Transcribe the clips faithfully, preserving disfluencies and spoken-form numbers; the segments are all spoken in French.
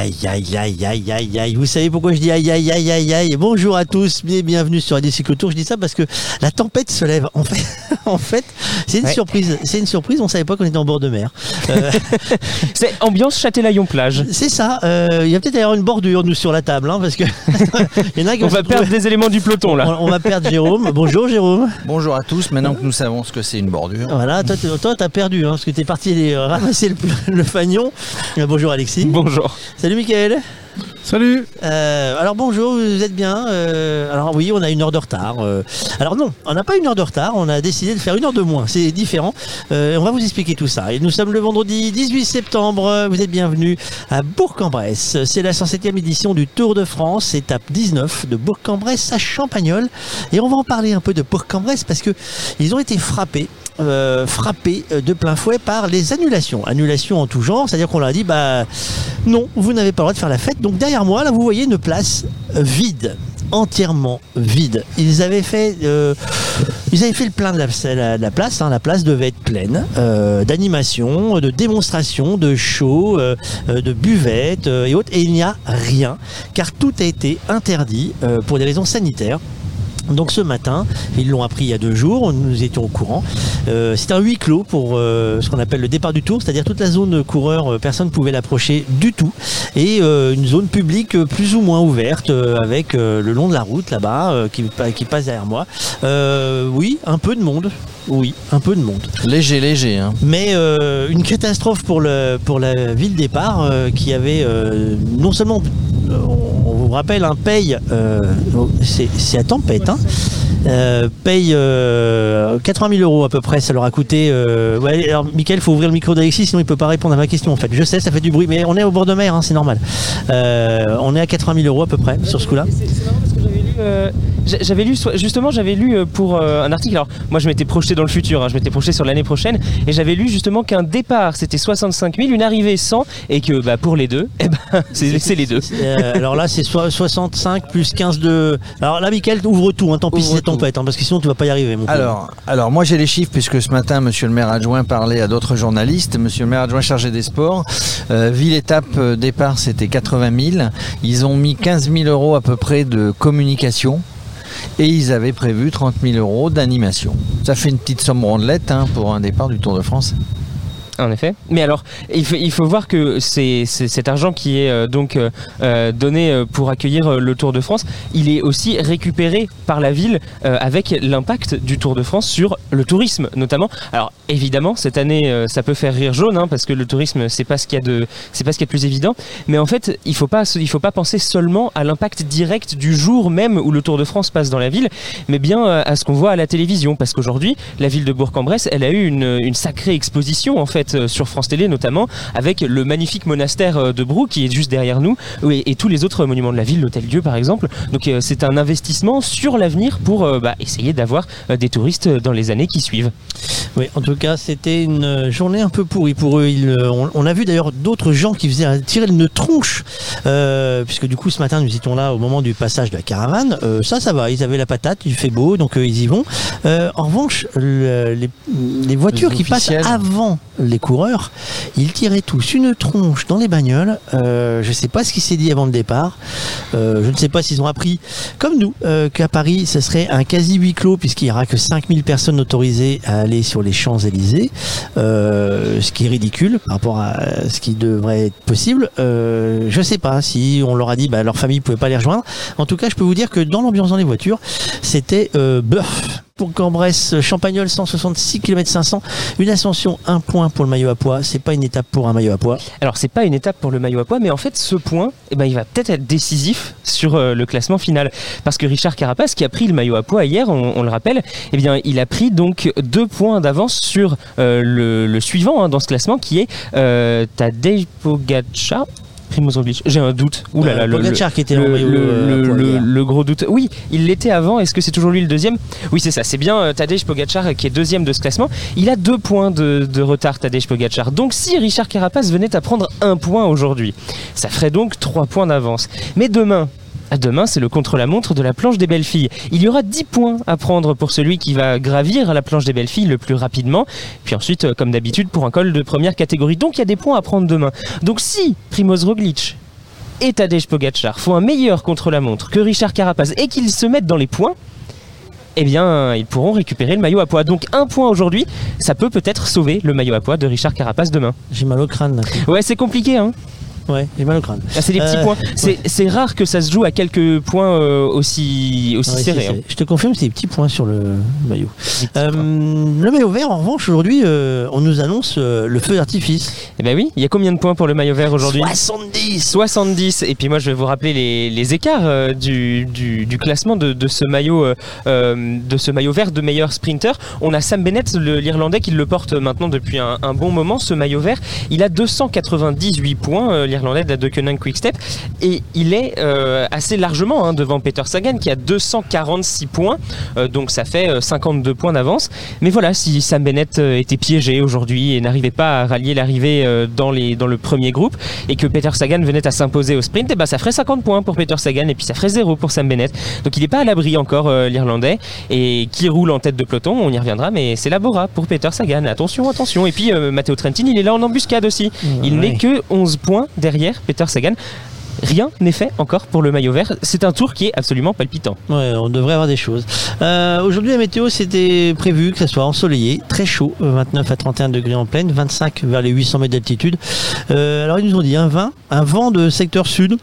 aïe, aïe, aïe, aïe, aïe, aïe. Vous savez pourquoi je dis aïe, aïe, aïe, aïe, aïe. Bonjour à tous, bienvenue sur Radio Cyclotour. Je dis ça parce que la tempête se lève. En fait, en fait c'est une ouais. surprise. C'est une surprise. On savait pas qu'on était en bord de mer. Euh... c'est ambiance Châtelaillon-Plage. C'est ça. Il euh, y a peut-être d'ailleurs une bordure, nous, sur la table, hein, parce que y en a qui on va perdre trouver... des éléments du peloton, là. On, on va perdre Jérôme. Bonjour, Jérôme. Bonjour à tous. Maintenant que nous savons ce que c'est une bordure. Voilà, toi, toi t'as perdu, hein, parce que t'es parti aller ramasser le, le fagnon. Bonjour, Alexis. Bonjour. Salut, Mickaël. Salut. Euh, alors bonjour, vous êtes bien. Euh, alors oui, on a une heure de retard. Euh, alors non, on n'a pas une heure de retard. On a décidé de faire une heure de moins. C'est différent. Euh, on va vous expliquer tout ça. Et nous sommes le vendredi dix-huit septembre. Vous êtes bienvenus à Bourg-en-Bresse. C'est la cent septième édition du Tour de France, étape dix-neuf de Bourg-en-Bresse à Champagnole. Et on va en parler un peu de Bourg-en-Bresse parce que ils ont été frappés. Euh, frappé de plein fouet par les annulations. Annulations en tout genre, c'est-à-dire qu'on leur a dit bah non, vous n'avez pas le droit de faire la fête. Donc derrière moi, là, vous voyez une place vide, entièrement vide. Ils avaient fait, euh, ils avaient fait le plein de la, la, la place. Hein. La place devait être pleine euh, d'animations, de démonstrations, de shows, euh, de buvettes euh, et autres. Et il n'y a rien, car tout a été interdit euh, pour des raisons sanitaires. Donc ce matin, ils l'ont appris il y a deux jours, nous étions au courant. Euh, c'est un huis clos pour euh, ce qu'on appelle le départ du Tour, c'est-à-dire toute la zone coureur, euh, personne ne pouvait l'approcher du tout. Et euh, une zone publique euh, plus ou moins ouverte euh, avec euh, le long de la route là-bas euh, qui, qui passe derrière moi. Euh, oui, un peu de monde. Oui, un peu de monde. Léger, léger. Hein. Mais euh, une catastrophe pour, le, pour la ville départ euh, qui avait euh, non seulement... Euh, on vous rappelle, un paye, euh, c'est, c'est à tempête, hein, euh, paye euh, quatre-vingt mille euros à peu près, ça leur a coûté. Euh, ouais, alors, Mickaël, il faut ouvrir le micro d'Alexis, sinon il ne peut pas répondre à ma question en fait. Je sais, ça fait du bruit, mais on est au bord de mer, hein, c'est normal. Euh, on est à quatre-vingt mille euros à peu près sur ce coup-là. C'est, c'est marrant parce que j'avais lu, euh, j'avais lu, justement, j'avais lu pour euh, un article. Alors, moi, je m'étais projeté dans le futur, hein, je m'étais projeté sur l'année prochaine, et j'avais lu justement qu'un départ c'était soixante-cinq mille, une arrivée cent, et que bah, pour les deux, eh ben, c'est, c'est les deux. Euh, alors là, c'est so- soixante-cinq plus quinze de. Alors là, Mickaël, ouvre tout, hein, tant pis si c'est tempête, hein, parce que sinon tu vas pas y arriver. Mon alors, alors, moi j'ai les chiffres, puisque ce matin, monsieur le maire adjoint parlait à d'autres journalistes. Monsieur le maire adjoint chargé des sports, euh, ville étape euh, départ, c'était quatre-vingt mille. Ils ont mis quinze mille euros à peu près de communication. Et ils avaient prévu trente mille euros d'animation. Ça fait une petite somme rondelette hein, pour un départ du Tour de France. En effet. Mais alors, il faut, il faut voir que c'est, c'est cet argent qui est euh, donc euh, donné pour accueillir euh, le Tour de France, il est aussi récupéré par la ville euh, avec l'impact du Tour de France sur le tourisme notamment. Alors évidemment, cette année, euh, ça peut faire rire jaune hein, parce que le tourisme, c'est pas ce qu'il y a de, c'est pas ce qu'il y a de plus évident. Mais en fait, il faut pas, il faut pas penser seulement à l'impact direct du jour même où le Tour de France passe dans la ville, mais bien euh, à ce qu'on voit à la télévision. Parce qu'aujourd'hui, la ville de Bourg-en-Bresse, elle a eu une, une sacrée exposition en fait. Sur France Télé notamment, avec le magnifique monastère de Brou qui est juste derrière nous et, et tous les autres monuments de la ville, l'Hôtel-Dieu par exemple. Donc euh, c'est un investissement sur l'avenir pour euh, bah, essayer d'avoir euh, des touristes dans les années qui suivent. Oui, en tout cas, c'était une journée un peu pourrie pour eux. Ils, on, on a vu d'ailleurs d'autres gens qui faisaient tirer une tronche, euh, puisque du coup ce matin nous étions là au moment du passage de la caravane. Euh, ça, ça va, ils avaient la patate, il fait beau, donc euh, ils y vont. Euh, en revanche, le, les, les voitures les qui passent avant les coureurs, ils tiraient tous une tronche dans les bagnoles. Euh, je ne sais pas ce qui s'est dit avant le départ. Euh, je ne sais pas s'ils ont appris, comme nous, euh, qu'à Paris, ce serait un quasi huis clos, puisqu'il n'y aura que cinq mille personnes autorisées à aller sur les Champs-Élysées, euh, ce qui est ridicule par rapport à ce qui devrait être possible. Euh, je ne sais pas si on leur a dit bah, leur famille ne pouvait pas les rejoindre. En tout cas, je peux vous dire que dans l'ambiance dans les voitures, c'était euh, bœuf. Bourg-en-Bresse, Champagnole, cent soixante-six kilomètres cinq cents, une ascension, un point pour le maillot à pois. C'est pas une étape pour un maillot à pois. Alors c'est pas une étape pour le maillot à pois, mais en fait ce point, eh ben, il va peut-être être décisif sur euh, le classement final, parce que Richard Carapaz, qui a pris le maillot à pois hier, on, on le rappelle, eh bien il a pris donc deux points d'avance sur euh, le, le suivant hein, dans ce classement, qui est euh, Tadej Pogačar. Primož Roglič, j'ai un doute. Ouh là là, le, Pogačar qui était le, le, le, euh, le, le, le gros doute. Oui, il l'était avant. Est-ce que c'est toujours lui le deuxième ? Oui, c'est ça. C'est bien euh, Tadej Pogačar qui est deuxième de ce classement. Il a deux points de, de retard, Tadej Pogačar. Donc, si Richard Carapaz venait à prendre un point aujourd'hui, ça ferait donc trois points d'avance. Mais demain. À demain, c'est le contre-la-montre de la planche des belles filles. Il y aura dix points à prendre pour celui qui va gravir la planche des belles filles le plus rapidement. Puis ensuite, comme d'habitude, pour un col de première catégorie. Donc il y a des points à prendre demain. Donc si Primož Roglič et Tadej Pogačar font un meilleur contre-la-montre que Richard Carapaz et qu'ils se mettent dans les points, eh bien, ils pourront récupérer le maillot à pois. Donc un point aujourd'hui, ça peut peut-être sauver le maillot à pois de Richard Carapaz demain. J'ai mal au crâne. Là. Ouais, c'est compliqué, hein. Ouais, j'ai mal au crâne. Ah, c'est des petits Euh, points. C'est, ouais. c'est rare que ça se joue à quelques points euh, aussi, aussi Ouais, serrés. c'est- hein. c'est- Je te confirme, c'est des petits points sur le maillot. Des petits Euh, points. le maillot vert, en revanche, aujourd'hui, euh, on nous annonce euh, le feu d'artifice. Eh ben oui, il y a combien de points pour le maillot vert aujourd'hui ? soixante-dix soixante-dix. Et puis moi je vais vous rappeler les, les écarts euh, du, du, du classement de, de ce maillot euh, euh, de ce maillot vert de meilleur sprinter. On a Sam Bennett, le- l'Irlandais, qui le porte maintenant depuis un, un bon moment, ce maillot vert. Il a deux cent quatre-vingt-dix-huit points, euh, l'Irlandais de la Deceuninck Quick-Step, et il est euh, assez largement hein, devant Peter Sagan qui a deux cent quarante-six points, euh, donc ça fait euh, cinquante-deux points d'avance. Mais voilà, si Sam Bennett euh, était piégé aujourd'hui et n'arrivait pas à rallier l'arrivée euh, dans, les, dans le premier groupe, et que Peter Sagan venait à s'imposer au sprint, et ben ça ferait cinquante points pour Peter Sagan et puis ça ferait zéro pour Sam Bennett. Donc il n'est pas à l'abri encore euh, l'Irlandais, et qui roule en tête de peloton, on y reviendra, mais c'est la Bora pour Peter Sagan. Attention, attention. Et puis euh, Matteo Trentin, il est là en embuscade aussi. Il Ouais. n'est que onze points derrière Peter Sagan. Rien n'est fait encore pour le maillot vert. C'est un tour qui est absolument palpitant. Ouais, on devrait avoir des choses. Euh, aujourd'hui, la météo, c'était prévu que ça soit ensoleillé, très chaud, euh, vingt-neuf à trente et un degrés en plaine, vingt-cinq vers les huit cents mètres d'altitude. Euh, alors, ils nous ont dit un vingt, un vent de secteur sud.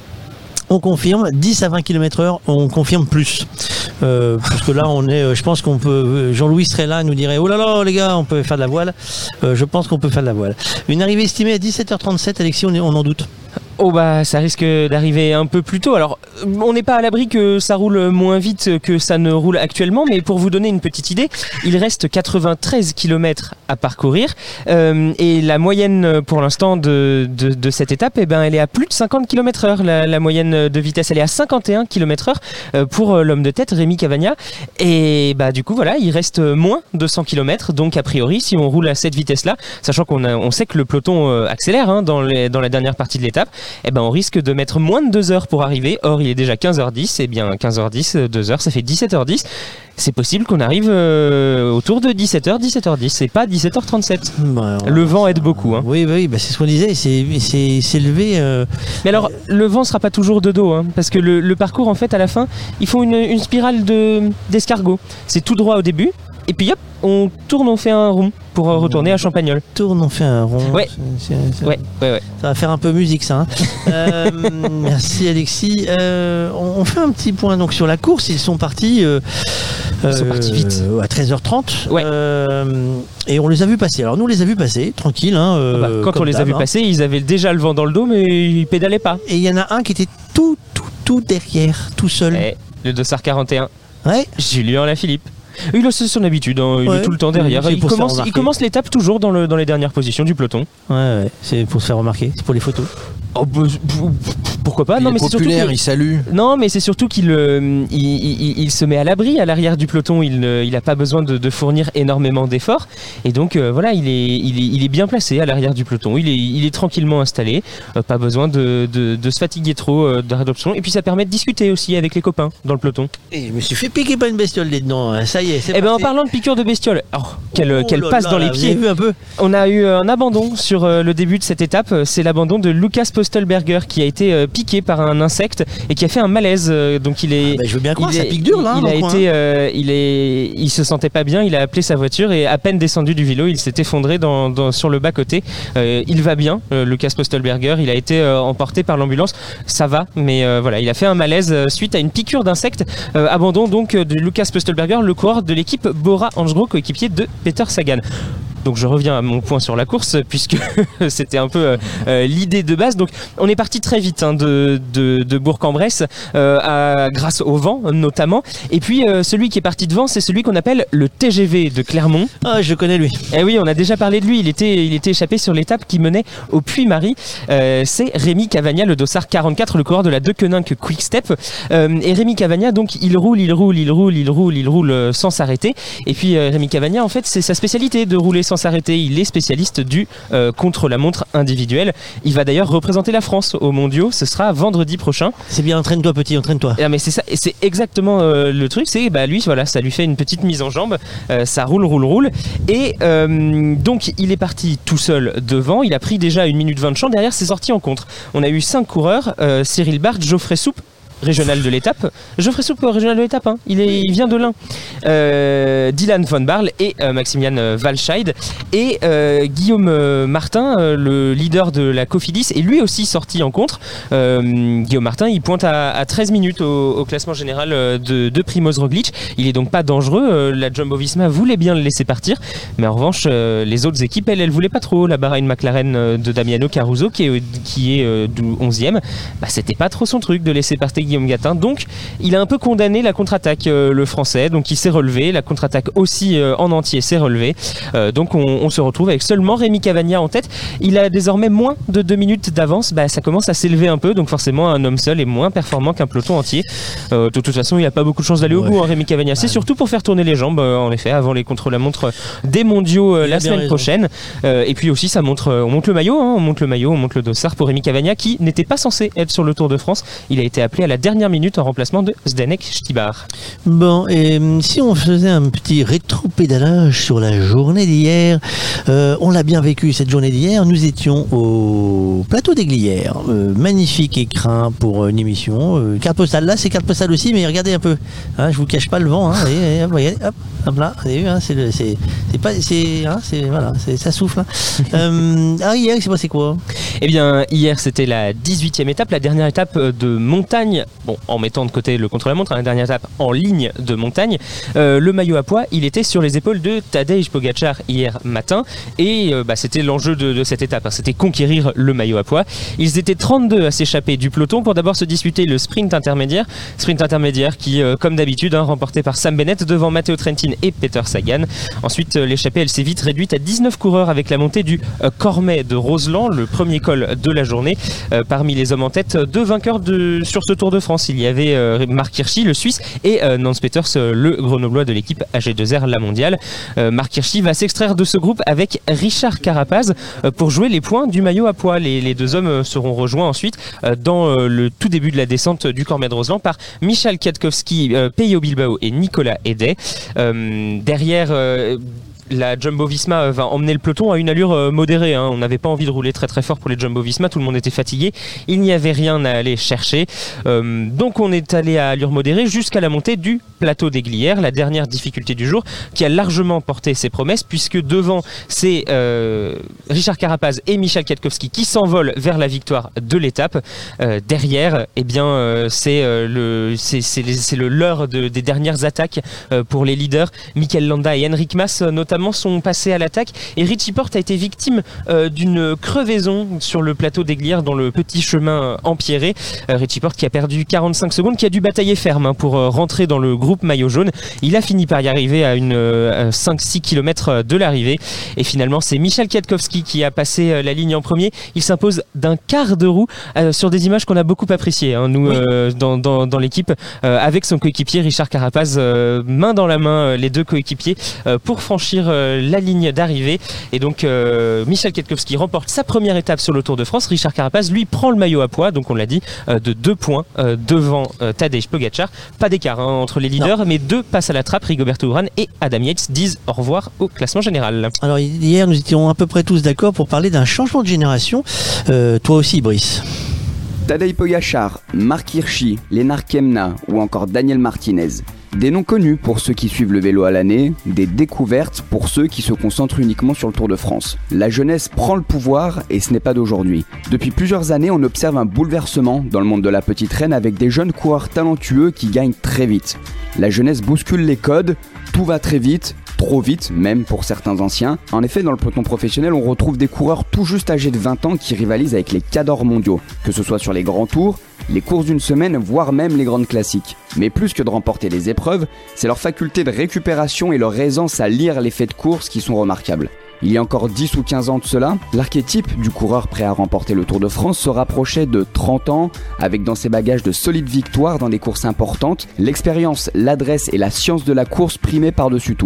On confirme, dix à vingt kilomètres heure, on confirme plus. Euh, parce que là, on est, euh, je pense qu'on peut, Jean-Louis serait là, nous dirait, oh là là, les gars, on peut faire de la voile. Euh, je pense qu'on peut faire de la voile. Une arrivée estimée à dix-sept heures trente-sept, Alexis, on, est, on en doute. Oh bah ça risque d'arriver un peu plus tôt. Alors on n'est pas à l'abri que ça roule moins vite que ça ne roule actuellement, mais pour vous donner une petite idée, il reste quatre-vingt-treize kilomètres à parcourir euh, et la moyenne pour l'instant de, de, de cette étape, eh ben, elle est à plus de cinquante kilomètres heure. La, la moyenne de vitesse, elle est à cinquante et un kilomètres heure euh, pour l'homme de tête Rémi Cavagna, et bah du coup voilà, il reste moins de cent kilomètres, donc a priori si on roule à cette vitesse là, sachant qu'on a, on sait que le peloton euh, accélère hein, dans, les, dans la dernière partie de l'étape, eh ben on risque de mettre moins de deux heures pour arriver. Or il est déjà quinze heures dix, et bien quinze heures dix, deux heures, ça fait dix-sept heures dix. C'est possible qu'on arrive euh, autour de dix-sept heures, dix-sept heures dix, c'est pas dix-sept heures trente-sept. Bah, Le vent aide beaucoup. Hein. Oui, oui, bah, c'est ce qu'on disait, c'est, c'est, c'est levé. Euh, Mais alors, le vent sera pas toujours de dos, hein, parce que le, le parcours, en fait, à la fin, ils font une, une spirale de, d'escargot. C'est tout droit au début, et puis hop, on tourne, on fait un rond pour euh, retourner à Champagnole. tourne, on fait un rond. Ouais. C'est- c'est- Ouais, ouais, ouais. Ça va faire un peu musique, ça. hein. Euh, merci, Alexis. Euh, on, on fait un petit point donc sur la course. Ils sont partis. euh, Ils sont partis vite. à treize heures trente. Ouais. Euh, et on les a vus passer. Alors nous, on les a vus passer, tranquille. Hein, euh, Ah bah, quand comme on les a d'hab, vus hein. passer, ils avaient déjà le vent dans le dos, mais ils pédalaient pas. Et il y en a un qui était tout, tout, tout derrière, tout seul. Eh, le Dossard quarante et un, Ouais. Julien Lafilippe. Il a son habitude, hein, il Ouais. est tout le temps derrière. C'est Il pour se faire commence, il remarquer. commence l'étape toujours dans, le, dans les dernières positions du peloton. Ouais, ouais. C'est pour se faire remarquer. C'est pour les photos. Oh, bah, pourquoi pas? Il Non, est mais c'est surtout populaire, que- il salue. Non, mais c'est surtout qu'il euh, il, il- il se met à l'abri à l'arrière du peloton. Il n'a il a pas besoin de, de fournir énormément d'efforts. Et donc, euh, voilà, il est, il, est, il est bien placé à l'arrière du peloton. Il est, il est tranquillement installé. Euh, pas besoin de, de, de se fatiguer trop euh, de réadoption. Et puis, ça permet de discuter aussi avec les copains dans le peloton. Et je me suis fait piquer par une bestiole des dents. hein. Ça y est, c'est Eh ben, en parti. parlant de piqûre de bestiole, oh, quelle, Oh quelle là passe là dans là, les vous pieds. avez vu un peu. On a eu un abandon sur euh, le début de cette étape. C'est l'abandon de Lucas Postelberger qui a été euh, piqué par un insecte et qui a fait un malaise. Euh, donc il est. Ah bah, je veux bien croire, il ça est- pique dur là. Il, dans il a le coin, été, hein. euh, il est, il se sentait pas bien. Il a appelé sa voiture et à peine descendu du vélo, il s'est effondré dans, dans- sur le bas côté. Euh, il va bien, euh, Lucas Postelberger. Il a été euh, emporté par l'ambulance. Ça va, mais euh, voilà, il a fait un malaise euh, suite à une piqûre d'insecte. Euh, abandon donc euh, de Lucas Postelberger, le coureur de l'équipe Bora Hansgrohe, coéquipier de Peter Sagan. Donc je reviens à mon point sur la course puisque c'était un peu euh, euh, l'idée de base. Donc on est parti très vite hein, de, de, de Bourg-en-Bresse euh, à- grâce au vent notamment. Et puis euh, celui qui est parti devant, c'est celui qu'on appelle le T G V de Clermont. Ah, je connais lui. Eh oui, on a déjà parlé de lui. Il était, il était échappé sur l'étape qui menait au Puy-Marie. Euh, c'est Rémi Cavagna, le Dossard quarante-quatre, le coureur de la Deceuninck Quick-Step. Euh, et Rémi Cavagna, donc, il roule, il roule, il roule, il roule, il roule euh, sans s'arrêter. Et puis euh, Rémi Cavagna, en fait, c'est sa spécialité de rouler sans s'arrêter. Il est spécialiste du euh, contre-la-montre individuel. Il va d'ailleurs représenter la France aux mondiaux. Ce sera vendredi prochain. C'est bien, entraîne-toi petit, entraîne-toi. Ah, mais c'est ça, et c'est exactement euh, le truc. C'est bah lui, voilà, ça lui fait une petite mise en jambe. Euh, ça roule, roule, roule. Et euh, donc il est parti tout seul devant. Il a pris déjà une minute vingt de champ. Derrière, c'est sorti en contre. On a eu cinq coureurs. Euh, Cyril Barthes, Geoffrey Soupe, régional de l'étape. Geoffrey Soupe, régional de l'étape, hein. il, est, il vient de l'Ain. Euh, Dylan von Barle et euh, Maximilian Walscheid. Et euh, Guillaume euh, Martin, euh, le leader de la Cofidis, est lui aussi sorti en contre. Euh, Guillaume Martin, il pointe à, à treize minutes au, au classement général de, de Primoz Roglic. Il est donc pas dangereux. Euh, la Jumbo-Visma voulait bien le laisser partir. Mais en revanche, euh, les autres équipes, elles, elles voulaient pas trop. La Bahrain McLaren euh, de Damiano Caruso, qui est, qui est euh, onzième, bah, c'était pas trop son truc de laisser partir Guillaume Gatin. Donc il a un peu condamné la contre-attaque, euh, le français, donc il s'est relevé, la contre-attaque aussi euh, en entier s'est relevée, euh, donc on, on se retrouve avec seulement Rémi Cavagna en tête. Il a désormais moins de deux minutes d'avance, bah, ça commence à s'élever un peu, donc forcément un homme seul est moins performant qu'un peloton entier. Euh, de toute façon il n'a pas beaucoup de chance d'aller ouais. au bout, hein, Rémi Cavagna, c'est ouais. surtout pour faire tourner les jambes, euh, en effet, avant les contre-la-montre des mondiaux euh, la semaine raison. prochaine, euh, et puis aussi ça montre, euh, on monte le maillot, hein, on monte le maillot, on monte le dossard pour Rémi Cavagna qui n'était pas censé être sur le Tour de France. Il a été appelé à la dernière minute en remplacement de Zdenek Štibar. Bon, et si on faisait un petit rétro-pédalage sur la journée d'hier, euh, on l'a bien vécu cette journée d'hier, nous étions au plateau des Glières, euh, magnifique écrin pour une émission, euh, carte postale là, c'est carte postale aussi, mais regardez un peu, hein, je vous cache pas le vent, hein, et, et, hop, regardez, hop, hop là, vous avez vu, hein, c'est, le, c'est, c'est pas, c'est, hein, c'est, voilà, c'est, ça souffle. Hein. euh, ah hier, c'est passé quoi ? Eh bien, hier c'était la dix-huitième étape, la dernière étape de montagne, bon, en mettant de côté le contre-la-montre, hein, la dernière étape en ligne de montagne. Euh, le maillot à pois, il était sur les épaules de Tadej Pogačar hier matin, et euh, bah, c'était l'enjeu de, de cette étape, hein, c'était conquérir le maillot à pois. Ils étaient trente-deux à s'échapper du peloton pour d'abord se disputer le sprint intermédiaire, sprint intermédiaire qui, euh, comme d'habitude, hein, remporté par Sam Bennett devant Matteo Trentin et Peter Sagan. Ensuite, euh, l'échappée, elle s'est vite réduite à dix-neuf coureurs avec la montée du euh, Cormet de Roseland, le premier col de la journée. Euh, parmi les hommes en tête, deux vainqueurs de, sur ce Tour de France. Il y avait euh, Marc Hirschi, le Suisse, et euh, Nance Peters, euh, le Grenoblois de l'équipe A G deux R, la mondiale. Euh, Marc Hirschi va s'extraire de ce groupe avec Richard Carapaz euh, pour jouer les points du maillot à pois. Les, les deux hommes euh, seront rejoints ensuite euh, dans euh, le tout début de la descente du Cormet de Roseland par Michal Kwiatkowski, euh, Peyo Bilbao et Nicolas Hédet. Euh, derrière... Euh, La Jumbo-Visma va emmener le peloton à une allure modérée, hein. On n'avait pas envie de rouler très très fort pour les Jumbo-Visma, tout le monde était fatigué, il n'y avait rien à aller chercher, euh, donc on est allé à allure modérée jusqu'à la montée du plateau des Glières, la dernière difficulté du jour, qui a largement porté ses promesses, puisque devant c'est euh, Richard Carapaz et Michal Kwiatkowski qui s'envolent vers la victoire de l'étape. Euh, derrière, eh bien, euh, c'est, euh, le, c'est, c'est, les, c'est le leurre de, des dernières attaques euh, pour les leaders. Mikel Landa et Henrik Mas notamment sont passés à l'attaque, et Richie Porte a été victime euh, d'une crevaison sur le plateau des Glières dans le petit chemin empierré. Euh, Richie Porte qui a perdu quarante-cinq secondes, qui a dû batailler ferme, hein, pour euh, rentrer dans le groupe maillot jaune. Il a fini par y arriver à une euh, cinq six kilomètres de l'arrivée, et finalement c'est Michal Kwiatkowski qui a passé euh, la ligne en premier. Il s'impose d'un quart de roue euh, sur des images qu'on a beaucoup appréciées, hein, nous, oui. euh, dans, dans, dans l'équipe, euh, avec son coéquipier Richard Carapaz, euh, main dans la main, euh, les deux coéquipiers, euh, pour franchir euh, la ligne d'arrivée. Et donc euh, Michal Kwiatkowski remporte sa première étape sur le Tour de France. Richard Carapaz lui prend le maillot à pois, donc on l'a dit, euh, de deux points euh, devant euh, Tadej Pogačar. Pas d'écart, hein, entre les leaders, non. Mais deux passent à la trappe. Rigoberto Urán et Adam Yates disent au revoir au classement général. Alors hier nous étions à peu près tous d'accord pour parler d'un changement de génération. Euh, toi aussi, Brice. Tadej Pogačar, Marc Hirschi, Lennart Kemna ou encore Daniel Martinez. Des noms connus pour ceux qui suivent le vélo à l'année, des découvertes pour ceux qui se concentrent uniquement sur le Tour de France. La jeunesse prend le pouvoir et ce n'est pas d'aujourd'hui. Depuis plusieurs années, on observe un bouleversement dans le monde de la petite reine avec des jeunes coureurs talentueux qui gagnent très vite. La jeunesse bouscule les codes, tout va très vite, trop vite même pour certains anciens. En effet, dans le peloton professionnel, on retrouve des coureurs tout juste âgés de vingt ans qui rivalisent avec les cadors mondiaux, que ce soit sur les grands tours, les courses d'une semaine, voire même les grandes classiques. Mais plus que de remporter les épreuves, c'est leur faculté de récupération et leur aisance à lire les faits de course qui sont remarquables. Il y a encore dix ou quinze ans de cela, l'archétype du coureur prêt à remporter le Tour de France se rapprochait de trente ans, avec dans ses bagages de solides victoires dans des courses importantes, l'expérience, l'adresse et la science de la course primaient par-dessus tout.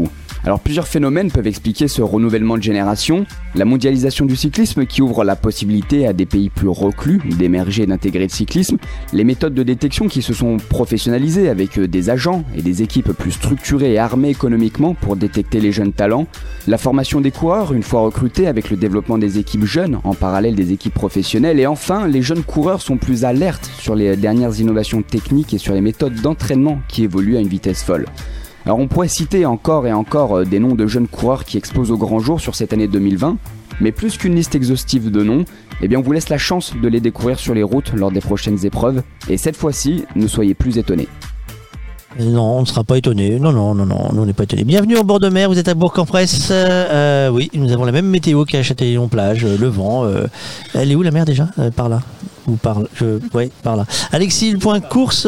Alors plusieurs phénomènes peuvent expliquer ce renouvellement de génération. La mondialisation du cyclisme qui ouvre la possibilité à des pays plus reclus d'émerger et d'intégrer le cyclisme. Les méthodes de détection qui se sont professionnalisées avec des agents et des équipes plus structurées et armées économiquement pour détecter les jeunes talents. La formation des coureurs une fois recrutés avec le développement des équipes jeunes en parallèle des équipes professionnelles. Et enfin, les jeunes coureurs sont plus alertes sur les dernières innovations techniques et sur les méthodes d'entraînement qui évoluent à une vitesse folle. Alors on pourrait citer encore et encore des noms de jeunes coureurs qui explosent au grand jour sur cette année deux mille vingt, mais plus qu'une liste exhaustive de noms, eh bien on vous laisse la chance de les découvrir sur les routes lors des prochaines épreuves, et cette fois-ci, ne soyez plus étonnés. Non, on ne sera pas étonné. Non, non, non, non, nous on n'est pas étonnés. Bienvenue en bord de mer, vous êtes à Bourg-en-Bresse. Euh, oui, nous avons la même météo qu'à Châtillon-Plage, euh, le vent. Euh, elle est où la mer déjà euh, Par là Ou par là je... Ouais, par là. Alexis, le point course,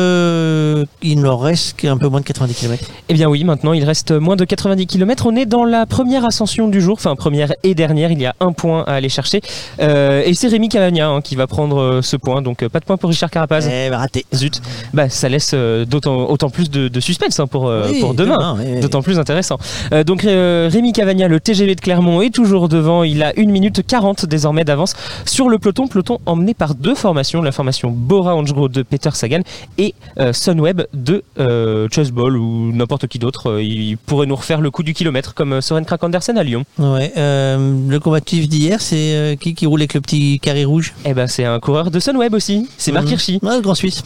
euh, il ne reste qu'un peu moins de quatre-vingt-dix kilomètres. Eh bien oui, maintenant il reste moins de quatre-vingt-dix kilomètres. On est dans la première ascension du jour, enfin première et dernière. Il y a un point à aller chercher. Euh, et c'est Rémi Cavagna hein, qui va prendre euh, ce point. Donc euh, pas de point pour Richard Carapaz. Eh, bah, raté. Zut. Bah, ça laisse euh, d'autant, autant plus de, de suspense hein, pour, euh, oui, pour demain. demain oui, oui. D'autant plus intéressant. Euh, donc euh, Rémi Cavagna, le T G V de Clermont, est toujours devant. Il a une minute quarante désormais d'avance sur le peloton. Peloton emmené par deux formations. La formation Bora Hansgrohe de Peter Sagan et euh, Sunweb de euh, Chessball ou n'importe qui d'autre. Euh, il pourrait nous refaire le coup du kilomètre comme euh, Søren Kragh Andersen à Lyon. Ouais, euh, le combatif d'hier, c'est euh, qui qui roule avec le petit carré rouge? Eh ben c'est un coureur de Sunweb aussi. C'est Marc mmh. Hirschi. Ouais, le grand Suisse.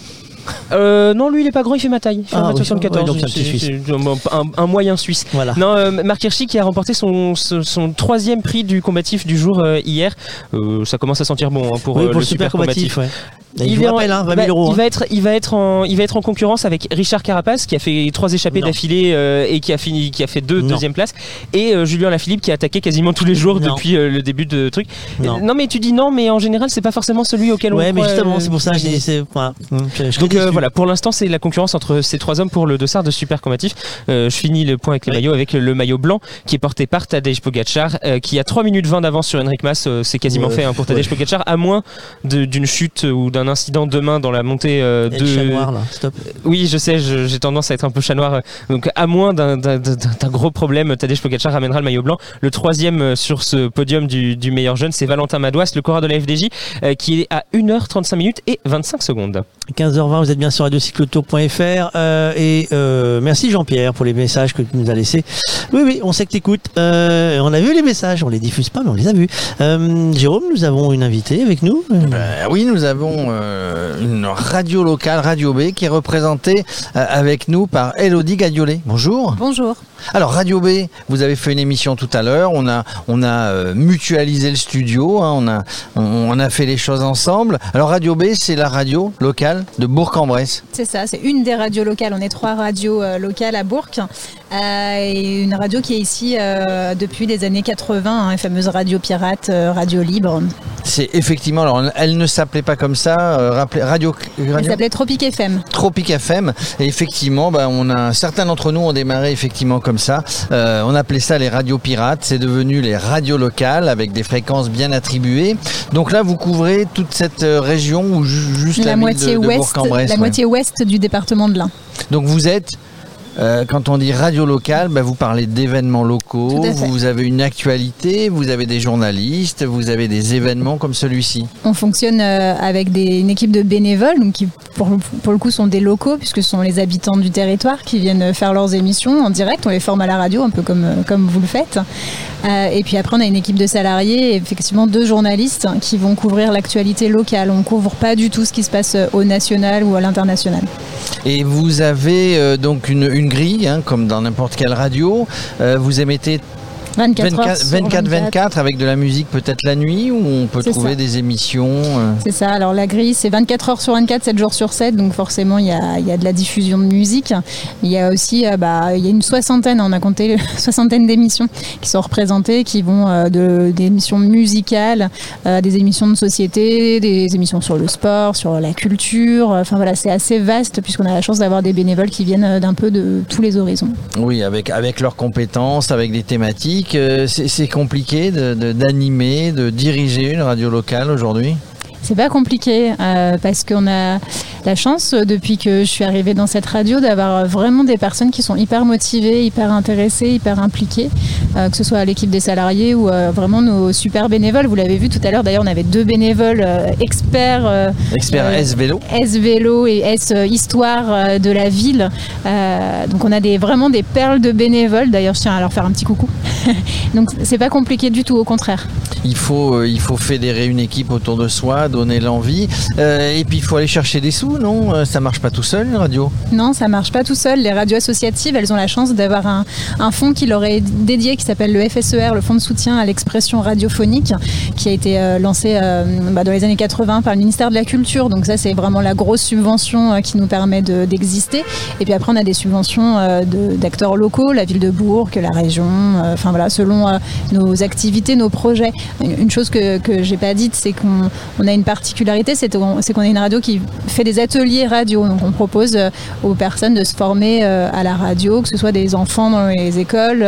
Euh, non, lui il est pas grand, il fait ma taille. Il fait Ah, un mètre oui. soixante-quatorze. Ouais, donc c'est un petit C'est- Suisse. c'est un, un moyen suisse. Voilà. Non, euh, Marc Hirschi qui a remporté son, son, son troisième prix du combatif du jour euh, hier. Euh, ça commence à sentir bon hein, pour, Oui, euh, pour le le super combatif. Ouais. Et Il je vous va- rappelle, hein, vingt bah, mille euros. il hein. va être, il va être en, il va être en concurrence avec Richard Carapaz qui a fait trois échappées Non. d'affilée euh, et qui a fini, qui a fait deux Non. deuxième place, et euh, Julien Lafilippe qui a attaqué quasiment tous les jours Non. depuis euh, le début de truc. Non. Euh, non, mais tu dis non, mais en général c'est pas forcément celui auquel on Ouais, mais croit, justement, euh, c'est pour ça que j'ai. c'est- voilà. Hum, je- je serais Donc euh, déçu. voilà, pour l'instant c'est la concurrence entre ces trois hommes pour le dossard de super combatif. Euh, je finis le point avec les Oui. maillots avec le maillot blanc qui est porté par Tadej Pogacar euh, qui a trois minutes vingt d'avance sur Enric Mas. Euh, c'est quasiment Ouais. fait hein, pour Tadej Ouais. Pogacar, à moins de- d'une chute ou d'un incident demain dans la montée euh, Et de le chat noir, là, stop. oui, je sais, je- j'ai tendance à être un peu chat noir. Donc, à moins d'un, d'un- d'un- d'un gros problème, Tadej Pogacar ramènera le maillot blanc. Le troisième euh, sur ce podium du, du meilleur jeune, c'est Valentin Madouas, le coureur de la F D J, euh, qui est à une heure trente-cinq minutes et vingt-cinq secondes. quinze heures vingt, vous êtes bien sur radio cyclotour point f r euh, et euh, merci Jean-Pierre pour les messages que tu nous as laissés. Oui, oui, on sait que t'écoutes. Euh, on a vu les messages, on les diffuse pas, mais on les a vus. Euh, Jérôme, nous avons une invitée avec nous. Ben oui, nous avons euh, une radio locale, Radio B, qui est représentée euh, avec nous par Élodie Gadiolet. Bonjour. Bonjour. Alors Radio B, vous avez fait une émission tout à l'heure. On a, on a euh, mutualisé le studio. Hein, on a, on, on a fait les choses ensemble. Alors Radio B, c'est la radio locale de Bourg-en-Bresse. C'est ça, c'est une des radios locales. On est trois radios euh, locales à Bourg. Euh, et une radio qui est ici euh, depuis les années quatre-vingts, hein, la fameuse radio pirate, euh, radio libre. C'est effectivement, alors elle ne s'appelait pas comme ça. Euh, rappelez, radio, Elle radio s'appelait Tropic F M. Tropic F M. Et effectivement, bah, on a certains d'entre nous ont démarré effectivement comme ça. Euh, on appelait ça les radios pirates. C'est devenu les radios locales avec des fréquences bien attribuées. Donc là, vous couvrez toute cette euh, région ou ju- juste la, La ville moitié de, de ouest, Bourg-en-Bresse. la ouais. moitié ouest du département de l'Ain. Donc vous êtes Euh, quand on dit radio locale, bah, vous parlez d'événements locaux, Tout à fait. vous avez une actualité, vous avez des journalistes, vous avez des événements comme celui-ci. On fonctionne euh, avec des, une équipe de bénévoles, donc qui pour, pour le coup sont des locaux, puisque ce sont les habitants du territoire qui viennent faire leurs émissions en direct. On les forme à la radio, un peu comme, euh, comme vous le faites. Euh, et puis après, on a une équipe de salariés, et effectivement deux journalistes qui vont couvrir l'actualité locale. On ne couvre pas du tout ce qui se passe au national ou à l'international. Et vous avez euh, donc une, une grille, hein, comme dans n'importe quelle radio. Euh, vous émettez vingt-quatre heures sur vingt-quatre vingt-quatre avec de la musique peut-être la nuit, ou on peut C'est trouver ça. des émissions euh, C'est ça, alors la grille c'est vingt-quatre heures sur vingt-quatre, sept jours sur sept, donc forcément il y a, il y a de la diffusion de musique. Il y a aussi euh, bah, il y a une soixantaine, on a compté une soixantaine d'émissions qui sont représentées, qui vont euh, de, des émissions musicales, euh, des émissions de société, des émissions sur le sport, sur la culture. Enfin voilà, c'est assez vaste puisqu'on a la chance d'avoir des bénévoles qui viennent d'un peu de tous les horizons. oui, avec, avec leurs compétences, avec des thématiques. Euh, c'est, c'est compliqué de, de- d'animer, de diriger une radio locale aujourd'hui? C'est pas compliqué euh, parce qu'on a la chance, depuis que je suis arrivée dans cette radio, d'avoir vraiment des personnes qui sont hyper motivées, hyper intéressées, hyper impliquées, euh, que ce soit l'équipe des salariés ou euh, vraiment nos super bénévoles. Vous l'avez vu tout à l'heure, d'ailleurs, on avait deux bénévoles euh, experts. Euh, Experts euh, S-Vélo. S-Vélo et S-Histoire euh, de la ville. Euh, donc on a des, vraiment des perles de bénévoles. D'ailleurs, je tiens à leur faire un petit coucou. Donc c'est pas compliqué du tout, au contraire. Il faut, euh, il faut fédérer une équipe autour de soi, donner l'envie. Euh, et puis il faut aller chercher des sous, non? Euh, Ça marche pas tout seul, une radio? Non, ça marche pas tout seul. Les radios associatives, elles ont la chance d'avoir un, un fonds qui leur est dédié, qui s'appelle le F S E R, le Fonds de soutien à l'expression radiophonique, qui a été euh, lancé euh, bah, dans les années quatre-vingts par le ministère de la Culture. Donc ça, c'est vraiment la grosse subvention euh, qui nous permet de, d'exister. Et puis après, on a des subventions euh, de, d'acteurs locaux, la ville de Bourg, la région, euh, enfin voilà, selon euh, nos activités, nos projets. Une chose que, que j'ai pas dite, c'est qu'on on a une particularité, c'est qu'on, c'est qu'on est une radio qui fait des ateliers radio. Donc on propose euh, aux personnes de se former euh, à la radio, que ce soit des enfants dans les écoles.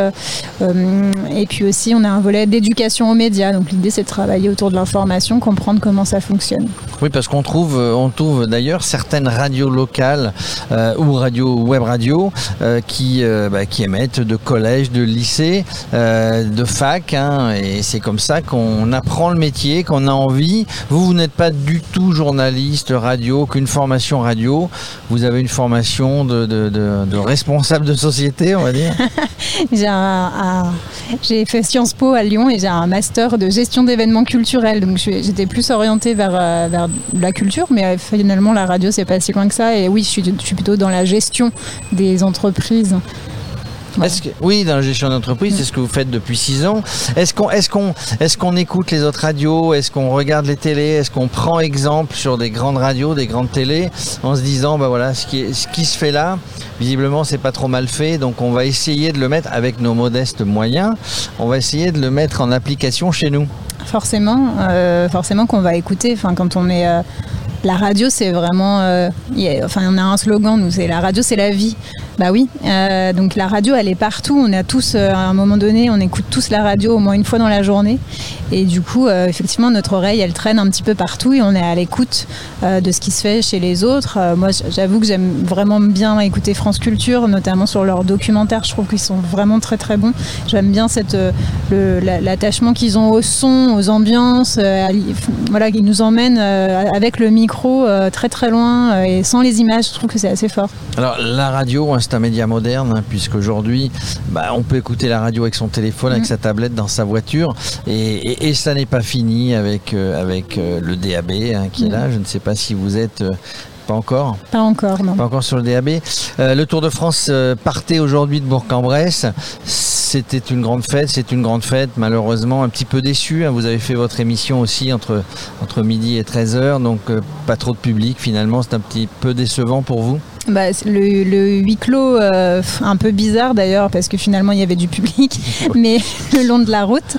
Euh, et puis aussi, on a un volet d'éducation aux médias. Donc l'idée, c'est de travailler autour de l'information, comprendre comment ça fonctionne. Oui, parce qu'on trouve, on trouve d'ailleurs certaines radios locales euh, ou radio, web radio euh, qui, euh, bah, qui émettent de collèges, de lycées, euh, de fac, hein, et c'est comme ça qu'on apprend le métier, qu'on a envie. Vous, vous n'êtes pas du tout journaliste radio, qu'une formation radio. Vous avez une formation de, de, de, de responsable de société, on va dire. j'ai, un, un, j'ai fait Sciences Po à Lyon et j'ai un master de gestion d'événements culturels. Donc je, j'étais plus orientée vers, vers la culture, mais finalement la radio, c'est pas si loin que ça. Et oui, je suis, je suis plutôt dans la gestion des entreprises. Ouais. Est-ce que, oui, dans la gestion d'entreprise, c'est ce que vous faites depuis six ans. Est-ce qu'on, est-ce qu'on, est-ce qu'on écoute les autres radios? Est-ce qu'on regarde les télés? Est-ce qu'on prend exemple sur des grandes radios, des grandes télés, en se disant, bah voilà, ce qui, est, ce qui se fait là, visiblement, c'est pas trop mal fait, donc on va essayer de le mettre avec nos modestes moyens. On va essayer de le mettre en application chez nous. Forcément, euh, forcément qu'on va écouter. Enfin, quand on est euh, la radio, c'est vraiment, euh, yeah, enfin, on a un slogan, nous, c'est la radio, c'est la vie. Bah oui, euh, donc la radio, elle est partout. On a tous, euh, à un moment donné, on écoute tous la radio au moins une fois dans la journée. Et du coup, euh, effectivement, notre oreille, elle traîne un petit peu partout et on est à l'écoute euh, de ce qui se fait chez les autres. Euh, moi, j'avoue que j'aime vraiment bien écouter France Culture, notamment sur leurs documentaires. Je trouve qu'ils sont vraiment très très bons. J'aime bien cette, euh, le, la, l'attachement qu'ils ont au son, aux ambiances. Euh, à, voilà, qu'ils nous emmènent euh, avec le micro euh, très très loin euh, et sans les images. Je trouve que c'est assez fort. Alors, la radio, c'est un média moderne, hein, puisqu'aujourd'hui, bah, on peut écouter la radio avec son téléphone, avec mmh. sa tablette, dans sa voiture. Et, et, et ça n'est pas fini avec, euh, avec euh, le D A B hein, qui mmh. est là. Je ne sais pas si vous êtes... Euh, Pas encore Pas encore, non. Pas encore sur le D A B. Euh, le Tour de France euh, partait aujourd'hui de Bourg-en-Bresse. C'était une grande fête, c'est une grande fête. Malheureusement, un petit peu déçu. Hein. Vous avez fait votre émission aussi entre, entre midi et treize heures, donc euh, pas trop de public finalement. C'est un petit peu décevant pour vous? Bah, le, le huis clos, euh, un peu bizarre d'ailleurs, parce que finalement il y avait du public, mais le long de la route,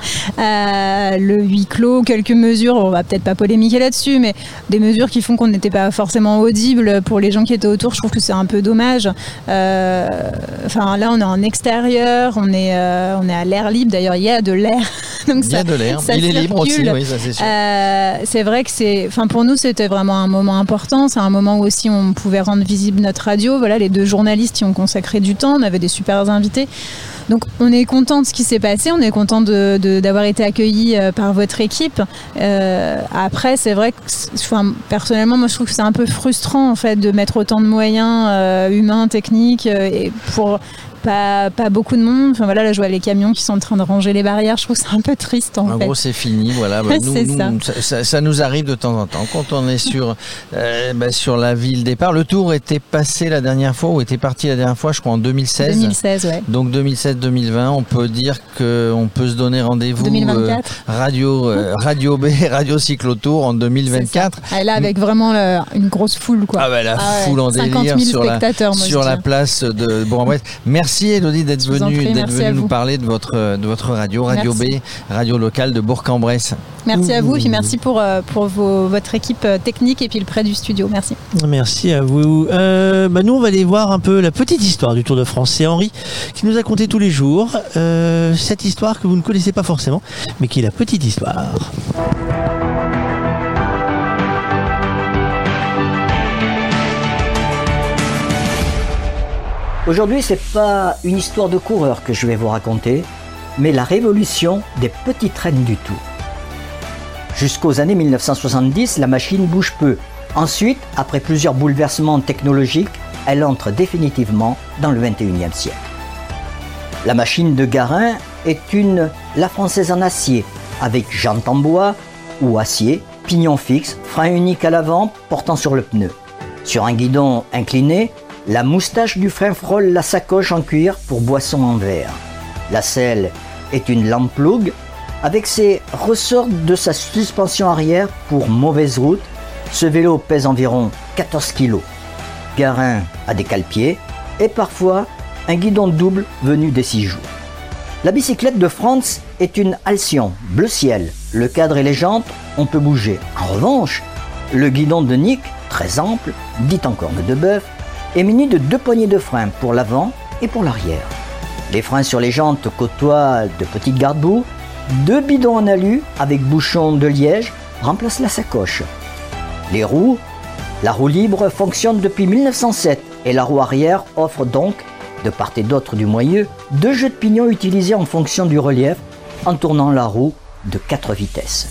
euh, le huis clos, quelques mesures, on va peut-être pas polémiquer là-dessus, mais des mesures qui font qu'on n'était pas forcément audible pour les gens qui étaient autour, je trouve que c'est un peu dommage. Euh, enfin là, on est en extérieur, on est, euh, on est à l'air libre, d'ailleurs il y a de l'air. Donc il y a ça, de l'air, ça il circule. est libre aussi, oui, ça c'est sûr. Euh, c'est vrai que c'est, enfin pour nous c'était vraiment un moment important, c'est un moment où aussi on pouvait rendre visible notre radio. Voilà, les deux journalistes y ont consacré du temps, on avait des super invités. Donc on est content de ce qui s'est passé, on est content de, de, d'avoir été accueillis euh, par votre équipe. Euh, après, c'est vrai que, enfin, personnellement, moi je trouve que c'est un peu frustrant en fait de mettre autant de moyens euh, humains, techniques, euh, et pour Pas, pas beaucoup de monde. Enfin, voilà, là, je vois les camions qui sont en train de ranger les barrières. Je trouve que c'est un peu triste, en, en fait. En gros, c'est fini. Voilà. Bah, nous, c'est nous, ça. Ça, ça. Ça nous arrive de temps en temps. Quand on est sur, euh, bah, sur la ville départ, le tour était passé la dernière fois, ou était parti la dernière fois, je crois, en deux mille seize. deux mille seize, ouais. Donc deux mille seize deux mille vingt, on peut dire qu'on peut se donner rendez-vous. deux mille vingt-quatre. Euh, radio, euh, Radio B, Radio Cyclotour en deux mille vingt-quatre. Ah, là, avec vraiment le, une grosse foule, quoi. Ah, bah, la ah, foule ouais. en délire sur la, sur la place de Bourg-en-Bresse. Merci, Élodie, d'être venu, d'être venu nous parler de votre, de votre radio, Radio merci. B, radio locale de Bourg-en-Bresse. Merci à vous, et puis merci pour, pour vos, votre équipe technique et puis le prêt du studio. Merci. Merci à vous. Euh, bah nous, on va aller voir un peu la petite histoire du Tour de France. C'est Henri qui nous a conté tous les jours euh, cette histoire que vous ne connaissez pas forcément, mais qui est la petite histoire. Aujourd'hui, c'est pas une histoire de coureur que je vais vous raconter, mais la révolution des petites reines du Tour. Jusqu'aux années mille neuf cent soixante-dix, la machine bouge peu. Ensuite, après plusieurs bouleversements technologiques, elle entre définitivement dans le vingt et unième siècle. La machine de Garin est une La Française en acier, avec jante en bois ou acier, pignon fixe, frein unique à l'avant portant sur le pneu. Sur un guidon incliné, la moustache du frein frôle la sacoche en cuir pour boisson en verre. La selle est une lampe plug avec ses ressorts de sa suspension arrière pour mauvaise route. Ce vélo pèse environ quatorze kilos. Garin a des cale-pieds et parfois un guidon double venu des six jours. La bicyclette de France est une Alcyon bleu ciel. Le cadre et les jantes, on peut bouger. En revanche, le guidon de Nick, très ample, dit en corne de bœuf, est muni de deux poignées de frein pour l'avant et pour l'arrière. Les freins sur les jantes côtoient de petites garde-boue. Deux bidons en alu avec bouchon de liège remplacent la sacoche. Les roues, la roue libre fonctionne depuis mille neuf cent sept et la roue arrière offre donc, de part et d'autre du moyeu, deux jeux de pignons utilisés en fonction du relief en tournant la roue de quatre vitesses.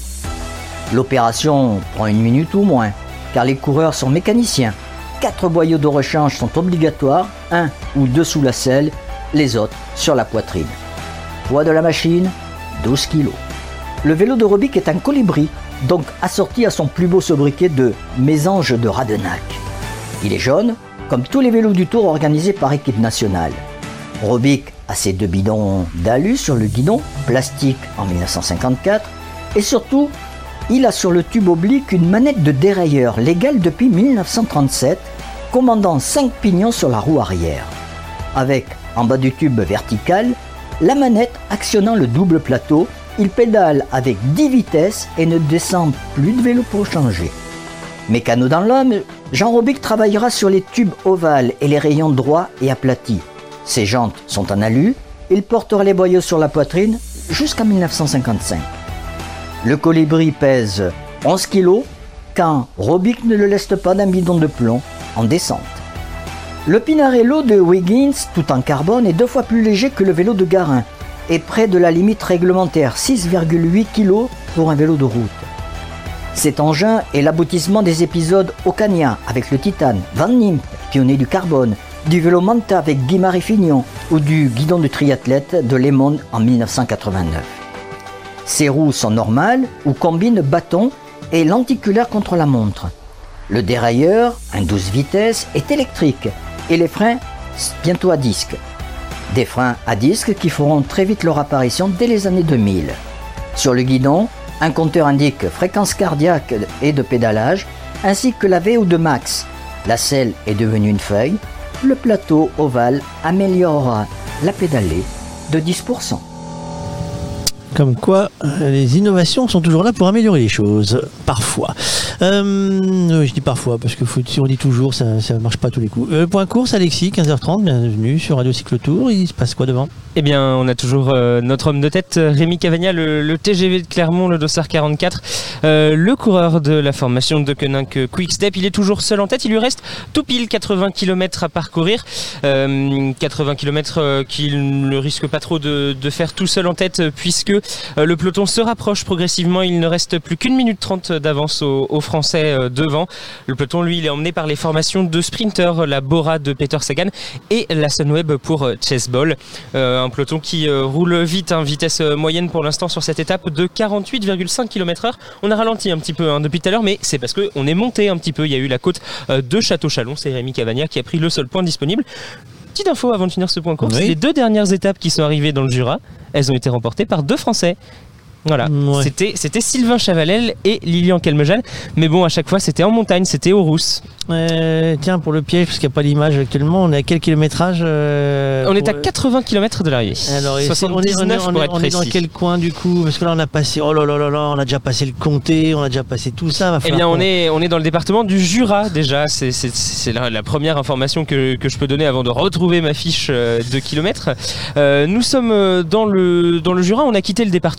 L'opération prend une minute ou moins car les coureurs sont mécaniciens. Quatre boyaux de rechange sont obligatoires, un ou deux sous la selle, les autres sur la poitrine. Poids de la machine, douze kilos. Le vélo de Robic est un colibri, donc assorti à son plus beau sobriquet de mésange de Radenac. Il est jaune, comme tous les vélos du Tour organisés par équipe nationale. Robic a ses deux bidons d'alu sur le guidon, plastique en mille neuf cent cinquante-quatre, et surtout, il a sur le tube oblique une manette de dérailleur légale depuis mille neuf cent trente-sept, commandant cinq pignons sur la roue arrière. Avec, en bas du tube vertical, la manette actionnant le double plateau, il pédale avec dix vitesses et ne descend plus de vélo pour changer. Mécano dans l'homme, Jean Robic travaillera sur les tubes ovales et les rayons droits et aplatis. Ses jantes sont en alu, il portera les boyaux sur la poitrine jusqu'en mille neuf cent cinquante-cinq. Le colibri pèse onze kilos quand Robic ne le laisse pas d'un bidon de plomb en descente. Le Pinarello de Wiggins, tout en carbone, est deux fois plus léger que le vélo de Garin et près de la limite réglementaire, six virgule huit kilos pour un vélo de route. Cet engin est l'aboutissement des épisodes Ocania avec le Titane, Van Nimp, pionnier du carbone, du vélo Manta avec Guy-Marie Fignon ou du guidon du triathlète de Le Monde en mille neuf cent quatre-vingt-neuf. Ses roues sont normales ou combinent bâton et lenticulaire contre la montre. Le dérailleur, un douze vitesses, est électrique et les freins bientôt à disque. Des freins à disque qui feront très vite leur apparition dès les années deux mille. Sur le guidon, un compteur indique fréquence cardiaque et de pédalage, ainsi que la V O deux max. La selle est devenue une feuille. Le plateau ovale améliorera la pédalée de dix pour cent. Comme quoi, les innovations sont toujours là pour améliorer les choses, parfois. Euh, je dis parfois, parce que faut, si on dit toujours, ça ne marche pas tous les coups. Euh, point course, Alexis, quinze heures trente, bienvenue sur Radio Cyclotour. Il se passe quoi devant ? Eh bien, on a toujours euh, notre homme de tête, Rémi Cavagna, le, le T G V de Clermont, le Dossard quarante-quatre, euh, le coureur de la formation de Koenig Quick-Step. Il est toujours seul en tête, il lui reste tout pile quatre-vingts kilomètres à parcourir. Euh, quatre-vingts kilomètres euh, qu'il ne risque pas trop de, de faire tout seul en tête, puisque euh, le peloton se rapproche progressivement. Il ne reste plus qu'une minute trente d'avance aux, aux Français euh, devant. Le peloton, lui, il est emmené par les formations de sprinters, la Bora de Peter Sagan et la Sunweb pour euh, Chase Ball. Euh, un peloton qui euh, roule vite, hein, vitesse euh, moyenne pour l'instant sur cette étape de quarante-huit virgule cinq kilomètres heure. On a ralenti un petit peu hein, depuis tout à l'heure, mais c'est parce qu'on est monté un petit peu. Il y a eu la côte euh, de Château-Chalon. C'est Rémi Cavagna qui a pris le seul point disponible. Petite info avant de finir ce point course, oui. Les deux dernières étapes qui sont arrivées dans le Jura, elles ont été remportées par deux Français. Voilà, ouais. c'était, c'était Sylvain Chavalel et Lilian Kelmejan. Mais bon, à chaque fois, c'était en montagne, c'était aux Rousses. Euh, tiens, pour le piège, parce qu'il n'y a pas l'image actuellement, on est à quel kilométrage euh, On est à quatre-vingts kilomètres de l'arrivée. Alors, soixante-dix-neuf on est, on est, pour être on est dans quel coin du coup ? Parce que là, on a passé, oh là là là là, on a déjà passé le comté, on a déjà passé tout ça. Eh bien, on est, on est dans le département du Jura déjà. C'est, c'est, c'est la, la première information que, que je peux donner avant de retrouver ma fiche de kilomètres. Euh, nous sommes dans le, dans le Jura, on a quitté le département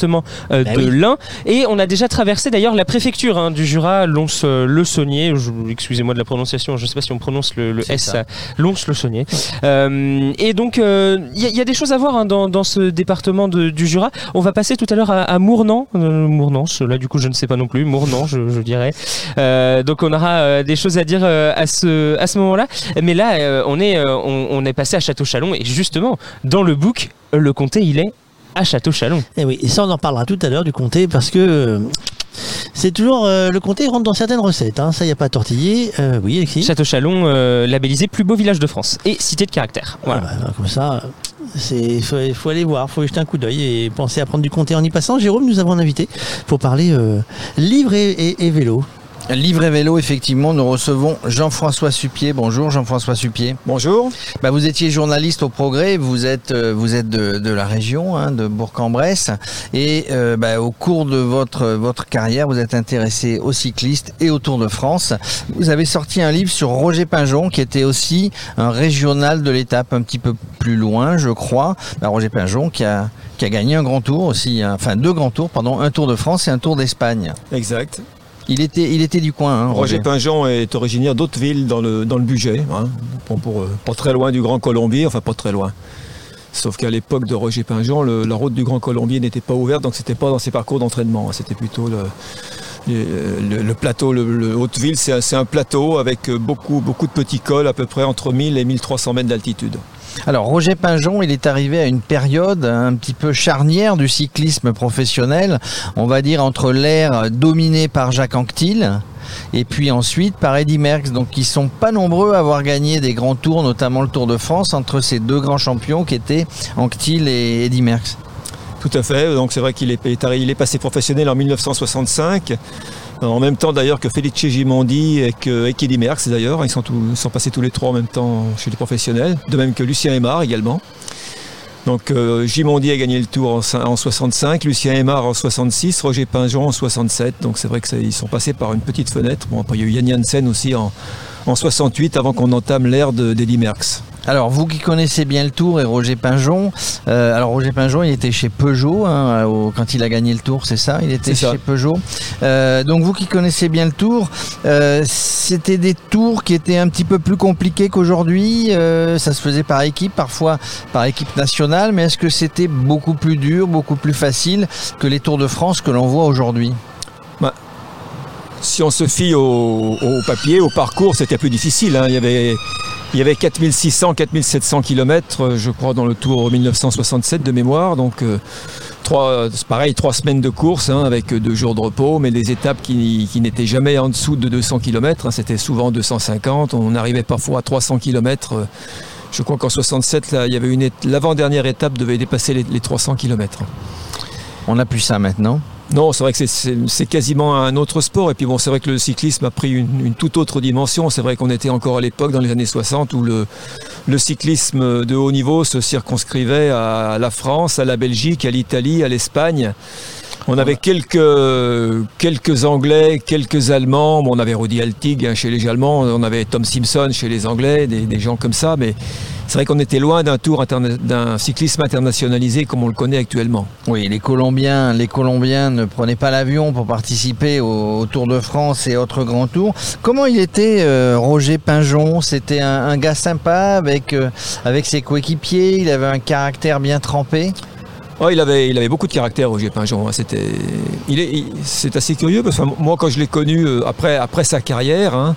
euh, bah de oui. l'Ain. Et on a déjà traversé d'ailleurs la préfecture hein, du Jura, Lons-le-Saunier. Excusez-moi de la prononciation, je ne sais pas si on prononce le, le S à Lons-le-Saunier. Euh, et donc, il euh, y, y a des choses à voir hein, dans, dans ce département de, du Jura. On va passer tout à l'heure à, à Mournan. Euh, Mournan, là du coup je ne sais pas non plus. Mournan, je, je dirais. Euh, donc on aura euh, des choses à dire euh, à ce, à ce moment-là. Mais là, euh, on, est, euh, on, on est passé à Château-Chalon. Et justement, dans le book, le comté, il est à Château-Chalon. Et oui, et ça on en parlera tout à l'heure du comté parce que euh, c'est toujours euh, le comté rentre dans certaines recettes, hein, ça y a pas à tortiller. Euh, oui, Alexis. Château-Chalon, euh, labellisé plus beau village de France et cité de caractère. Voilà. Ah bah, comme ça, il faut, faut aller voir, il faut jeter un coup d'œil et penser à prendre du comté en y passant. Jérôme, nous avons un invité pour parler euh, livre et, et, et vélo. Livre et vélo, effectivement, nous recevons Jean-François Suppier. Bonjour Jean-François Suppier. Bonjour. Bah, vous étiez journaliste au Progrès, vous êtes, euh, vous êtes de, de la région, hein, de Bourg-en-Bresse. Et euh, bah, au cours de votre, votre carrière, vous êtes intéressé aux cyclistes et au Tour de France. Vous avez sorti un livre sur Roger Pingeon, qui était aussi un régional de l'étape, un petit peu plus loin, je crois. Bah, Roger Pingeon qui a, qui a gagné un grand tour aussi, hein, enfin deux grands tours, pardon, un Tour de France et un Tour d'Espagne. Exact. Il était, il était du coin, hein, Roger Roger. Pingeon est originaire d'Hauteville dans le, dans le Bugey, hein, pour, pour, pas très loin du Grand Colombier, enfin pas très loin. Sauf qu'à l'époque de Roger Pingeon, le, la route du Grand Colombier n'était pas ouverte, donc c'était pas dans ses parcours d'entraînement, c'était plutôt le, le, le plateau. Le, le Hauteville, c'est un, c'est un plateau avec beaucoup, beaucoup de petits cols, à peu près entre mille et mille trois cents mètres d'altitude. Alors Roger Pingeon, il est arrivé à une période un petit peu charnière du cyclisme professionnel, on va dire entre l'ère dominée par Jacques Anquetil et puis ensuite par Eddy Merckx, donc ils sont pas nombreux à avoir gagné des grands tours, notamment le Tour de France, entre ces deux grands champions qui étaient Anquetil et Eddy Merckx. Tout à fait, donc c'est vrai qu'il est, il est passé professionnel en mille neuf cent soixante-cinq. En même temps d'ailleurs que Felice Gimondi et que et Eddy Merckx d'ailleurs, ils sont, tous, ils sont passés tous les trois en même temps chez les professionnels, de même que Lucien Aymar également. Donc euh, Gimondi a gagné le Tour en, en soixante-cinq, Lucien Aymar en soixante-six, Roger Pingeon en soixante-sept, donc c'est vrai qu'ils sont passés par une petite fenêtre. Bon, après il y a eu Yann Janssen aussi en, en soixante-huit avant qu'on entame l'ère d'Eddy Merckx. Alors vous qui connaissez bien le Tour et Roger Pingeon, euh, alors Roger Pingeon il était chez Peugeot hein, au, quand il a gagné le Tour, c'est ça? Il était C'est chez ça. Peugeot. Euh, donc vous qui connaissez bien le Tour, euh, c'était des tours qui étaient un petit peu plus compliqués qu'aujourd'hui. Euh, ça se faisait par équipe, parfois par équipe nationale, mais est-ce que c'était beaucoup plus dur, beaucoup plus facile que les Tours de France que l'on voit aujourd'hui? Bah, si on se fie au, au papier, au parcours, c'était plus difficile. Hein. Il y avait, il y avait quatre mille six cents, quatre mille sept cents kilomètres, je crois, dans le Tour mille neuf cent soixante-sept de mémoire. Donc, euh, trois, c'est pareil, trois semaines de course hein, avec deux jours de repos, mais des étapes qui, qui n'étaient jamais en dessous de deux cents kilomètres. Hein. C'était souvent deux cent cinquante. On arrivait parfois à trois cents kilomètres. Je crois qu'en soixante-sept, là, il y avait une, l'avant-dernière étape devait dépasser les, les trois cents kilomètres. On n'a plus ça maintenant. Non, c'est vrai que c'est, c'est, c'est quasiment un autre sport. Et puis bon, c'est vrai que le cyclisme a pris une, une toute autre dimension. C'est vrai qu'on était encore à l'époque, dans les années soixante, où le, le cyclisme de haut niveau se circonscrivait à la France, à la Belgique, à l'Italie, à l'Espagne. On avait quelques, quelques Anglais, quelques Allemands. Bon, on avait Rudi Altig hein, chez les Allemands, on avait Tom Simpson chez les Anglais, des, des gens comme ça. Mais c'est vrai qu'on était loin d'un tour interna- d'un cyclisme internationalisé comme on le connaît actuellement. Oui, les Colombiens, les Colombiens ne prenaient pas l'avion pour participer au, au Tour de France et autres grands tours. Comment il était euh, Roger Pingeon? C'était un, un gars sympa avec, euh, avec ses coéquipiers, il avait un caractère bien trempé. Oh, il, avait, il avait beaucoup de caractère, Roger Pingeon. Hein. C'était, il est, il, c'est assez curieux parce que moi, quand je l'ai connu euh, après, après sa carrière, hein,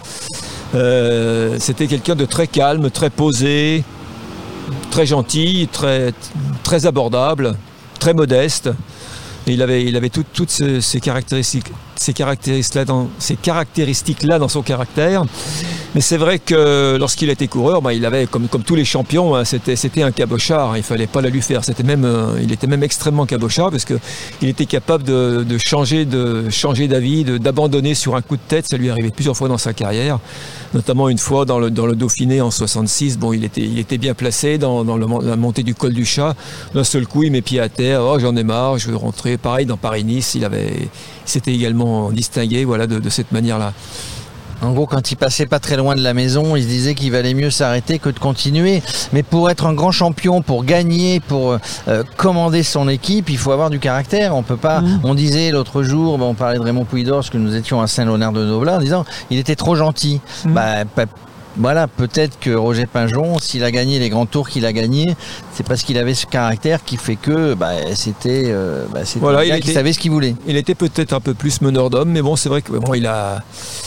euh, c'était quelqu'un de très calme, très posé, très gentil, très, très abordable, très modeste. Et il avait, il avait tout, toutes ces, ces caractéristiques, ces caractéristiques-là dans, ces caractéristiques-là dans son caractère. Mais c'est vrai que lorsqu'il était coureur, bah, il avait, comme, comme tous les champions, hein, c'était, c'était un cabochard. Hein, il ne fallait pas la lui faire. C'était même, euh, il était même extrêmement cabochard parce qu'il était capable de, de, changer, de changer d'avis, de, d'abandonner sur un coup de tête. Ça lui est arrivé plusieurs fois dans sa carrière. Notamment une fois dans le, dans le Dauphiné en soixante-six. Bon, il était, il était bien placé dans, dans le, la montée du col du Chat. D'un seul coup, il met pied à terre. Oh, j'en ai marre, je veux rentrer. Pareil, dans Paris-Nice, il, avait, il s'était également distingué voilà, de, de cette manière-là. En gros, quand il passait pas très loin de la maison, il se disait qu'il valait mieux s'arrêter que de continuer. Mais pour être un grand champion, pour gagner, pour euh, commander son équipe, il faut avoir du caractère. On peut pas. Mmh. On disait l'autre jour, ben, on parlait de Raymond Poulidor, parce que nous étions à Saint-Léonard-de-Noblin, en disant il était trop gentil. Mmh. Bah, pas, Voilà, peut-être que Roger Pinjon, s'il a gagné les grands tours qu'il a gagnés, c'est parce qu'il avait ce caractère qui fait que bah, c'était, euh, bah, c'était voilà, un gars il qui était, savait ce qu'il voulait. Il était peut-être un peu plus meneur d'homme, mais bon, c'est vrai que bon, il a...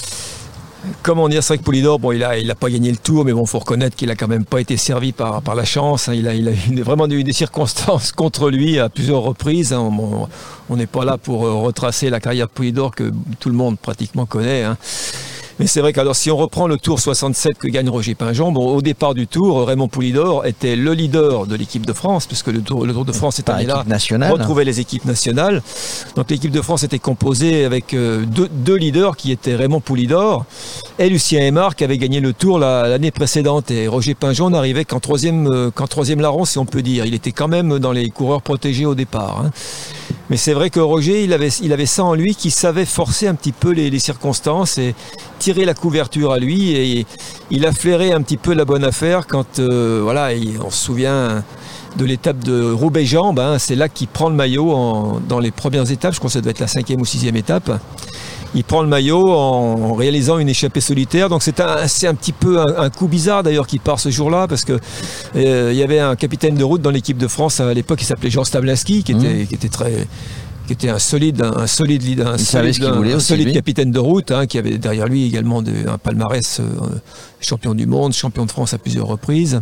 Comment dire, c'est vrai que Poulidor, bon, il a, il a pas gagné le tour, mais bon, faut reconnaître qu'il a quand même pas été servi par, par la chance. Hein. Il a, il a eu vraiment eu des circonstances contre lui à plusieurs reprises. Hein. On n'est pas là pour retracer la carrière de Poulidor que tout le monde pratiquement connaît. Hein. Mais c'est vrai que alors, si on reprend le tour soixante-sept que gagne Roger Pinjon, bon, au départ du tour, Raymond Poulidor était le leader de l'équipe de France, puisque le Tour, le tour de France cette année-là retrouvait les équipes nationales. Donc l'équipe de France était composée avec euh, deux, deux leaders qui étaient Raymond Poulidor et Lucien Aymar qui avait gagné le tour la, l'année précédente. Et Roger Pinjon n'arrivait qu'en troisième, euh, qu'en troisième larron, si on peut dire. Il était quand même dans les coureurs protégés au départ. Hein. Mais c'est vrai que Roger, il avait, il avait ça en lui, qui savait forcer un petit peu les, les circonstances et tirer la couverture à lui. Et il a flairé un petit peu la bonne affaire quand, euh, voilà, il, on se souvient de l'étape de Roubaix-Jambes. Hein, c'est là qu'il prend le maillot en, dans les premières étapes. Je crois que ça doit être la cinquième ou sixième étape. Il prend le maillot en réalisant une échappée solitaire. Donc c'est un, c'est un petit peu un, un coup bizarre d'ailleurs qui part ce jour-là, parce que euh, il y avait un capitaine de route dans l'équipe de France à l'époque qui s'appelait Jean Stablinski, qui était, mmh. qui était très... qui était un solide, un solide, un solide, un, un aussi, solide lui. capitaine de route, hein, qui avait derrière lui également de, un palmarès euh, champion du monde, champion de France à plusieurs reprises.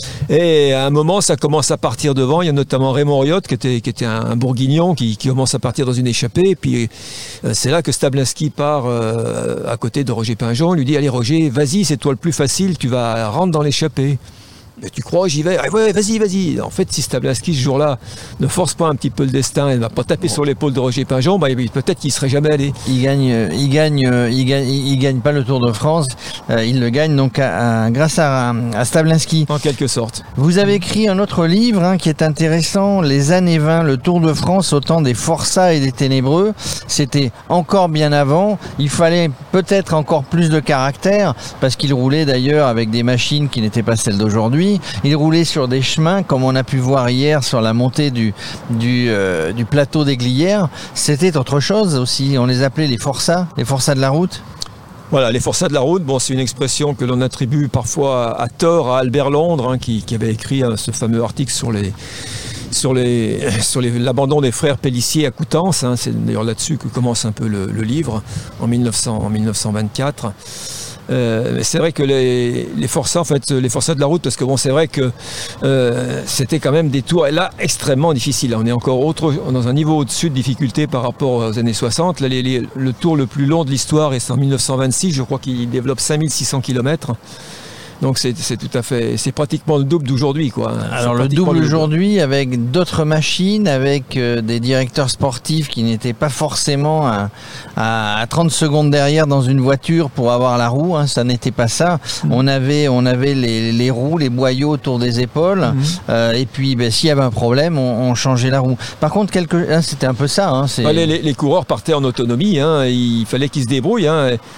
Et à un moment, ça commence à partir devant. Il y a notamment Raymond Riot, qui était, qui était un, un bourguignon, qui, qui commence à partir dans une échappée. Et puis euh, c'est là que Stablinski part euh, à côté de Roger Pinjon. Il lui dit « Allez Roger, vas-y, c'est toi le plus facile, tu vas rentrer dans l'échappée. » Mais tu crois, j'y vais. Ah ouais, vas-y, vas-y. En fait, si Stablinski, ce jour-là, ne force pas un petit peu le destin et ne va pas taper bon. sur l'épaule de Roger Pinjon, bah, peut-être qu'il ne serait jamais allé. Il gagne, il gagne, il gagne, il gagne pas le Tour de France. Euh, il le gagne donc à, à, grâce à, à Stablinski. En quelque sorte. Vous avez écrit un autre livre hein, qui est intéressant, Les années vingt, le Tour de France au temps des forçats et des ténébreux. C'était encore bien avant. Il fallait peut-être encore plus de caractère, parce qu'il roulait d'ailleurs avec des machines qui n'étaient pas celles d'aujourd'hui. Il roulait sur des chemins, comme on a pu voir hier sur la montée du, du, euh, du plateau des Glières. C'était autre chose aussi. On les appelait les forçats, les forçats de la route. Voilà, les forçats de la route, bon, c'est une expression que l'on attribue parfois à, à tort à Albert Londres, hein, qui, qui avait écrit hein, ce fameux article sur les... sur, les, sur les, l'abandon des frères Pélissier à Coutances. Hein, c'est d'ailleurs là-dessus que commence un peu le, le livre, en, mille neuf cents, en mille neuf cent vingt-quatre. Euh, c'est vrai que les, les forçats, en fait, les forçats de la route, parce que bon, c'est vrai que euh, c'était quand même des tours, et là, extrêmement difficiles. On est encore autre, dans un niveau au-dessus de difficulté par rapport aux années soixante. Là, les, les, le tour le plus long de l'histoire est en mille neuf cent vingt-six, je crois qu'il développe cinq mille six cents kilomètres. Donc c'est, c'est tout à fait, c'est pratiquement le double d'aujourd'hui, quoi. Alors le double aujourd'hui avec d'autres machines, avec euh, des directeurs sportifs qui n'étaient pas forcément à, à, à trente secondes derrière dans une voiture pour avoir la roue, hein, ça n'était pas ça. Mmh. On avait, on avait les, les roues, les boyaux autour des épaules, mmh. euh, et puis ben, s'il y avait un problème, on, on changeait la roue. Par contre, quelque, hein, c'était un peu ça. Hein, c'est... les, les, les coureurs partaient en autonomie, hein, il fallait qu'ils se débrouillent. Hein, et...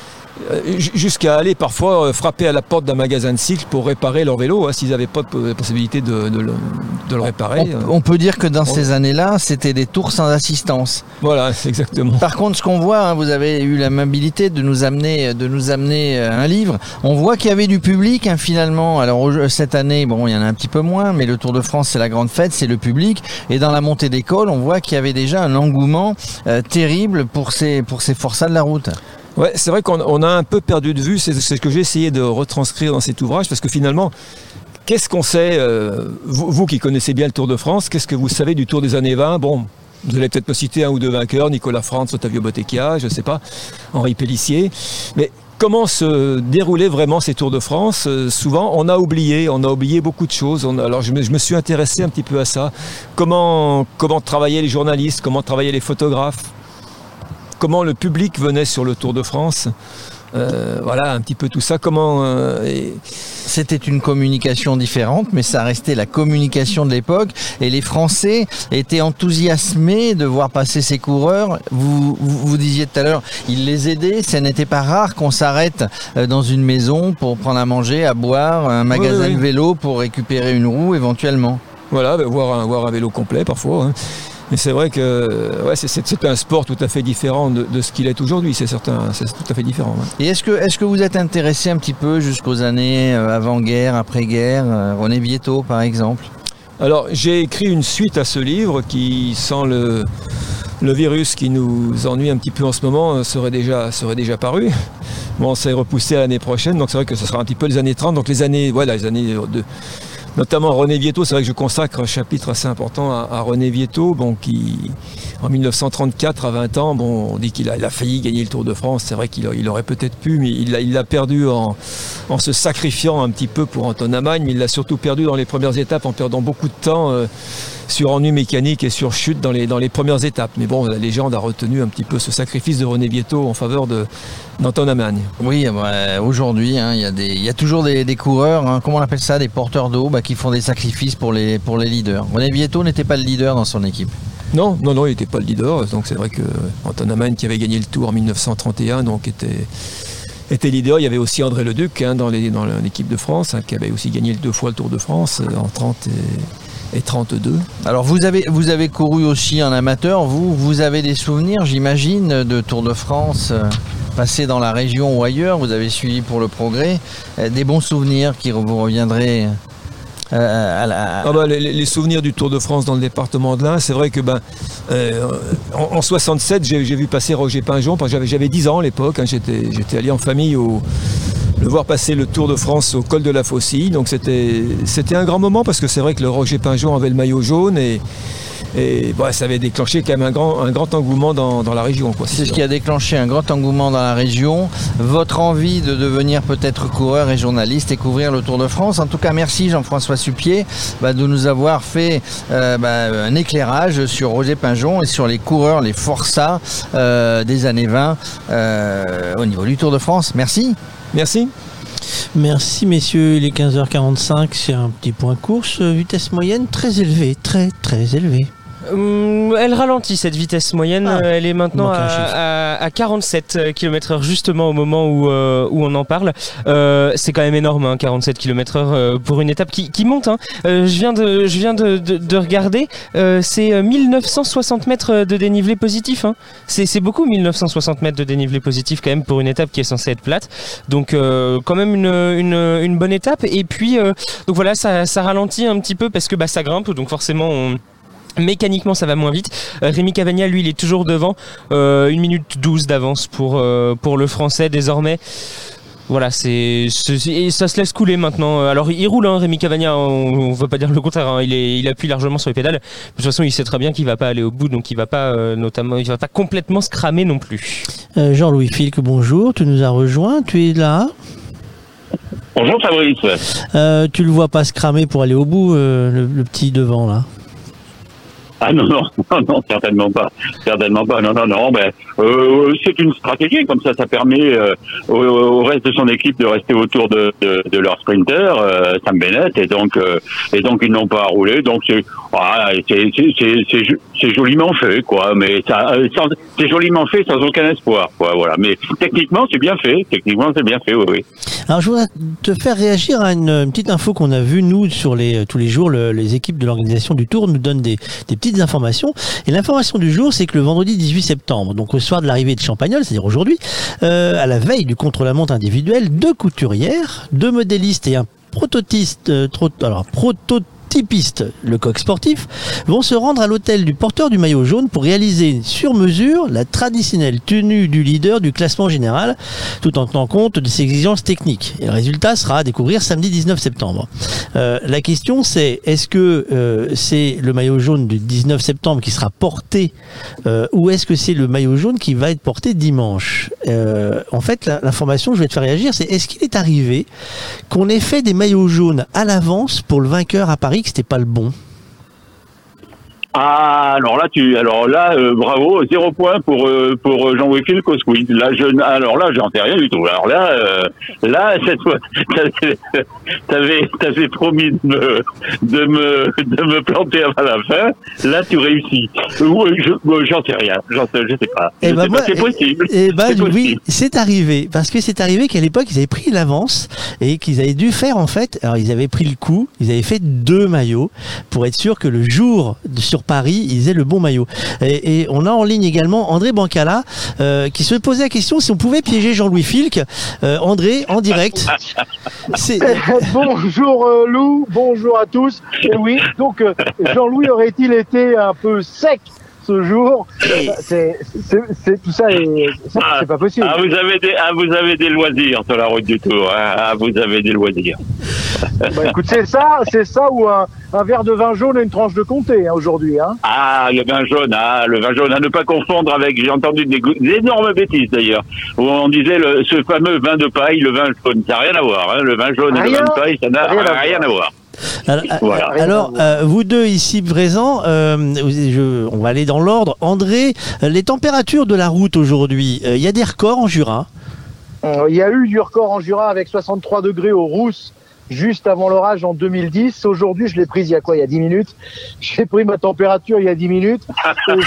jusqu'à aller parfois frapper à la porte d'un magasin de cycles pour réparer leur vélo, hein, s'ils n'avaient pas de possibilité de, de, le, de le réparer. On, on peut dire que dans on... ces années-là, c'était des tours sans assistance. Voilà, exactement. Par contre, ce qu'on voit, hein, vous avez eu l'amabilité de nous amener, de nous amener un livre. On voit qu'il y avait du public, hein, finalement. Alors cette année, bon, il y en a un petit peu moins, mais le Tour de France, c'est la grande fête, c'est le public. Et dans la montée d'école, on voit qu'il y avait déjà un engouement euh, terrible pour ces, pour ces forçats de la route. Ouais, c'est vrai qu'on on a un peu perdu de vue, c'est, c'est ce que j'ai essayé de retranscrire dans cet ouvrage, parce que finalement, qu'est-ce qu'on sait, euh, vous, vous qui connaissez bien le Tour de France, qu'est-ce que vous savez du Tour des années vingt? Bon, vous allez peut-être me citer un ou deux vainqueurs, Nicolas Frantz, Ottavio Bottecchia, je ne sais pas, Henri Pélissier, mais comment se déroulaient vraiment ces Tours de France? euh, Souvent, on a oublié, on a oublié beaucoup de choses. On a, alors, je me, je me suis intéressé un petit peu à ça. Comment, comment travaillaient les journalistes, comment travaillaient les photographes? Comment le public venait sur le Tour de France. Euh, voilà, un petit peu tout ça. Comment euh, et... C'était une communication différente, mais ça restait la communication de l'époque. Et les Français étaient enthousiasmés de voir passer ces coureurs. Vous, vous, vous disiez tout à l'heure, ils les aidaient. Ce n'était pas rare qu'on s'arrête dans une maison pour prendre à manger, à boire, un magasin oui, oui. de vélo pour récupérer une roue éventuellement. Voilà, bah, voir, un, voir un vélo complet parfois. Hein. Mais c'est vrai que ouais, c'est, c'est, c'est un sport tout à fait différent de, de ce qu'il est aujourd'hui, c'est certain, c'est tout à fait différent. Ouais. Et est-ce que, est-ce que vous êtes intéressé un petit peu jusqu'aux années avant-guerre, après-guerre, René Vietto par exemple? Alors j'ai écrit une suite à ce livre qui, sans le, le virus qui nous ennuie un petit peu en ce moment, serait déjà, serait déjà paru. Bon, c'est repoussé à l'année prochaine, donc c'est vrai que ce sera un petit peu les années trente, donc les années, voilà, les années de... Notamment René Vietto, c'est vrai que je consacre un chapitre assez important à, à René Vietto, bon, qui en mille neuf cent trente-quatre, à vingt ans, bon, on dit qu'il a, il a failli gagner le Tour de France. C'est vrai qu'il a, il aurait peut-être pu, mais il l'a, il l'a perdu en, en se sacrifiant un petit peu pour Anton Amagne, mais il l'a surtout perdu dans les premières étapes en perdant beaucoup de temps euh, sur ennui mécanique et sur chute dans les, dans les premières étapes. Mais bon, la légende a retenu un petit peu ce sacrifice de René Vietto en faveur de, d'Anton Amagne. Oui, bah, aujourd'hui, hein, il y a des, il y a toujours des, des coureurs, hein, comment on appelle ça, des porteurs d'eau, bah, qui font des sacrifices pour les, pour les leaders. René Vietto n'était pas le leader dans son équipe. Non, non, non, il n'était pas le leader. Donc c'est vrai que Anton Amagne, qui avait gagné le Tour en mille neuf cent trente et un, donc était, était leader. Il y avait aussi André Leduc hein, dans, les, dans l'équipe de France, hein, qui avait aussi gagné deux fois le Tour de France en trente et, et trente-deux. Alors vous avez, vous avez couru aussi en amateur. Vous, vous avez des souvenirs, j'imagine, de Tour de France euh, passé dans la région ou ailleurs. Vous avez suivi pour le Progrès. Euh, des bons souvenirs qui vous reviendraient. Euh, à la... ah bah, les, les souvenirs du Tour de France dans le département de l'Ain, c'est vrai que ben, euh, en, en soixante-sept, j'ai, j'ai vu passer Roger Pingeon, parce que j'avais, j'avais dix ans à l'époque, hein, j'étais, j'étais allé en famille au, le voir passer le Tour de France au col de la Faucille, donc c'était, c'était un grand moment parce que c'est vrai que le Roger Pingeon avait le maillot jaune et Et bah, ça avait déclenché quand même un grand, un grand engouement dans, dans la région. Quoi, c'est c'est ce qui a déclenché un grand engouement dans la région. Votre envie de devenir peut-être coureur et journaliste et couvrir le Tour de France. En tout cas, merci Jean-François Suppier bah, de nous avoir fait euh, bah, un éclairage sur Roger Pingeon et sur les coureurs, les forçats euh, des années vingt euh, au niveau du Tour de France. Merci. Merci. Merci messieurs, il est quinze heures quarante-cinq, c'est un petit point course, vitesse moyenne très élevée, très très élevée. Hum, elle ralentit cette vitesse moyenne, ah, elle est maintenant à, à, à quarante-sept kilomètres heure justement au moment où, euh, où on en parle. Euh, c'est quand même énorme, hein, quarante-sept kilomètres heure euh, pour une étape qui, qui monte. Hein. Euh, je viens de, je viens de, de, de regarder, euh, c'est mille neuf cent soixante mètres de dénivelé positif. Hein. C'est, c'est beaucoup mille neuf cent soixante mètres de dénivelé positif quand même pour une étape qui est censée être plate. Donc euh, quand même une, une, une bonne étape. Et puis euh, donc voilà, ça, ça ralentit un petit peu parce que bah, ça grimpe, donc forcément on... mécaniquement ça va moins vite. euh, Rémi Cavagna lui il est toujours devant, euh, une minute douze d'avance pour, euh, pour le français désormais. Voilà, c'est, c'est, ça se laisse couler maintenant. Alors il roule, hein, Rémi Cavagna, on ne veut pas dire le contraire, hein, il, est, il appuie largement sur les pédales. De toute façon il sait très bien qu'il ne va pas aller au bout, donc il ne va pas euh, notamment, il va pas complètement se cramer non plus. euh, Jean-Louis Filck, bonjour, tu nous as rejoint, tu es là? Bonjour Fabrice. euh, Tu le vois pas se cramer pour aller au bout, euh, le, le petit devant là? Ah non, non, non, non, certainement pas. Certainement pas, non, non, non. Ben, euh, c'est une stratégie, comme ça, ça permet euh, au, au reste de son équipe de rester autour de, de, de leur sprinter, euh, Sam Bennett, et donc, euh, et donc ils n'ont pas à rouler. Donc c'est, ah, c'est, c'est, c'est, c'est, c'est joliment fait, quoi. Mais ça, sans, c'est joliment fait sans aucun espoir, quoi. Voilà. Mais techniquement, c'est bien fait. Techniquement, c'est bien fait, oui, oui. Alors, je voudrais te faire réagir à une, une petite info qu'on a vue, nous, sur les, tous les jours. Le, les équipes de l'organisation du Tour nous donnent des, des petites informations. Et l'information du jour, c'est que le vendredi dix-huit septembre, donc au soir de l'arrivée de Champagnole, c'est-à-dire aujourd'hui, euh, à la veille du contre-la-montre individuel, deux couturières, deux modélistes et un prototypiste, euh, trop, alors, prototypiste, typistes, le coq sportif, vont se rendre à l'hôtel du porteur du maillot jaune pour réaliser sur mesure la traditionnelle tenue du leader du classement général, tout en tenant compte de ses exigences techniques. Et le résultat sera à découvrir samedi dix-neuf septembre. Euh, la question c'est, est-ce que euh, c'est le maillot jaune du dix-neuf septembre qui sera porté euh, ou est-ce que c'est le maillot jaune qui va être porté dimanche? euh, En fait, la, l'information, je vais te faire réagir, c'est est-ce qu'il est arrivé qu'on ait fait des maillots jaunes à l'avance pour le vainqueur à Paris, que c'était pas le bon? Ah, alors là, tu, alors là, euh, bravo, zéro point pour euh, pour Jean-Louis Phil Cosquid. Là, je, alors là, j'en sais rien du tout. Alors là, euh, là, cette fois, t'avais, t'avais promis de me, de me, de me planter avant la fin. Là, tu réussis. Oui, je, j'en sais rien. J'en sais, je sais pas. Et Je bah sais moi, pas, c'est possible. Et bah C'est oui, possible. c'est arrivé parce que c'est arrivé qu'à l'époque ils avaient pris l'avance et qu'ils avaient dû faire en fait. Alors ils avaient pris le coup, ils avaient fait deux maillots pour être sûr que le jour de- sur Paris ils aient le bon maillot. Et, et on a en ligne également André Bancala euh, qui se posait la question si on pouvait piéger Jean-Louis Filk. Euh, André en direct. C'est Bonjour euh, Lou, bonjour à tous. Et oui, donc euh, Jean-Louis aurait-il été un peu sec ce jour? C'est, c'est, c'est- tout ça, est, c'est, c'est pas possible. Ah, vous avez des, ah, vous avez des loisirs sur la route du Tour. Hein. Ah, vous avez des loisirs. Bah, écoute, c'est ça, c'est ça ou un, un verre de vin jaune et une tranche de comté hein, aujourd'hui. Hein. Ah, le vin jaune, ah, le vin jaune, à ne pas confondre avec, j'ai entendu des, go- des énormes bêtises d'ailleurs, où on disait le, ce fameux vin de paille, le vin jaune, ça n'a rien à voir, hein, le vin jaune et le Rien. vin de paille, ça n'a Rien à rien, à voir. Alors, Voilà. alors, euh, vous deux ici présents, euh, vous- je- on va aller dans l'ordre. André, euh, les températures de la route aujourd'hui, euh, il y a des records en Jura. Euh, Il y a eu du record en Jura avec soixante-trois degrés aux Rousses juste avant l'orage en deux mille dix. Aujourd'hui, je l'ai prise il y a quoi? Il y a dix minutes. J'ai pris ma température il y a dix minutes et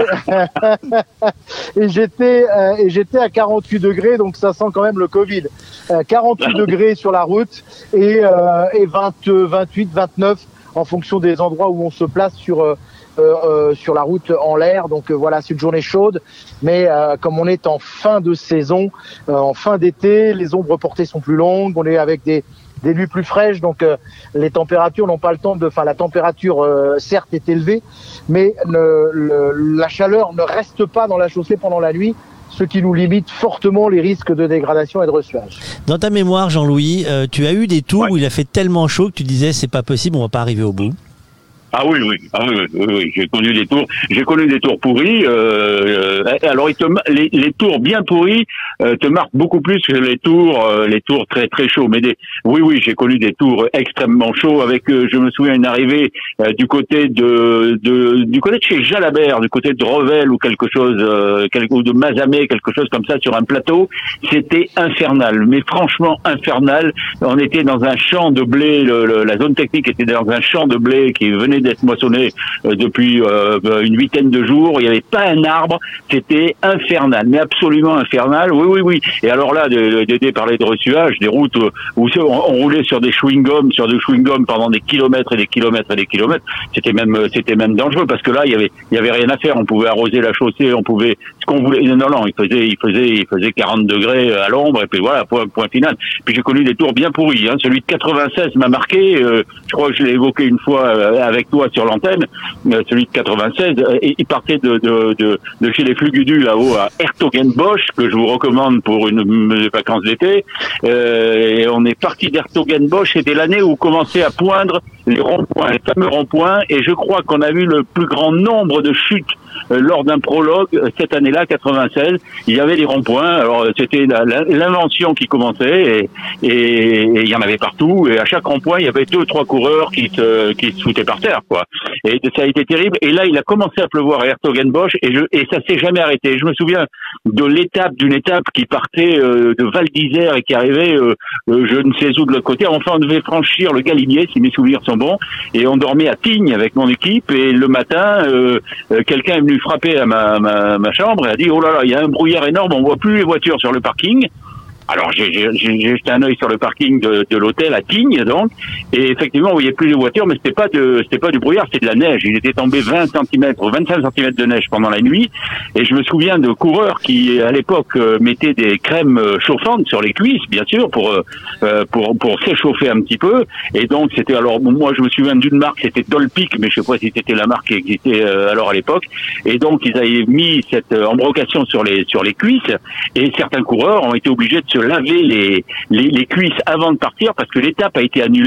j'étais, et j'étais, euh, et j'étais à quarante-huit degrés, donc ça sent quand même le Covid. Euh, quarante-huit degrés sur la route et, euh, et vingt, vingt-huit, vingt-neuf en fonction des endroits où on se place sur euh, euh, euh, sur la route en l'air. Donc euh, voilà, c'est une journée chaude, mais euh, comme on est en fin de saison, euh, en fin d'été, les ombres portées sont plus longues, on est avec des des nuits plus fraîches, donc euh, les températures n'ont pas le temps de... Enfin, la température, euh, certes, est élevée, mais le, le, la chaleur ne reste pas dans la chaussée pendant la nuit, ce qui nous limite fortement les risques de dégradation et de ressuage. Dans ta mémoire, Jean-Louis, euh, tu as eu des tours Ouais. où il a fait tellement chaud que tu disais c'est pas possible, on va pas arriver au bout. Ah oui, oui, ah oui, oui, oui, oui. J'ai connu des tours, j'ai connu des tours pourris. Euh, euh, alors, ils te, ma- les, les tours bien pourris euh, te marquent beaucoup plus que les tours, euh, les tours très très chauds. Mais des, oui, oui, j'ai connu des tours extrêmement chauds. Avec, euh, je me souviens, une arrivée euh, du côté de, de, du côté de chez Jalabert, du côté de Revel ou quelque chose, euh, quelque, ou de Mazamet, quelque chose comme ça, sur un plateau. C'était infernal, mais franchement infernal. On était dans un champ de blé. Le, le, la zone technique était dans un champ de blé qui venait d'être moissonné euh, depuis euh, une huitaine de jours. Il n'y avait pas un arbre. C'était infernal, mais absolument infernal. Oui, oui, oui. Et alors là, Dédé parlait de ressuage, des routes où on, on roulait sur des chewing-gums, sur des chewing-gums pendant des kilomètres et des kilomètres et des kilomètres. C'était même, c'était même dangereux parce que là, il y avait, il y avait rien à faire. On pouvait arroser la chaussée, on pouvait, ce qu'on voulait. Non, non, il faisait, il faisait, il faisait quarante degrés à l'ombre et puis voilà, point, point final. Puis j'ai connu des tours bien pourris. Hein. Celui de quatre-vingt-seize m'a marqué. Euh, je crois que je l'ai évoqué une fois euh, avec toi sur l'antenne. Euh, celui de quatre-vingt-seize, euh, et il partait de, de, de, de chez les Flugudu là-haut à Hertogenbosch, que je vous recommande pour une, une vacances d'été. Euh, et on est parti d'Hertogenbosch. C'était l'année où commençait à poindre les ronds-points, les fameux ronds-points. Et je crois qu'on a vu le plus grand nombre de chutes euh, lors d'un prologue euh, cette année-là, quatre-vingt-seize. Il y avait des ronds-points. Alors c'était la- la- l'invention qui commençait et, et, et il y en avait partout. Et à chaque rond-point, il y avait deux, trois coureurs qui se, qui se foutaient par terre, quoi. Et ça a été terrible. Et là, il a commencé à pleuvoir à Hertogenbosch et, je, et ça s'est jamais arrêté. Je me souviens de l'étape, d'une étape qui partait euh, de Val d'Isère et qui arrivait, euh, euh, je ne sais où de l'autre côté. Enfin, on devait franchir le Galinier, si mes souvenirs sont bons. Et on dormait à Tignes avec mon équipe. Et le matin, euh, euh, quelqu'un est venu frapper à ma, ma, ma chambre et a dit « Oh là là, il y a un brouillard énorme, on voit plus les voitures sur le parking ». Alors j'ai j'ai- j'ai jeté un œil sur le parking de, de l'hôtel à Tignes, donc, et effectivement on voyait plus les voitures, mais c'était pas de c'était pas du brouillard, c'était de la neige. Il était tombé vingt centimètres, vingt-cinq centimètres de neige pendant la nuit, et je me souviens de coureurs qui à l'époque euh, mettaient des crèmes euh, chauffantes sur les cuisses, bien sûr, pour euh, pour pour s'échauffer un petit peu. Et donc c'était alors bon, moi je me souviens d'une marque, c'était Dolpic, mais je sais pas si c'était la marque qui existait euh, alors à l'époque. Et donc ils avaient mis cette euh, embrocation sur les sur les cuisses, et certains coureurs ont été obligés de se laver les, les, les cuisses avant de partir parce que l'étape a été annulée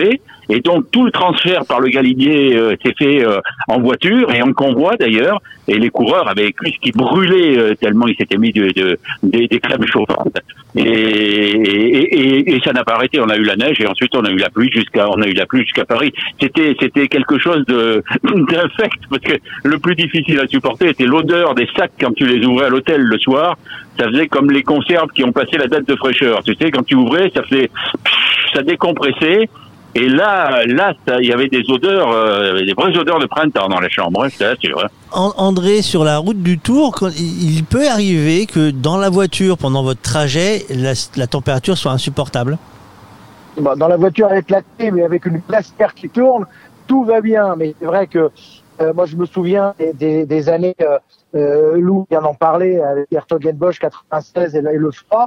Et donc tout le transfert par le Galibier euh, s'est fait euh, en voiture et en convoi d'ailleurs. Et les coureurs avaient les cuisses qui brûlaient euh, tellement ils s'étaient mis de, de, des, des crèmes chauffantes. Et, et, et, et ça n'a pas arrêté. On a eu la neige et ensuite on a eu la pluie jusqu'à on a eu la pluie jusqu'à Paris. C'était c'était quelque chose de d'infect parce que le plus difficile à supporter était l'odeur des sacs quand tu les ouvrais à l'hôtel le soir. Ça faisait comme les conserves qui ont passé la date de fraîcheur. Tu sais, quand tu ouvrais, ça faisait ça décompressait. Et là, là, il y avait des odeurs, euh, des vraies odeurs de printemps dans la chambre, hein, je t'assure. André, sur la route du Tour, quand, il peut arriver que dans la voiture, pendant votre trajet, la, la température soit insupportable. Bah, dans la voiture avec la clim et avec une glacière qui tourne, tout va bien. Mais c'est vrai que euh, moi, je me souviens des, des, des années, euh, euh, Lou vient d'en parler, avec Hertogenbosch quatre-vingt-seize et, et le froid.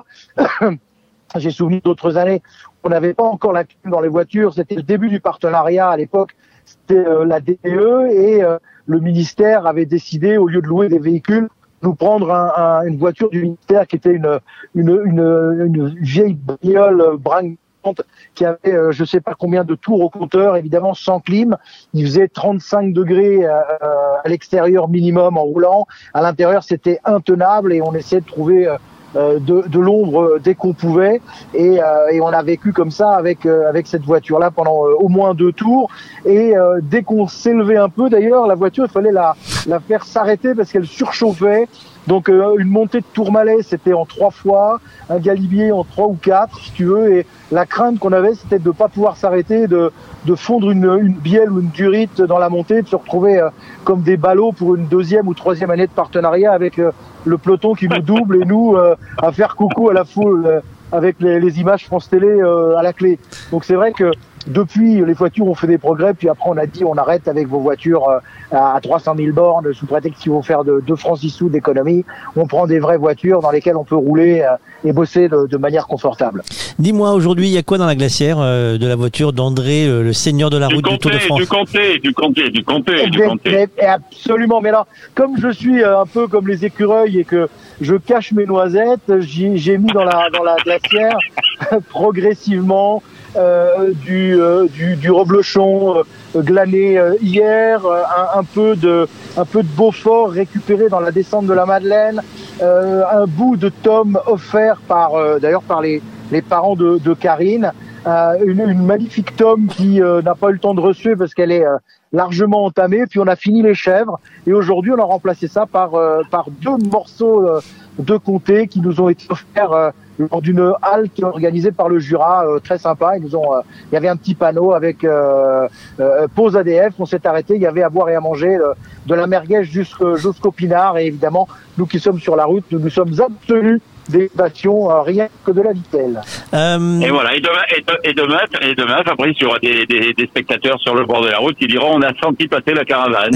J'ai souvenir d'autres années. On n'avait pas encore la clim dans les voitures. C'était le début du partenariat à l'époque. C'était euh, la D P E et euh, le ministère avait décidé, au lieu de louer des véhicules, nous prendre un, un, une voiture du ministère qui était une, une, une, une vieille bagnole brinquante qui avait euh, je sais pas combien de tours au compteur, évidemment sans clim. Il faisait trente-cinq degrés euh, à l'extérieur minimum en roulant. À l'intérieur, c'était intenable et on essayait de trouver... Euh, De, de l'ombre dès qu'on pouvait et, euh, et on a vécu comme ça avec euh, avec cette voiture là pendant euh, au moins deux tours et euh, dès qu'on s'élevait un peu d'ailleurs la voiture il fallait la la faire s'arrêter parce qu'elle surchauffait. Donc euh, une montée de Tourmalet c'était en trois fois, un Galibier en trois ou quatre si tu veux, et la crainte qu'on avait c'était de pas pouvoir s'arrêter, de de fondre une une bielle ou une durite dans la montée, de se retrouver euh, comme des ballots pour une deuxième ou troisième année de partenariat avec euh, le peloton qui nous double et nous euh, à faire coucou à la foule euh, avec les, les images France Télé euh, à la clé. Donc c'est vrai que depuis, les voitures ont fait des progrès, puis après on a dit on arrête avec vos voitures euh, à trois cent mille bornes sous prétexte qu'ils vont faire de deux francs six sous d'économie. On prend des vraies voitures dans lesquelles on peut rouler euh, et bosser de, de manière confortable. Dis-moi, aujourd'hui, il y a quoi dans la glacière euh, de la voiture d'André, euh, le seigneur de la route du, du Tour de France? Du comté, du comté, du comté, du comté. Mais, mais absolument, mais là, comme je suis euh, un peu comme les écureuils et que je cache mes noisettes, j'ai, j'ai mis dans la, dans la glacière progressivement Euh, du, euh, du du reblochon euh, glané euh, hier, euh, un, un peu de un peu de Beaufort récupéré dans la descente de la Madeleine, euh, un bout de tome offert par euh, d'ailleurs par les les parents de, de Karine, euh, une, une magnifique tome qui euh, n'a pas eu le temps de reçuer parce qu'elle est euh, largement entamée. Puis on a fini les chèvres et aujourd'hui on a remplacé ça par euh, par deux morceaux euh, de comté qui nous ont été offerts euh, lors d'une halte organisée par le Jura, euh, très sympa. Ils nous ont, euh, il y avait un petit panneau avec euh, euh, pause A D F. On s'est arrêté. Il y avait à boire et à manger euh, de la merguez jusqu'au, jusqu'au pinard. Et évidemment, nous qui sommes sur la route, nous nous sommes absolus des passions, euh, rien que de la vitelle. Euh... Et voilà. Et demain, et, de, et demain, et demain, Fabrice, il y aura des, des, des spectateurs sur le bord de la route qui diront on a senti passer la caravane.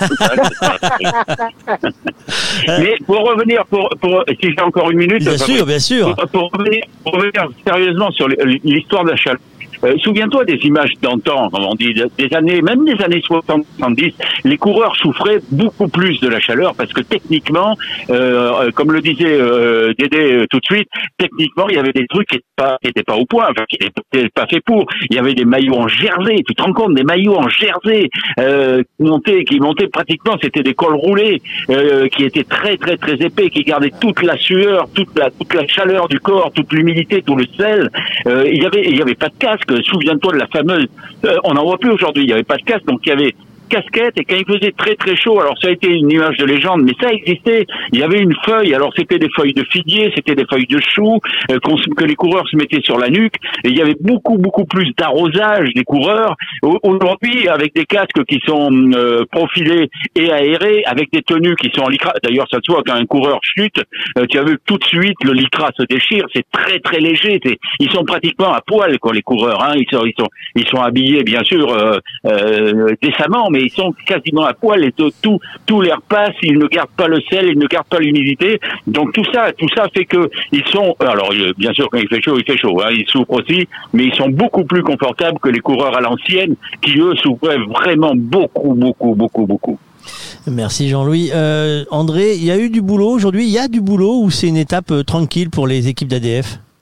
Mais pour revenir, pour, pour si j'ai encore une minute, bien Fabrice, sûr, bien sûr. Pour, pour, revenir, pour revenir sérieusement sur l'histoire de la chaleur. Euh, souviens-toi des images d'antan, comme on dit, des années, même des années soixante soixante-dix, les coureurs souffraient beaucoup plus de la chaleur parce que techniquement, euh, comme le disait euh, Dédé euh, tout de suite, techniquement il y avait des trucs qui n'étaient pas, qui étaient pas au point, enfin, qui n'étaient pas faits pour. Il y avait des maillots en jersey, tu te rends compte, des maillots en jersey euh, qui montaient, qui montaient pratiquement, c'était des cols roulés euh, qui étaient très très très épais, qui gardaient toute la sueur, toute la toute la chaleur du corps, toute l'humidité, tout le sel. Euh, il y avait il y avait pas de casque. Souviens-toi de la fameuse, euh, on n'en voit plus aujourd'hui, il n'y avait pas de casque, donc il y avait casquette, et quand il faisait très très chaud, alors ça a été une image de légende, mais ça existait, il y avait une feuille, alors c'était des feuilles de figuier, c'était des feuilles de chou, euh, que les coureurs se mettaient sur la nuque, et il y avait beaucoup beaucoup plus d'arrosage des coureurs. Aujourd'hui, avec des casques qui sont euh, profilés et aérés, avec des tenues qui sont en lycra, d'ailleurs ça se voit quand un coureur chute, euh, tu as vu tout de suite le lycra se déchire, c'est très très léger, c'est, ils sont pratiquement à poil quoi les coureurs, hein, ils sont ils sont ils sont habillés bien sûr euh, euh, décemment, mais ils sont quasiment à poil et tout, tout, tout les repasse, ils ne gardent pas le sel, ils ne gardent pas l'humidité. Donc tout ça, tout ça fait que ils sont, alors bien sûr quand il fait chaud, il fait chaud, hein, ils souffrent aussi, mais ils sont beaucoup plus confortables que les coureurs à l'ancienne qui eux souffraient vraiment beaucoup, beaucoup, beaucoup, beaucoup. Merci Jean-Louis. Euh, André, il y a eu du boulot aujourd'hui, il y a du boulot ou c'est une étape euh, tranquille pour les équipes d'A D F?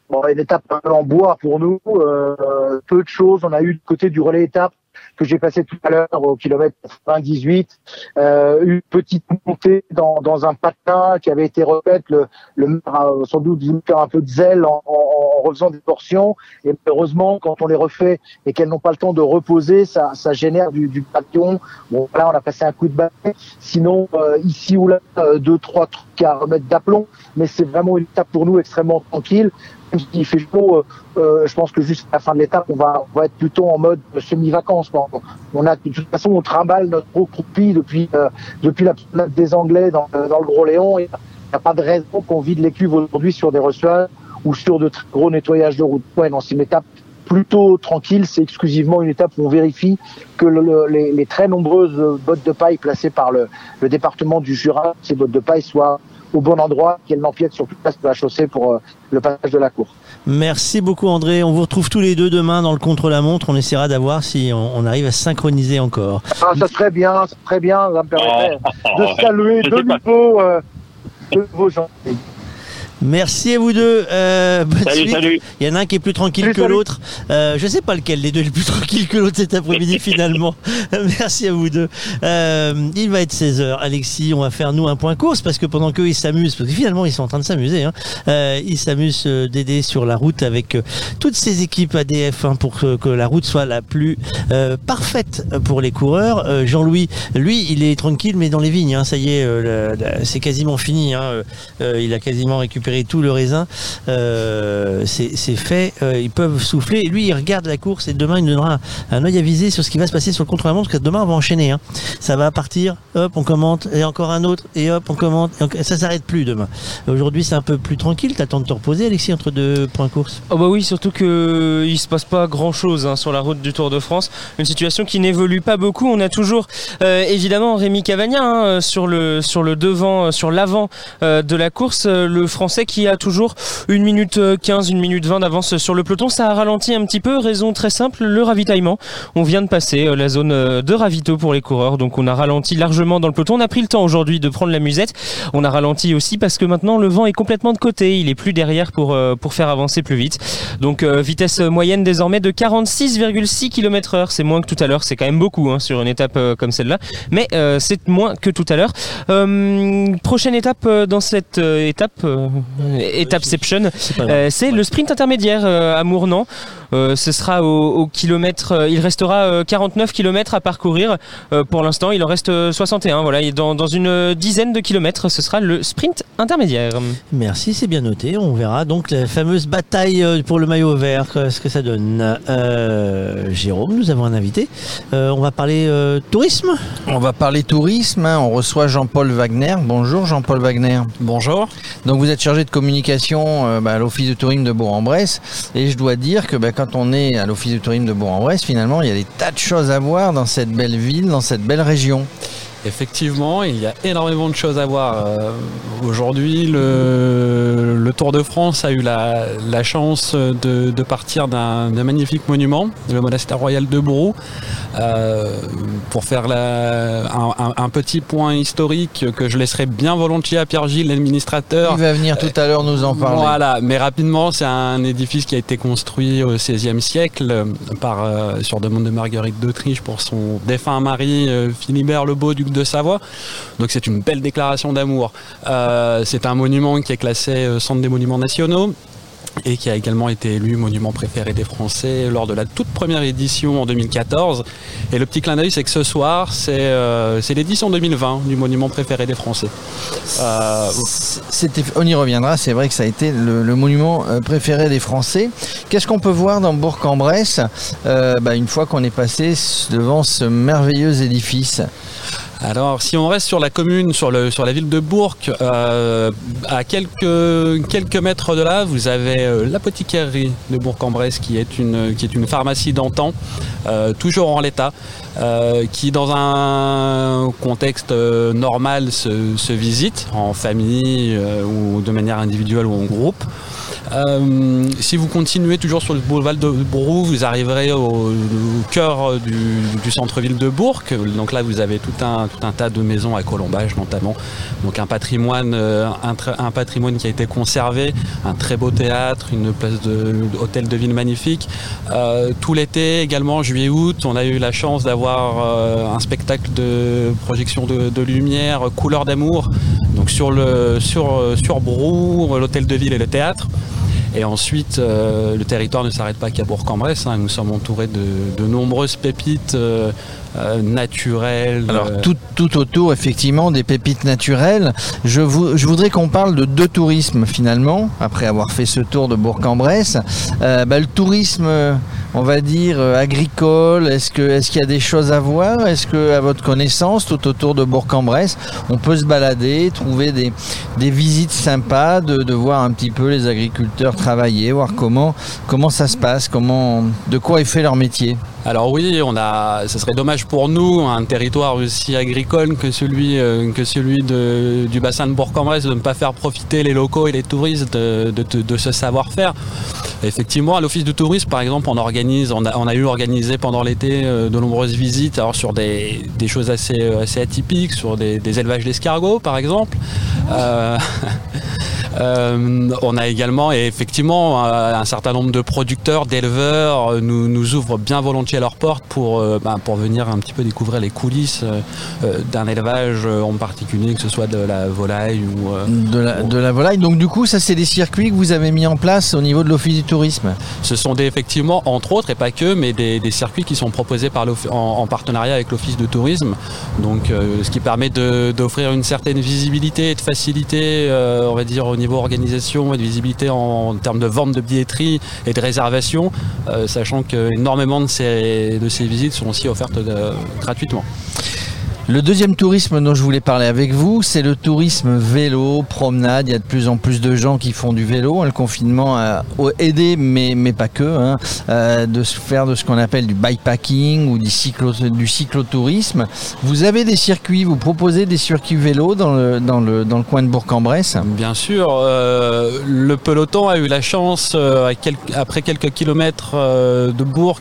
bon, une étape un peu en bois pour nous, euh, peu de choses. On a eu du côté du relais étape que j'ai passé tout à l'heure au kilomètre quatre-vingt-dix-huit, euh, une petite montée dans, dans un patin qui avait été refaite. Le, le maire a sans doute voulu faire un peu de zèle en, en, en refaisant des portions. Et heureusement, quand on les refait et qu'elles n'ont pas le temps de reposer, ça, ça génère du, du papillon. Bon, là, on a passé un coup de balai. Sinon, euh, ici ou là, euh, deux, trois trucs à remettre d'aplomb. Mais c'est vraiment une étape pour nous extrêmement tranquille. Même s'il fait chaud, euh, je pense que juste à la fin de l'étape, on va, on va être plutôt en mode semi-vacances. On a, de toute façon, on trimballe notre gros croupi depuis, euh, depuis la promenade des Anglais dans, dans le Gros Léon. Il n'y a pas de raison qu'on vide les cuves aujourd'hui sur des reçoives ou sur de très gros nettoyages de route. Ouais, non, c'est une étape plutôt tranquille. C'est exclusivement une étape où on vérifie que le, le, les, les très nombreuses bottes de paille placées par le, le département du Jura, ces bottes de paille soient au bon endroit, qu'elle n'empiète sur toute la place de la chaussée pour euh, le passage de la cour. Merci beaucoup André, on vous retrouve tous les deux demain dans le contre-la-montre, on essaiera d'avoir si on, on arrive à se synchroniser encore. Ah, ça serait bien, ça serait bien, ça me permettrait de saluer de nouveau, euh, de nouveau gens. Merci à vous deux. Euh, salut, suite. salut. Il y en a un qui est plus tranquille salut, que salut. l'autre. Euh, je sais pas lequel des deux est le plus tranquille que l'autre cet après-midi finalement. Merci à vous deux. Euh, il va être seize heures. Alexis, on va faire nous un point course parce que pendant qu'eux ils s'amusent, parce que finalement ils sont en train de s'amuser, hein, euh, ils s'amusent euh, d'aider sur la route avec euh, toutes ces équipes A D F hein, pour que, que la route soit la plus euh, parfaite pour les coureurs. Euh, Jean-Louis, lui, il est tranquille mais dans les vignes. Hein, ça y est, euh, la, la, c'est quasiment fini. Hein, euh, il a quasiment récupéré tout le raisin, euh, c'est, c'est fait, euh, ils peuvent souffler. Et lui, il regarde la course et demain, il nous donnera un, un œil avisé sur ce qui va se passer sur le contre-la-montre parce que demain, on va enchaîner. Hein. Ça va partir, hop, on commente, et encore un autre, et hop, on commente. Et on, ça s'arrête plus demain. Aujourd'hui, c'est un peu plus tranquille. T'attends de te reposer, Alexis, entre deux points course. Oh bah oui, surtout que il se passe pas grand-chose hein, sur la route du Tour de France. Une situation qui n'évolue pas beaucoup. On a toujours, euh, évidemment, Rémi Cavagna hein, sur le sur le devant, sur l'avant euh, de la course, euh, le Français qui a toujours une minute quinze, une minute vingt d'avance sur le peloton. Ça a ralenti un petit peu, raison très simple, le ravitaillement. On vient de passer la zone de ravito pour les coureurs, donc on a ralenti largement dans le peloton. On a pris le temps aujourd'hui de prendre la musette. On a ralenti aussi parce que maintenant le vent est complètement de côté, il est plus derrière pour, pour faire avancer plus vite. Donc euh, vitesse moyenne désormais de quarante-six virgule six kilomètres heure, c'est moins que tout à l'heure, c'est quand même beaucoup hein, sur une étape euh, comme celle-là, mais euh, c'est moins que tout à l'heure. Euh, prochaine étape euh, dans cette euh, étape... Euh, Étapeception, euh, c'est le sprint intermédiaire euh, à Mournan. Euh, ce sera au, au kilomètre, euh, il restera euh, quarante-neuf kilomètres à parcourir. Euh, pour l'instant, il en reste euh, soixante et un. Voilà, et dans, dans une dizaine de kilomètres, ce sera le sprint intermédiaire. Merci, c'est bien noté. On verra donc la fameuse bataille pour le maillot vert, ce que ça donne. Euh, Jérôme, nous avons un invité. Euh, on va parler euh, tourisme. On va parler tourisme. Hein. On reçoit Jean-Paul Wagner. Bonjour Jean-Paul Wagner. Bonjour. Donc vous êtes chargé de communication euh, bah, à l'Office de tourisme de Bourg-en-Bresse. Et je dois dire que bah, quand on est à l'Office de tourisme de Bourg-en-Bresse, finalement, il y a des tas de choses à voir dans cette belle ville, dans cette belle région. Effectivement, il y a énormément de choses à voir. Euh, aujourd'hui, le, le Tour de France a eu la, la chance de, de partir d'un, d'un magnifique monument, le monastère royal de Brou. Euh, pour faire la, un, un, un petit point historique que je laisserai bien volontiers à Pierre Gilles, l'administrateur. Il va venir tout à l'heure nous en parler. Voilà, mais rapidement, c'est un édifice qui a été construit au seizième siècle par, euh, sur demande de Marguerite d'Autriche pour son défunt mari euh, Philibert le Beau, duc de Savoie. Donc c'est une belle déclaration d'amour. Euh, c'est un monument qui est classé euh, centre des monuments nationaux et qui a également été élu monument préféré des Français lors de la toute première édition en deux mille quatorze. Et le petit clin d'œil, c'est que ce soir, c'est, euh, c'est l'édition deux mille vingt du monument préféré des Français. Euh, C'était, on y reviendra, c'est vrai que ça a été le, le monument préféré des Français. Qu'est-ce qu'on peut voir dans Bourg-en-Bresse euh, bah, une fois qu'on est passé devant ce merveilleux édifice? Alors, si on reste sur la commune, sur, le, sur la ville de Bourg, euh, à quelques, quelques mètres de là, vous avez euh, l'apothicairie de Bourg-en-Bresse, qui est une, qui est une pharmacie d'antan, euh, toujours en l'état, euh, qui dans un contexte euh, normal se, se visite, en famille euh, ou de manière individuelle ou en groupe. Euh, si vous continuez toujours sur le boulevard de Brou, vous arriverez au, au cœur du, du centre-ville de Bourg. Donc là, vous avez tout un, tout un tas de maisons à colombage notamment. Donc un patrimoine, un, un patrimoine qui a été conservé, un très beau théâtre, une place de hôtel de ville magnifique. Euh, tout l'été également, juillet-août, on a eu la chance d'avoir euh, un spectacle de projection de, de lumière, couleur d'amour. Donc sur le sur sur Brou, l'hôtel de ville et le théâtre. Et ensuite, euh, le territoire ne s'arrête pas qu'à Bourg-en-Bresse. Hein. Nous sommes entourés de, de nombreuses pépites euh, euh, naturelles. Alors, euh... tout, tout autour, effectivement, des pépites naturelles. Je, vou- je voudrais qu'on parle de deux tourismes, finalement, après avoir fait ce tour de Bourg-en-Bresse. Euh, bah, le tourisme, on va dire, euh, agricole, est-ce que, est-ce qu'il y a des choses à voir ? Est-ce que, à votre connaissance, tout autour de Bourg-en-Bresse, on peut se balader, trouver des, des visites sympas, de, de voir un petit peu les agriculteurs travailler, voir comment, comment ça se passe, comment, de quoi est fait leur métier. Alors oui, on a, ce serait dommage pour nous, un territoire aussi agricole que celui, euh, que celui de, du bassin de Bourg-en-Bresse, de ne pas faire profiter les locaux et les touristes de, de, de, de ce savoir-faire. Effectivement, à l'office de tourisme, par exemple, on organise, on a, on a eu organisé pendant l'été euh, de nombreuses visites, alors sur des, des choses assez, assez atypiques, sur des, des élevages d'escargots, par exemple. Euh, Euh, on a également, et effectivement, un certain nombre de producteurs, d'éleveurs nous, nous ouvrent bien volontiers leurs portes pour, euh, bah, pour venir un petit peu découvrir les coulisses euh, d'un élevage en particulier, que ce soit de la volaille ou... Euh, de, la, ou... de la volaille. Donc du coup, ça c'est des circuits que vous avez mis en place au niveau de l'Office du tourisme. Ce sont des, effectivement, entre autres, et pas que, mais des, des circuits qui sont proposés par en, en partenariat avec l'Office de tourisme. Donc euh, ce qui permet de, d'offrir une certaine visibilité et de facilité, euh, on va dire, au niveau organisation et de visibilité en, en termes de vente de billetterie et de réservation, euh, sachant qu'énormément de ces, de ces visites sont aussi offertes de, gratuitement. Le deuxième tourisme dont je voulais parler avec vous, c'est le tourisme vélo, promenade. Il y a de plus en plus de gens qui font du vélo. Le confinement a aidé, mais, mais pas que, hein, euh, de se faire de ce qu'on appelle du bikepacking ou du, cyclo, du cyclotourisme. Vous avez des circuits, vous proposez des circuits vélo dans le, dans le, dans le coin de Bourg-en-Bresse ? Bien sûr. Euh, le peloton a eu la chance, euh, à quelques, après quelques kilomètres euh, de Bourg,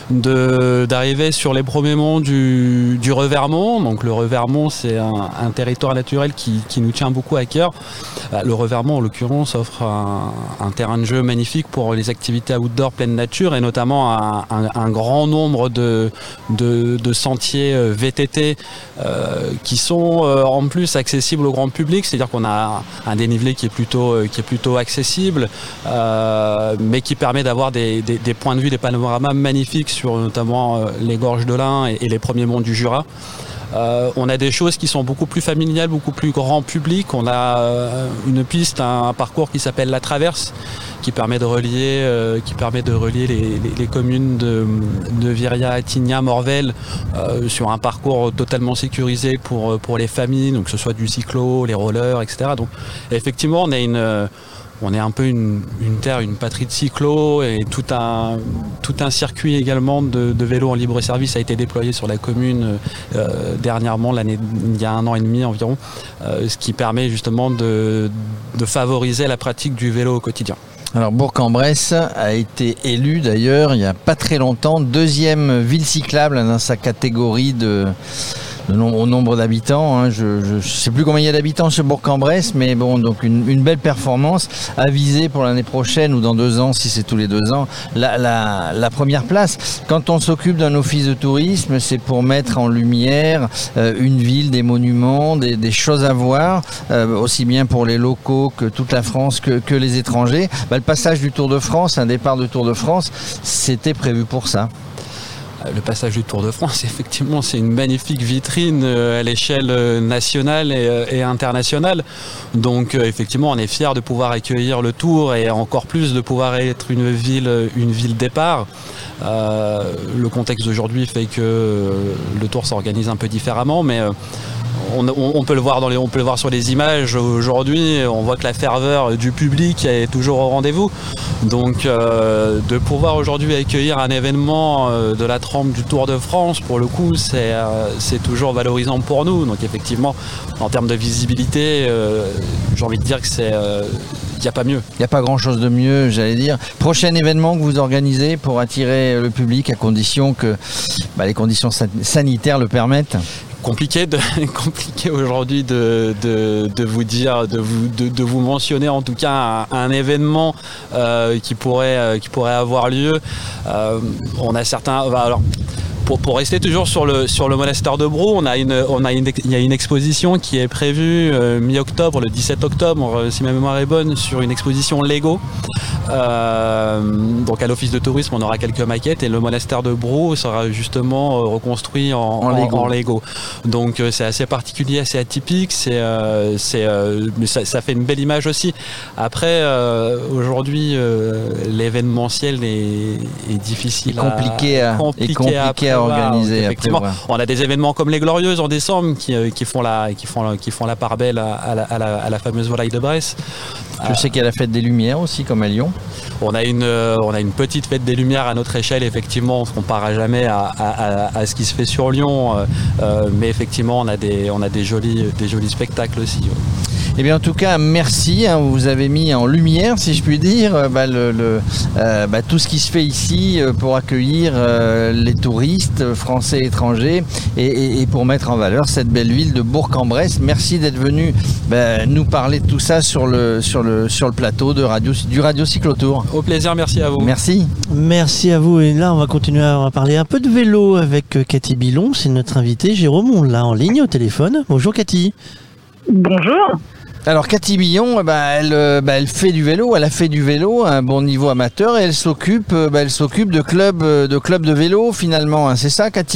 de, d'arriver sur les premiers monts du, du Revermont. Donc le Revermont, c'est un, un territoire naturel qui, qui nous tient beaucoup à cœur. Le Revermont, en l'occurrence, offre un, un terrain de jeu magnifique pour les activités outdoor pleine nature et notamment un, un, un grand nombre de, de, de sentiers V T T euh, qui sont euh, en plus accessibles au grand public. C'est-à-dire qu'on a un dénivelé qui est plutôt, qui est plutôt accessible, euh, mais qui permet d'avoir des, des, des points de vue, des panoramas magnifiques sur notamment euh, les gorges de l'Ain et, et les premiers monts du Jura. Euh, on a des choses qui sont beaucoup plus familiales, beaucoup plus grand public. On a euh, une piste, un, un parcours qui s'appelle La Traverse, qui permet de relier, euh, qui permet de relier les, les, les communes de, de Viria, Attigna, Morvel euh, sur un parcours totalement sécurisé pour, pour les familles, donc que ce soit du cyclo, les rollers, et cetera. Donc effectivement, on a une... Euh, On est un peu une, une terre, une patrie de cyclo et tout un, tout un circuit également de, de vélos en libre service a été déployé sur la commune euh, dernièrement, l'année, il y a un an et demi environ, euh, ce qui permet justement de, de favoriser la pratique du vélo au quotidien. Alors Bourg-en-Bresse a été élu d'ailleurs il n'y a pas très longtemps deuxième ville cyclable dans sa catégorie de... Le nombre, au nombre d'habitants, hein, je ne sais plus combien il y a d'habitants sur Bourg-en-Bresse, mais bon, donc une, une belle performance à viser pour l'année prochaine ou dans deux ans, si c'est tous les deux ans, la, la, la première place. Quand on s'occupe d'un office de tourisme, c'est pour mettre en lumière euh, une ville, des monuments, des, des choses à voir, euh, aussi bien pour les locaux que toute la France, que, que les étrangers. Bah, le passage du Tour de France, un départ du Tour de France, c'était prévu pour ça. Le passage du Tour de France, effectivement, c'est une magnifique vitrine à l'échelle nationale et, et internationale. Donc, effectivement, on est fiers de pouvoir accueillir le Tour et encore plus de pouvoir être une ville, une ville départ. Euh, le contexte d'aujourd'hui fait que le Tour s'organise un peu différemment, mais On, on, on, peut le voir dans les, on peut le voir sur les images aujourd'hui, on voit que la ferveur du public est toujours au rendez-vous. Donc euh, de pouvoir aujourd'hui accueillir un événement euh, de la trempe du Tour de France, pour le coup, c'est, euh, c'est toujours valorisant pour nous. Donc effectivement, en termes de visibilité, euh, j'ai envie de dire que c'est, euh, n'y a pas mieux. Il n'y a pas grand-chose de mieux, j'allais dire. Prochain événement que vous organisez pour attirer le public à condition que bah, les conditions sanitaires le permettent. Compliqué, de, compliqué aujourd'hui de, de, de vous dire, de vous, de, de vous mentionner en tout cas un, un événement euh, qui, pourrait, euh, qui pourrait avoir lieu. Euh, on a certains... Alors, Pour, pour rester toujours sur le, sur le monastère de Brou, on a une, on a une, il y a une exposition qui est prévue euh, mi-octobre, le dix-sept octobre, si ma mémoire est bonne, sur une exposition Lego. Euh, donc à l'office de tourisme, on aura quelques maquettes et le monastère de Brou sera justement euh, reconstruit en, en, en, Lego. en Lego. Donc euh, c'est assez particulier, assez atypique, c'est, euh, c'est, euh, mais ça, ça fait une belle image aussi. Après, euh, aujourd'hui, euh, l'événementiel est, est difficile, et compliqué à, compliqué et compliqué à, à organiser. Effectivement, on a des événements comme les Glorieuses en décembre qui, qui font la, qui font, qui font la part belle à, à, la, à, la, à la fameuse volaille de Bresse. Je euh, sais qu'il y a la fête des Lumières aussi, comme à Lyon. On a une, euh, on a une petite fête des Lumières à notre échelle, effectivement, on ne se compare jamais à, à, à, à ce qui se fait sur Lyon, euh, euh, mais effectivement, on a des, on a des jolis, des jolis spectacles aussi. Ouais. Eh bien, en tout cas, merci. Hein, vous avez mis en lumière, si je puis dire, euh, bah, le, le, euh, bah, tout ce qui se fait ici euh, pour accueillir euh, les touristes français et étrangers et, et, et pour mettre en valeur cette belle ville de Bourg-en-Bresse. Merci d'être venu bah, nous parler de tout ça sur le, sur le, sur le plateau de radio, du Radio Cyclotour. Au plaisir, merci à vous. Merci. Merci à vous. Et là, on va continuer à parler un peu de vélo avec Cathy Bilon. C'est notre invité. Jérôme, on l'a en ligne au téléphone. Bonjour Cathy. Bonjour. Alors Cathy Bilon, bah, elle, bah, elle fait du vélo, elle a fait du vélo à un bon niveau amateur et elle s'occupe, bah, elle s'occupe de clubs de, club de vélo finalement, hein. C'est ça Cathy ?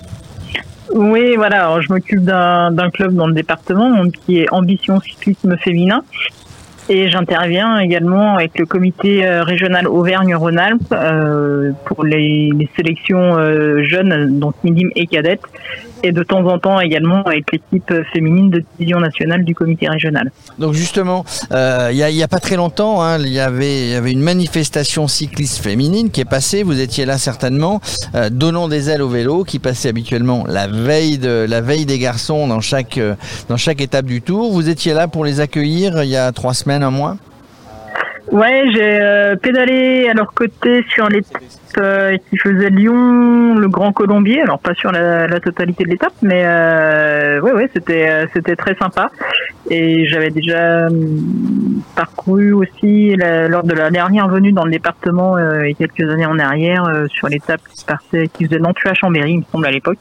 Oui, voilà, alors, je m'occupe d'un, d'un club dans le département qui est Ambition Cyclisme Féminin et j'interviens également avec le comité régional Auvergne-Rhône-Alpes euh, pour les, les sélections euh, jeunes, donc minimes et cadettes, et de temps en temps également avec l'équipe féminine de division nationale du comité régional. Donc justement, il euh, n'y a, a pas très longtemps, hein, il y avait, y avait une manifestation cycliste féminine qui est passée, vous étiez là certainement, euh, donnant des ailes au vélo, qui passait habituellement la veille, de, la veille des garçons dans chaque, euh, dans chaque étape du tour. Vous étiez là pour les accueillir il y a trois semaines, un mois ? Ouais, j'ai euh, pédalé à leur côté sur l'étape euh, qui faisait Lyon, le Grand Colombier. Alors pas sur la, la totalité de l'étape, mais euh, ouais, ouais, c'était euh, c'était très sympa. Et j'avais déjà euh, parcouru aussi la, lors de la dernière venue dans le département euh, il y a quelques années en arrière euh, sur l'étape qui partait, qui faisait Nantua à Chambéry, il me semble à l'époque.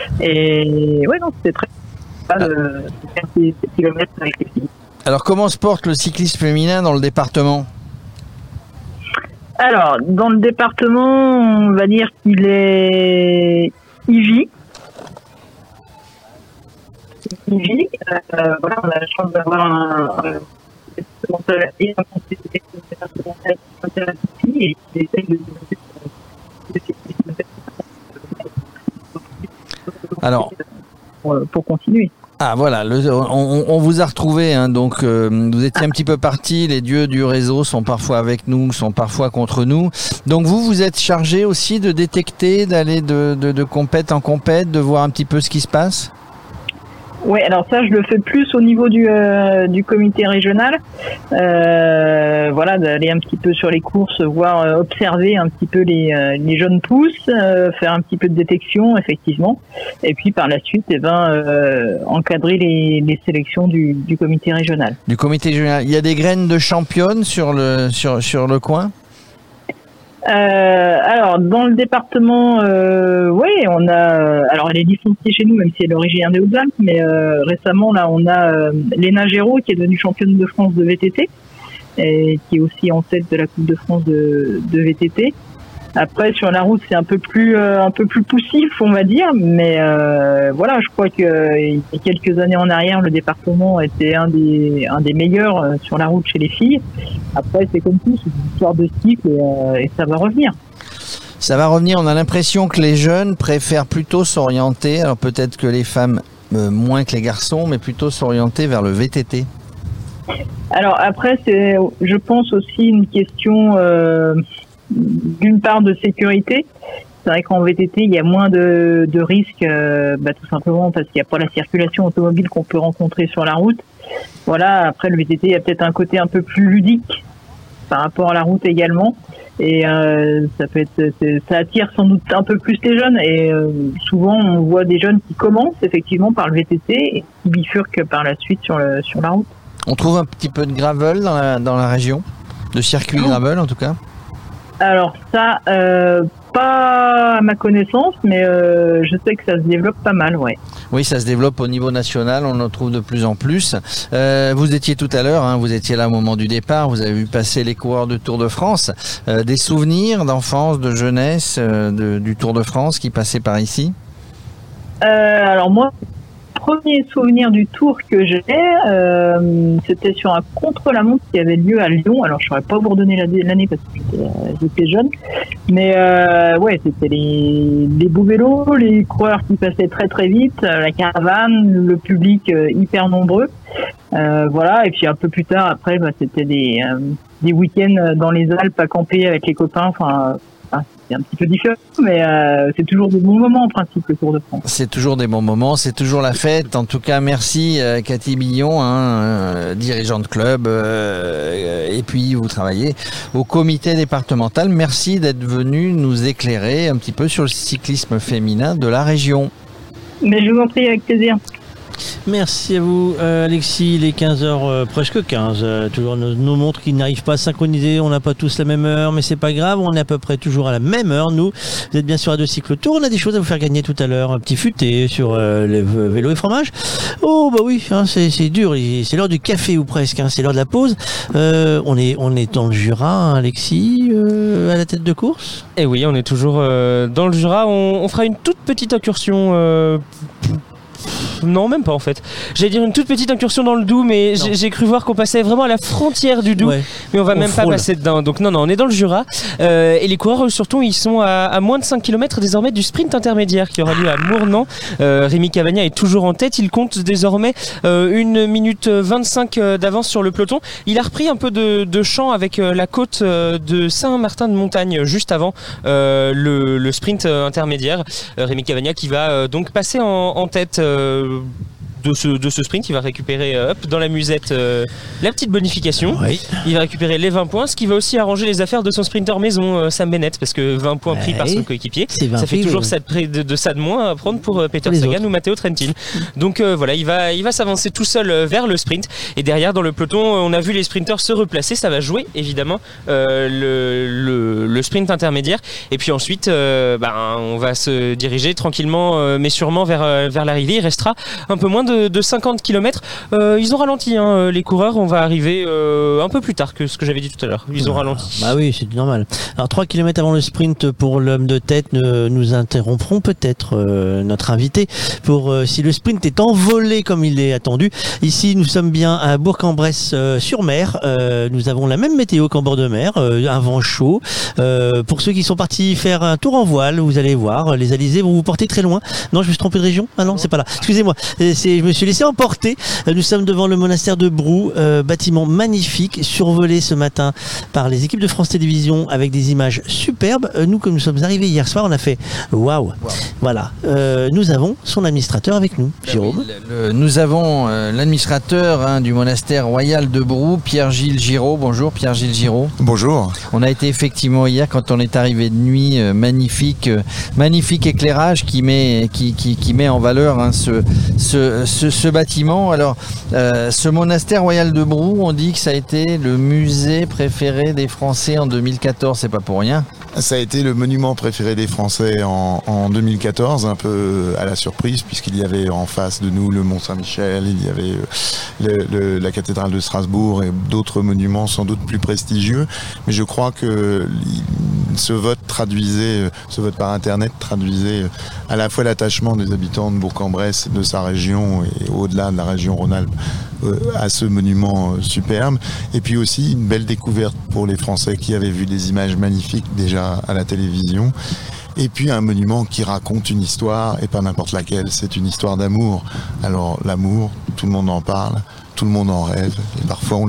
Et ouais, non, c'était très sympa de faire ces, ces kilomètres avec les filles. Alors comment se porte le cyclisme féminin dans le département ? Alors, dans le département, on va dire qu'il est I V I. I V I, euh, voilà, on a la chance d'avoir un, un, un et un conseiller départemental qui s'intéresse ici et qui essaye de Alors, pour, pour continuer. Ah voilà, le, on, on vous a retrouvé, hein, donc euh, vous étiez un petit peu partis, les dieux du réseau sont parfois avec nous, sont parfois contre nous. Donc vous, vous êtes chargé aussi de détecter, d'aller de, de, de compète en compète, de voir un petit peu ce qui se passe ? Oui, alors ça, je le fais plus au niveau du, euh, du comité régional. Euh, voilà, d'aller un petit peu sur les courses, voir, euh, observer un petit peu les, euh, les jeunes pousses, euh, faire un petit peu de détection, effectivement. Et puis par la suite, eh ben, euh, encadrer les, les sélections du, du comité régional. Du comité régional. Il y a des graines de championnes sur le, sur, sur le coin ? Euh, alors dans le département, euh, oui, on a. Alors elle est licenciée chez nous, même si elle est originaire des Hautes-Alpes, mais euh, récemment là, on a euh, Léna Géraud qui est devenue championne de France de V T T, et qui est aussi en tête de la Coupe de France de, de V T T. Après sur la route, c'est un peu plus euh, un peu plus poussif, on va dire, mais euh, voilà, je crois que euh, il y a quelques années en arrière, le département était un des un des meilleurs euh, sur la route chez les filles. Après, c'est comme tout, c'est une histoire de cycle et, euh, et ça va revenir. Ça va revenir. On a l'impression que les jeunes préfèrent plutôt s'orienter, alors peut-être que les femmes euh, moins que les garçons, mais plutôt s'orienter vers le V T T. Alors après, c'est, je pense aussi une question euh, d'une part de sécurité C'est vrai qu'en V T T, il y a moins de, de risques, euh, bah, tout simplement parce qu'il n'y a pas la circulation automobile qu'on peut rencontrer sur la route. Voilà, après le V T T, il y a peut-être un côté un peu plus ludique par rapport à la route également. Et euh, ça peut être, ça attire sans doute un peu plus les jeunes. Et euh, souvent, on voit des jeunes qui commencent effectivement par le V T T et qui bifurquent par la suite sur, le, sur la route. On trouve un petit peu de gravel dans la, dans la région, de circuit Oh. gravel en tout cas. Alors ça, euh, pas à ma connaissance, mais euh, je sais que ça se développe pas mal, ouais. Oui, ça se développe au niveau national, on en trouve de plus en plus. Euh, vous étiez tout à l'heure, hein, vous étiez là au moment du départ, vous avez vu passer les coureurs de Tour de France. Euh, des souvenirs d'enfance, de jeunesse, euh, de, du Tour de France qui passaient par ici? Euh, alors moi, premier souvenir du Tour que j'ai, euh, c'était sur un contre-la-montre qui avait lieu à Lyon. Alors je ne saurais pas vous redonner l'année parce que j'étais, euh, j'étais jeune, mais euh, ouais, c'était les, les beaux vélos, les coureurs qui passaient très très vite, la caravane, le public euh, hyper nombreux. Euh, voilà, et puis un peu plus tard, après, bah, c'était des, euh, des week-ends dans les Alpes à camper avec les copains. Enfin, euh, c'est un petit peu différent, mais euh, c'est toujours des bons moments en principe, le Tour de France. C'est toujours des bons moments, c'est toujours la fête. En tout cas, merci euh, Cathy Billon, hein, euh, dirigeante de club, euh, et puis vous travaillez au comité départemental. Merci d'être venu nous éclairer un petit peu sur le cyclisme féminin de la région. Mais je vous en prie, avec plaisir. Merci à vous, euh, Alexis. Il est quinze heures, euh, presque quinze. Euh, toujours nos, nos montres qui n'arrivent pas à synchroniser. On n'a pas tous la même heure, mais c'est pas grave. On est à peu près toujours à la même heure. Nous, vous êtes bien sur Radio Cyclotour. On a des choses à vous faire gagner tout à l'heure. Un petit futé sur euh, les vélos et fromage. Oh, bah oui, hein, c'est, c'est dur. C'est l'heure du café ou presque. Hein, c'est l'heure de la pause. Euh, on, est, on est dans le Jura, hein, Alexis, euh, à la tête de course. Et oui, on est toujours euh, dans le Jura. On, on fera une toute petite incursion. Euh, Non, même pas en fait. J'allais dire une toute petite incursion dans le Doubs, mais j'ai, j'ai cru voir qu'on passait vraiment à la frontière du Doubs. Ouais. Mais on va on même frôle. Pas passer dedans. Donc non, non, on est dans le Jura. Euh, et les coureurs, surtout, ils sont à, à moins de cinq kilomètres désormais du sprint intermédiaire qui aura lieu à Mournan. Euh, Rémi Cavagna est toujours en tête. Il compte désormais euh, une minute vingt-cinq d'avance sur le peloton. Il a repris un peu de, de champ avec euh, la côte euh, de Saint-Martin-de-Montagne juste avant euh, le, le sprint euh, intermédiaire. Euh, Rémi Cavagna qui va euh, donc passer en, en tête. Euh, De ce, de ce sprint, il va récupérer hop, dans la musette euh, la petite bonification. Oui. Il va récupérer les vingt points, ce qui va aussi arranger les affaires de son sprinter maison, euh, Sam Bennett, parce que vingt points ouais. pris par son coéquipier, ça fait toujours ça de, de, de ça de moins à prendre pour euh, Peter Sagan ou Matteo Trentin. Donc euh, voilà, il va, il va s'avancer tout seul euh, vers le sprint. Et derrière, dans le peloton, on a vu les sprinters se replacer. Ça va jouer évidemment euh, le, le, le sprint intermédiaire. Et puis ensuite, euh, bah, on va se diriger tranquillement, euh, mais sûrement vers, euh, vers l'arrivée. Il restera un peu moins de de cinquante kilomètres. Euh, ils ont ralenti, hein, les coureurs. On va arriver euh, un peu plus tard que ce que j'avais dit tout à l'heure. Ils ont ah, ralenti. Bah oui, c'est normal. Alors trois kilomètres avant le sprint pour l'homme de tête, euh, nous interromprons peut-être euh, notre invité pour euh, si le sprint est envolé comme il est attendu. Ici, nous sommes bien à Bourg-en-Bresse euh, sur mer. Euh, nous avons la même météo qu'en bord de mer, euh, un vent chaud. Euh, pour ceux qui sont partis faire un tour en voile, vous allez voir, les alizés vont vous porter très loin. Non, je me suis trompé de région. Ah non, c'est pas là. Excusez-moi. C'est, je me suis laissé emporter. Nous sommes devant le monastère de Brou, euh, bâtiment magnifique, survolé ce matin par les équipes de France Télévisions avec des images superbes. Euh, nous, comme nous sommes arrivés hier soir, on a fait waouh. Wow. Voilà. Euh, nous avons son administrateur avec nous, Jérôme. Le, le, nous avons euh, l'administrateur hein, du monastère royal de Brou, Pierre-Gilles Giraud. Bonjour Pierre-Gilles Giraud. Bonjour. On a été effectivement hier quand on est arrivé de nuit, euh, magnifique, euh, magnifique éclairage qui met, qui, qui, qui met en valeur hein, ce, ce, ce, ce bâtiment. Alors, euh, ce monastère royal de Brou, on dit que ça a été le musée préféré des Français en deux mille quatorze, c'est pas pour rien. Ça a été le monument préféré des Français en, en deux mille quatorze, un peu à la surprise, puisqu'il y avait en face de nous le Mont-Saint-Michel, il y avait le, le, la cathédrale de Strasbourg et d'autres monuments sans doute plus prestigieux. Mais je crois que ce vote traduisait, ce vote par Internet traduisait à la fois l'attachement des habitants de Bourg-en-Bresse, de sa région et au-delà de la région Rhône-Alpes à ce monument superbe, et puis aussi une belle découverte pour les Français qui avaient vu des images magnifiques déjà à la télévision, et puis un monument qui raconte une histoire, et pas n'importe laquelle, c'est une histoire d'amour. Alors l'amour, tout le monde en parle, tout le monde en rêve, et parfois on le vit.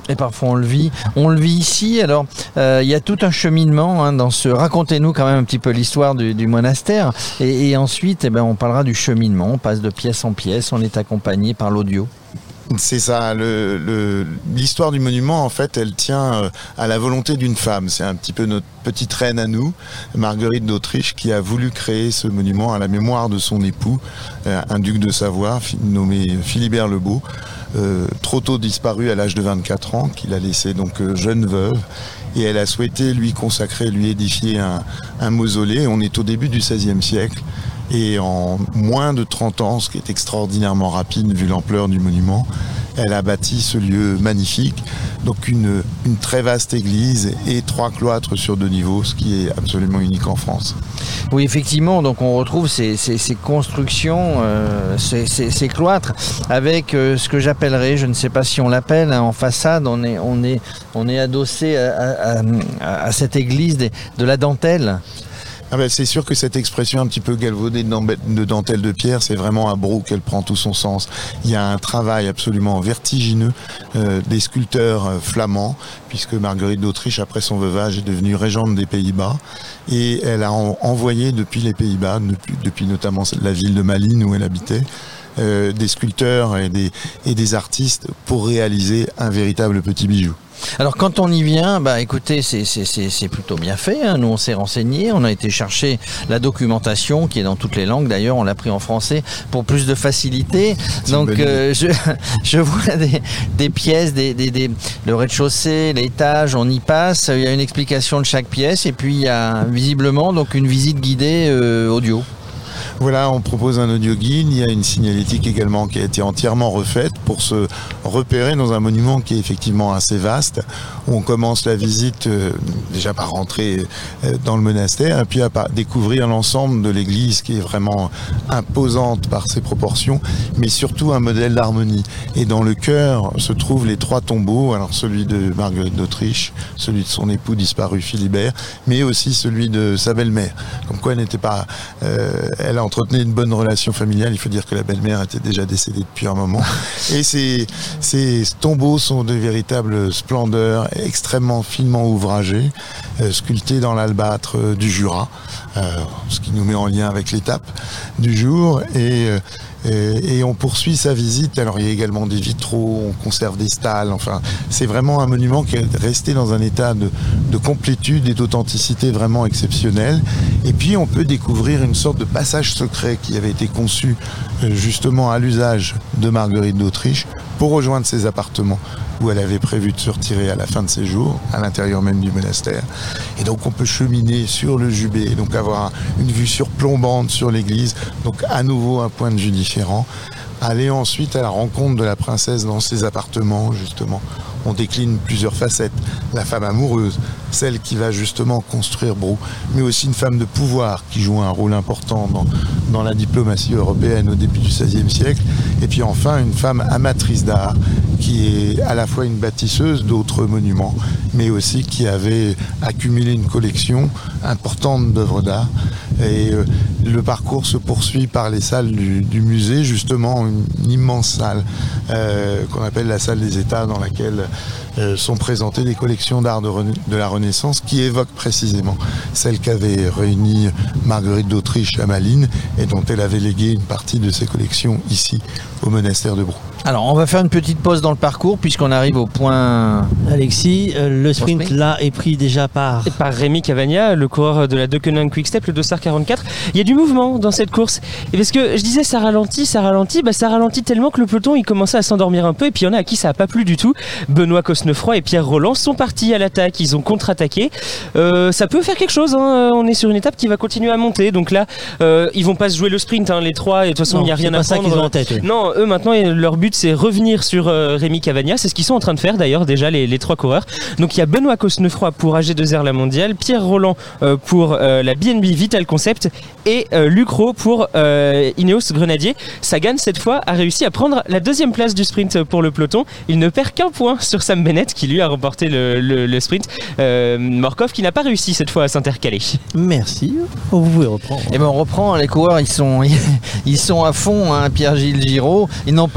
Et parfois on le vit, on le vit ici. Alors euh, il y a tout un cheminement hein, dans ce. Racontez-nous quand même un petit peu l'histoire du, du monastère. Et, et ensuite, eh ben, on parlera du cheminement. On passe de pièce en pièce. On est accompagné par l'audio. C'est ça, le, le, l'histoire du monument, en fait, elle tient à la volonté d'une femme. C'est un petit peu notre petite reine à nous, Marguerite d'Autriche, qui a voulu créer ce monument à la mémoire de son époux, un duc de Savoie, nommé Philibert le Beau, euh, trop tôt disparu à l'âge de vingt-quatre ans, qu'il a laissé donc euh, jeune veuve. Et elle a souhaité lui consacrer, lui édifier un, un mausolée. On est au début du seizième siècle. Et en moins de trente ans, ce qui est extraordinairement rapide vu l'ampleur du monument, elle a bâti ce lieu magnifique. Donc une, une très vaste église et trois cloîtres sur deux niveaux, ce qui est absolument unique en France. Oui, effectivement, donc on retrouve ces, ces, ces constructions, euh, ces, ces, ces cloîtres, avec euh, ce que j'appellerais, je ne sais pas si on l'appelle, hein, en façade, on est, on est, on est adossé à, à, à cette église de, de la dentelle. Ah ben c'est sûr que cette expression un petit peu galvaudée de dentelle de pierre, c'est vraiment à Brou qu'elle prend tout son sens. Il y a un travail absolument vertigineux euh, des sculpteurs euh, flamands, puisque Marguerite d'Autriche, après son veuvage, est devenue régente des Pays-Bas. Et elle a en, envoyé depuis les Pays-Bas, depuis, depuis notamment la ville de Malines où elle habitait, euh, des sculpteurs et des, et des artistes pour réaliser un véritable petit bijou. Alors quand on y vient, bah écoutez, c'est, c'est, c'est, c'est plutôt bien fait, hein. Nous on s'est renseigné, on a été chercher la documentation qui est dans toutes les langues, d'ailleurs on l'a pris en français pour plus de facilité. Donc euh, je, je vois des, des pièces, des, des, des, le rez-de-chaussée, l'étage, on y passe, il y a une explication de chaque pièce et puis il y a visiblement donc une visite guidée euh, audio. Voilà, on propose un audio guide, il y a une signalétique également qui a été entièrement refaite pour se repérer dans un monument qui est effectivement assez vaste, où on commence la visite euh, déjà par rentrer euh, dans le monastère et puis à par découvrir l'ensemble de l'église qui est vraiment imposante par ses proportions, mais surtout un modèle d'harmonie. Et dans le chœur se trouvent les trois tombeaux, alors celui de Marguerite d'Autriche, celui de son époux disparu Philibert, mais aussi celui de sa belle-mère. Comme quoi elle n'était pas... Euh, elle a entretenait une bonne relation familiale. Il faut dire que la belle-mère était déjà décédée depuis un moment. Et ces, ces tombeaux sont de véritables splendeurs, extrêmement finement ouvragés, euh, sculptés dans l'albâtre euh, du Jura, euh, ce qui nous met en lien avec l'étape du jour. Et euh, Et, et on poursuit sa visite. Alors il y a également des vitraux, on conserve des stalles. Enfin, c'est vraiment un monument qui est resté dans un état de, de complétude et d'authenticité vraiment exceptionnel. Et puis on peut découvrir une sorte de passage secret qui avait été conçu euh, justement à l'usage de Marguerite d'Autriche pour rejoindre ses appartements où elle avait prévu de se retirer à la fin de ses jours, à l'intérieur même du monastère. Et donc on peut cheminer sur le Jubé, donc avoir une vue surplombante sur l'église, donc à nouveau un point de vue différent. Aller ensuite à la rencontre de la princesse dans ses appartements, justement. On décline plusieurs facettes. La femme amoureuse, celle qui va justement construire Brou, mais aussi une femme de pouvoir qui joue un rôle important dans, dans la diplomatie européenne au début du seizième siècle. Et puis enfin, une femme amatrice d'art qui est à la fois une bâtisseuse d'autres monuments, mais aussi qui avait accumulé une collection importante d'œuvres d'art. Et euh, le parcours se poursuit par les salles du, du musée, justement une, une immense salle euh, qu'on appelle la salle des États, dans laquelle euh, sont présentées des collections d'art de, de la Renaissance qui évoquent précisément celle qu'avait réunie Marguerite d'Autriche à Malines et dont elle avait légué une partie de ses collections ici au monastère de Brou. Alors, on va faire une petite pause dans le parcours puisqu'on arrive au point... Alexis, euh, le sprint, sprint là est pris déjà par... Et par Rémi Cavagna, le coureur de la Deceuninck Quick-Step, le Dossard quarante-quatre. Il y a du mouvement dans cette course. Et parce que je disais ça ralentit, ça ralentit, bah ça ralentit tellement que le peloton il commençait à s'endormir un peu. Et puis il y en a à qui ça n'a pas plu du tout. Benoît Cosnefroy et Pierre Rolland sont partis à l'attaque, ils ont contre-attaqué. Euh, ça peut faire quelque chose, hein. On est sur une étape qui va continuer à monter. Donc là, euh, ils vont pas se jouer le sprint, hein, les trois, et de toute façon il n'y a rien à prendre. C'est pas ça qu'ils ont en tête. Oui. Non, eux maintenant, leur but c'est revenir sur euh, Rémi Cavagna, c'est ce qu'ils sont en train de faire d'ailleurs déjà les, les trois coureurs. Donc il y a Benoît Cosnefroy pour A G deux R La Mondiale, Pierre Rolland euh, pour euh, la B N B Vital Concept et euh, Luc Rowe pour euh, Ineos Grenadier. Sagan cette fois a réussi à prendre la deuxième place du sprint pour le peloton. Il ne perd qu'un point sur Sam Bennett qui lui a remporté le, le, le sprint. Euh, Morkov qui n'a pas réussi cette fois à s'intercaler. Merci, vous pouvez reprendre. Et ben on reprend, les coureurs ils sont, ils sont à fond, hein, Pierre-Gilles Giraud, ils n'ont pas eu le temps de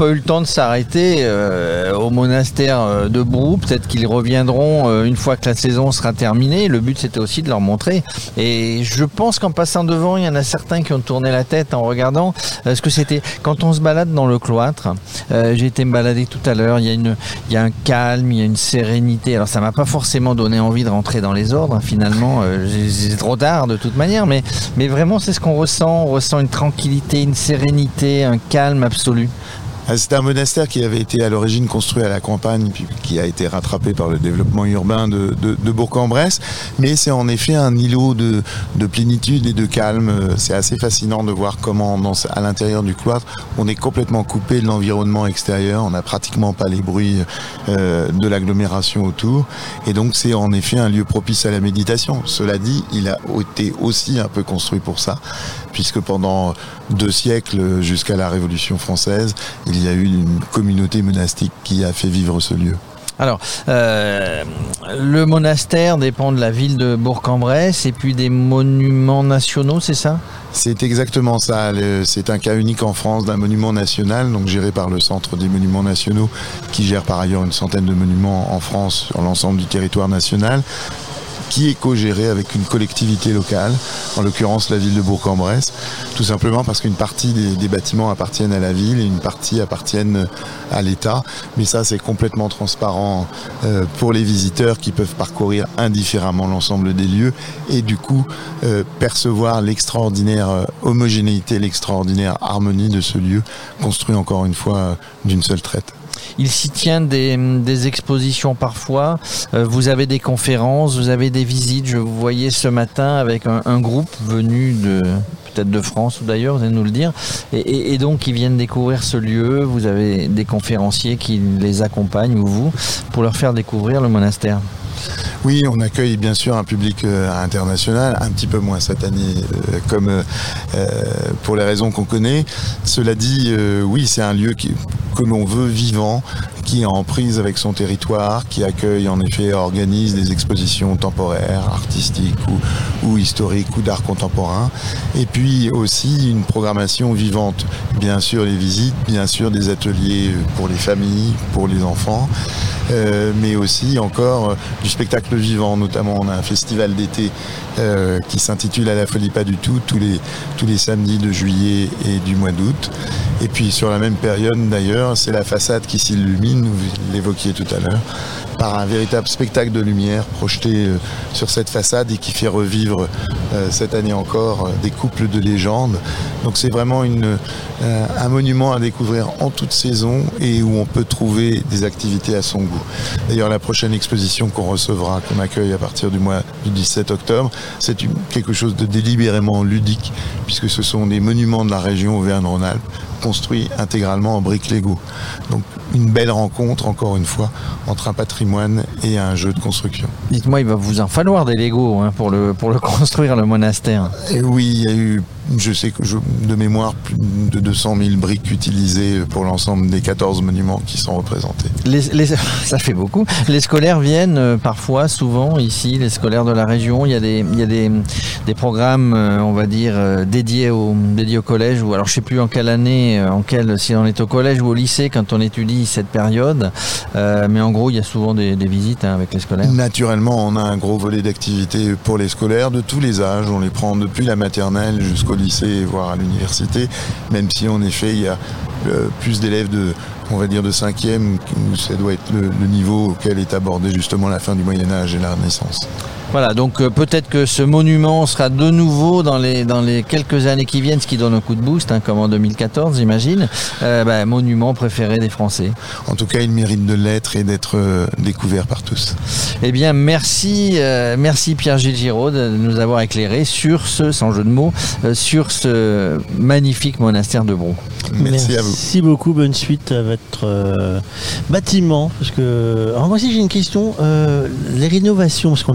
s'arrêter euh, au monastère de Brou. Peut-être qu'ils reviendront euh, une fois que la saison sera terminée. Le but, c'était aussi de leur montrer. Et je pense qu'en passant devant, il y en a certains qui ont tourné la tête en regardant euh, ce que c'était. Quand on se balade dans le cloître, euh, j'ai été me balader tout à l'heure, il y a une, il y a un calme, il y a une sérénité. Alors ça m'a pas forcément donné envie de rentrer dans les ordres, hein, finalement. Euh, c'est trop tard de toute manière, mais, mais vraiment c'est ce qu'on ressent. On ressent une tranquillité, une sérénité, un calme absolu. C'est un monastère qui avait été à l'origine construit à la campagne, puis qui a été rattrapé par le développement urbain de, de, de Bourg-en-Bresse. Mais c'est en effet un îlot de, de plénitude et de calme. C'est assez fascinant de voir comment, dans, à l'intérieur du cloître, on est complètement coupé de l'environnement extérieur. On n'a pratiquement pas les bruits euh, de l'agglomération autour. Et donc c'est en effet un lieu propice à la méditation. Cela dit, il a été aussi un peu construit pour ça, puisque pendant deux siècles, jusqu'à la Révolution française, il y a eu une communauté monastique qui a fait vivre ce lieu. Alors, euh, le monastère dépend de la ville de Bourg-en-Bresse et puis des monuments nationaux, c'est ça ? C'est exactement ça. C'est un cas unique en France d'un monument national, donc géré par le Centre des monuments nationaux, qui gère par ailleurs une centaine de monuments en France sur l'ensemble du territoire national, qui est co-géré avec une collectivité locale, en l'occurrence la ville de Bourg-en-Bresse, tout simplement parce qu'une partie des, des bâtiments appartiennent à la ville et une partie appartiennent à l'État. Mais ça, c'est complètement transparent euh, pour les visiteurs qui peuvent parcourir indifféremment l'ensemble des lieux et du coup euh, percevoir l'extraordinaire euh, homogénéité, l'extraordinaire harmonie de ce lieu, construit encore une fois euh, d'une seule traite. Il s'y tient des, des expositions parfois, euh, vous avez des conférences, vous avez des visites. Je vous voyais ce matin avec un, un groupe venu de peut-être de France ou d'ailleurs, vous allez nous le dire, et, et, et donc ils viennent découvrir ce lieu. Vous avez des conférenciers qui les accompagnent, ou vous, pour leur faire découvrir le monastère. Oui, on accueille bien sûr un public euh, international, un petit peu moins cette année, euh, comme euh, pour les raisons qu'on connaît. Cela dit, euh, oui, c'est un lieu qui, que l'on veut vivant, qui est en prise avec son territoire, qui accueille en effet, organise des expositions temporaires, artistiques ou, ou historiques ou d'art contemporain. Et puis aussi une programmation vivante. Bien sûr les visites, bien sûr des ateliers pour les familles, pour les enfants. Euh, mais aussi encore euh, du spectacle vivant, notamment on a un festival d'été euh, qui s'intitule À la folie pas du tout, tous les, tous les samedis de juillet et du mois d'août. Et puis sur la même période d'ailleurs, c'est la façade qui s'illumine, vous l'évoquiez tout à l'heure, par un véritable spectacle de lumière projeté euh, sur cette façade et qui fait revivre euh, cette année encore euh, des couples de légendes. Donc c'est vraiment une, euh, un monument à découvrir en toute saison et où on peut trouver des activités à son goût. D'ailleurs la prochaine exposition qu'on recevra, qu'on accueille à partir du mois du dix-sept octobre, c'est une, quelque chose de délibérément ludique puisque ce sont des monuments de la région Auvergne-Rhône-Alpes construits intégralement en briques Lego. Donc une belle rencontre, encore une fois, entre un patrimoine et un jeu de construction. Dites-moi, il va vous en falloir des Lego hein, pour, le, pour le construire, le monastère. Et oui, il y a eu, je sais que je, de mémoire, plus de deux cent mille briques utilisées pour l'ensemble des quatorze monuments qui sont représentés. Les, les, ça fait beaucoup. Les scolaires viennent euh, parfois, souvent, ici, les scolaires de la région. Il y a des, il y a des, des programmes, euh, on va dire, euh, dédiés, au, dédiés au collège. Ou, alors, je ne sais plus en quelle année, en quelle, si on est au collège ou au lycée, quand on étudie cette période. Euh, mais en gros, il y a souvent des, des visites hein, avec les scolaires. Naturellement, on a un gros volet d'activités pour les scolaires de tous les âges. On les prend depuis la maternelle jusqu'au lycée, voire à l'université, même si en effet, il y a euh, plus d'élèves de, on va dire, de cinquième, où ça doit être le, le niveau auquel est abordé justement la fin du Moyen-Âge et la Renaissance. Voilà, donc euh, peut-être que ce monument sera de nouveau dans les, dans les quelques années qui viennent, ce qui donne un coup de boost, hein, comme en deux mille quatorze, j'imagine, euh, bah, monument préféré des Français. En tout cas, il mérite de l'être et d'être euh, découvert par tous. Eh bien, merci, euh, merci Pierre-Gilles Giraud de nous avoir éclairé sur ce, sans jeu de mots, euh, sur ce magnifique monastère de Brou. Merci, merci à vous. Merci beaucoup, bonne suite à votre euh, bâtiment. Parce que, alors moi aussi j'ai une question, euh, les rénovations, parce qu'on a vu, on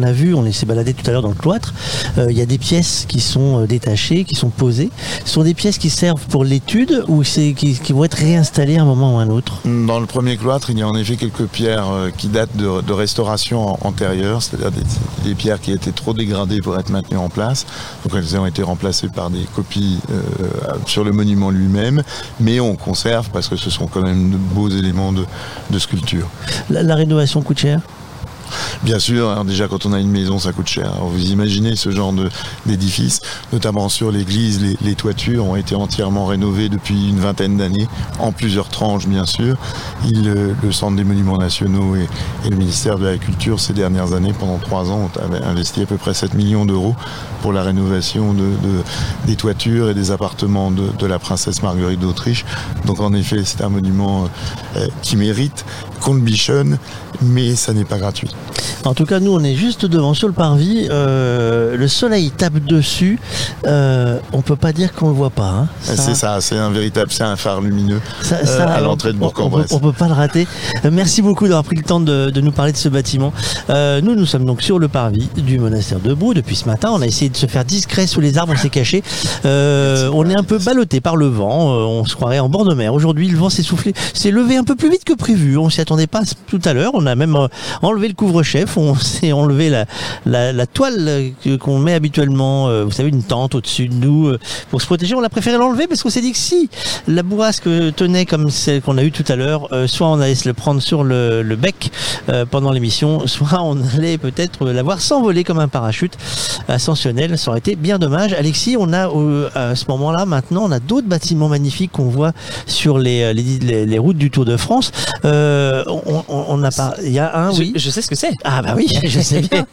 on s'est baladé tout à l'heure dans le cloître. Euh, il y a des pièces qui sont euh, détachées, qui sont posées. Ce sont des pièces qui servent pour l'étude ou c'est, qui, qui vont être réinstallées à un moment ou à un autre? Dans le premier cloître, il y a en effet quelques pierres euh, qui datent de, de restauration antérieure, c'est-à-dire des, des pierres qui étaient trop dégradées pour être maintenues en place. Donc elles ont été remplacées par des copies euh, sur le monument lui-même, mais on conserve parce que ce sont quand même de beaux éléments de, de sculpture. La, la rénovation coûte cher? Bien sûr, alors déjà quand on a une maison ça coûte cher. Alors vous imaginez ce genre de, d'édifice, notamment sur l'église, les, les toitures ont été entièrement rénovées depuis une vingtaine d'années, en plusieurs tranches bien sûr. Il, le, le Centre des Monuments Nationaux et, et le ministère de la Culture ces dernières années, pendant trois ans, ont investi à peu près sept millions d'euros pour la rénovation de, de, des toitures et des appartements de, de la princesse Marguerite d'Autriche. Donc en effet c'est un monument euh, qui mérite, qu'on le bichonne, mais ça n'est pas gratuit. En tout cas, nous, on est juste devant, sur le parvis. Euh, le soleil tape dessus. Euh, on peut pas dire qu'on le voit pas. Hein. Ça, c'est ça, c'est un véritable, c'est un phare lumineux ça, ça, euh, à l'entrée de Bourg-en-Bresse. On, on, on peut pas le rater. Euh, merci beaucoup d'avoir pris le temps de, de nous parler de ce bâtiment. Euh, nous, nous sommes donc sur le parvis du monastère de Brou depuis ce matin. On a essayé de se faire discret sous les arbres, on s'est caché. Euh, on est un peu ballotté par le vent. Euh, on se croirait en bord de mer. Aujourd'hui, le vent s'est soufflé, s'est levé un peu plus vite que prévu. On s'y attendait pas tout à l'heure. On a même euh, enlevé le couvre-chef. On s'est enlevé la, la, la toile qu'on met habituellement, euh, vous savez, une tente au-dessus de nous euh, pour se protéger. On a préféré l'enlever parce qu'on s'est dit que si la bourrasque tenait comme celle qu'on a eue tout à l'heure, euh, soit on allait se le prendre sur le, le bec euh, pendant l'émission, soit on allait peut-être la voir s'envoler comme un parachute ascensionnel. Ça aurait été bien dommage. Alexis, on a euh, à ce moment-là, maintenant, on a d'autres bâtiments magnifiques qu'on voit sur les, les, les, les routes du Tour de France. Euh, on, on, on a pas, il y a un, je, oui. Je sais ce que c'est. Ah bah oui, je sais bien.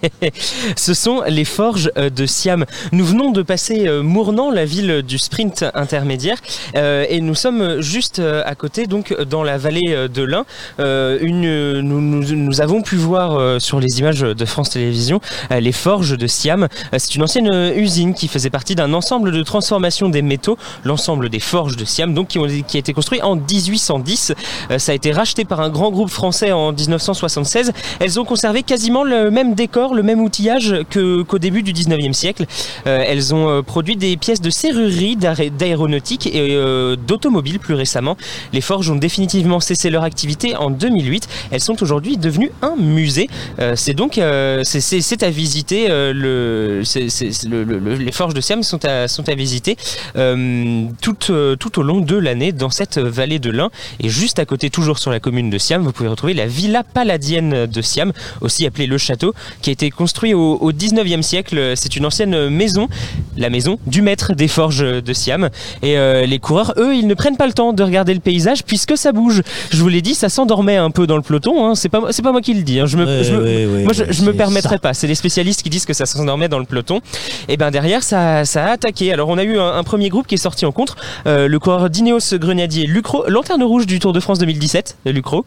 Ce sont les forges de Siam. Nous venons de passer Mournan, la ville du sprint intermédiaire, euh, et nous sommes juste à côté, donc dans la vallée de l'Ain. Euh, une, nous, nous, nous avons pu voir euh, sur les images de France Télévisions euh, les forges de Siam. Euh, c'est une ancienne usine qui faisait partie d'un ensemble de transformation des métaux, l'ensemble des forges de Siam, donc qui, ont, qui a été construit en dix-huit cent dix. Euh, ça a été racheté par un grand groupe français en dix-neuf cent soixante-seize. Elles ont conservé quasiment le même décor, le même outillage que, qu'au début du dix-neuvième siècle. Euh, elles ont euh, produit des pièces de serrurerie, d'aéronautique et euh, d'automobile plus récemment. Les forges ont définitivement cessé leur activité en deux mille huit. Elles sont aujourd'hui devenues un musée. Euh, c'est donc euh, c'est, c'est, c'est à visiter. Euh, le, c'est, c'est, le, le, les forges de Siam sont à, sont à visiter euh, tout, euh, tout au long de l'année dans cette vallée de l'Ain. Et juste à côté, toujours sur la commune de Siam, vous pouvez retrouver la villa palladienne de Siam, aussi appelée le château, qui a été construit au, au dix-neuvième siècle. C'est une ancienne maison, la maison du maître des forges de Siam. Et euh, les coureurs, eux, ils ne prennent pas le temps de regarder le paysage puisque ça bouge. Je vous l'ai dit, ça s'endormait un peu dans le peloton. Hein. C'est pas, c'est pas moi qui le dis. Hein. Je me, ouais, je me, ouais, ouais, moi, je, ouais, je me permettrai ça. pas. C'est les spécialistes qui disent que ça s'endormait dans le peloton. Et ben derrière, ça, ça a attaqué. Alors on a eu un, un premier groupe qui est sorti en contre. Euh, le coureur d'Ineos Grenadier Lucro, lanterne rouge du Tour de France deux mille dix-sept, Lucro.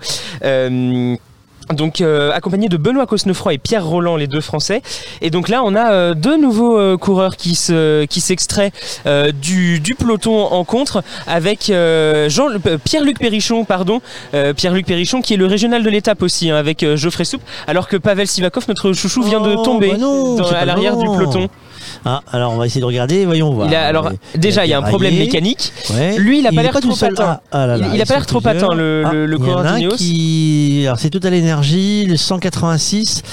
Euh, Donc euh, accompagné de Benoît Cosnefroy et Pierre Roland, les deux Français. Et donc là, on a euh, deux nouveaux euh, coureurs qui se qui s'extraient euh, du, du peloton en contre avec euh, Jean euh, Pierre-Luc Périchon, pardon, euh, Pierre-Luc Périchon qui est le régional de l'étape aussi, hein, avec euh, Geoffrey Soupe, alors que Pavel Sivakov, notre chouchou, vient de Oh, tomber bah non, dans, c'est à pas l'arrière bon. du peloton. Ah, alors on va essayer de regarder, voyons voir. Il a, alors Mais, déjà, il y a un déraillé. problème mécanique. Ouais. Lui, il a Il pas est l'air pas trop tout seul. patin. Ah, ah là là, il, il a ils pas l'air sont trop plusieurs. patin, le, Ah, le, le il y en coureur a un d'Ineos. qui... Alors c'est Total Energy, le cent quatre-vingt-six.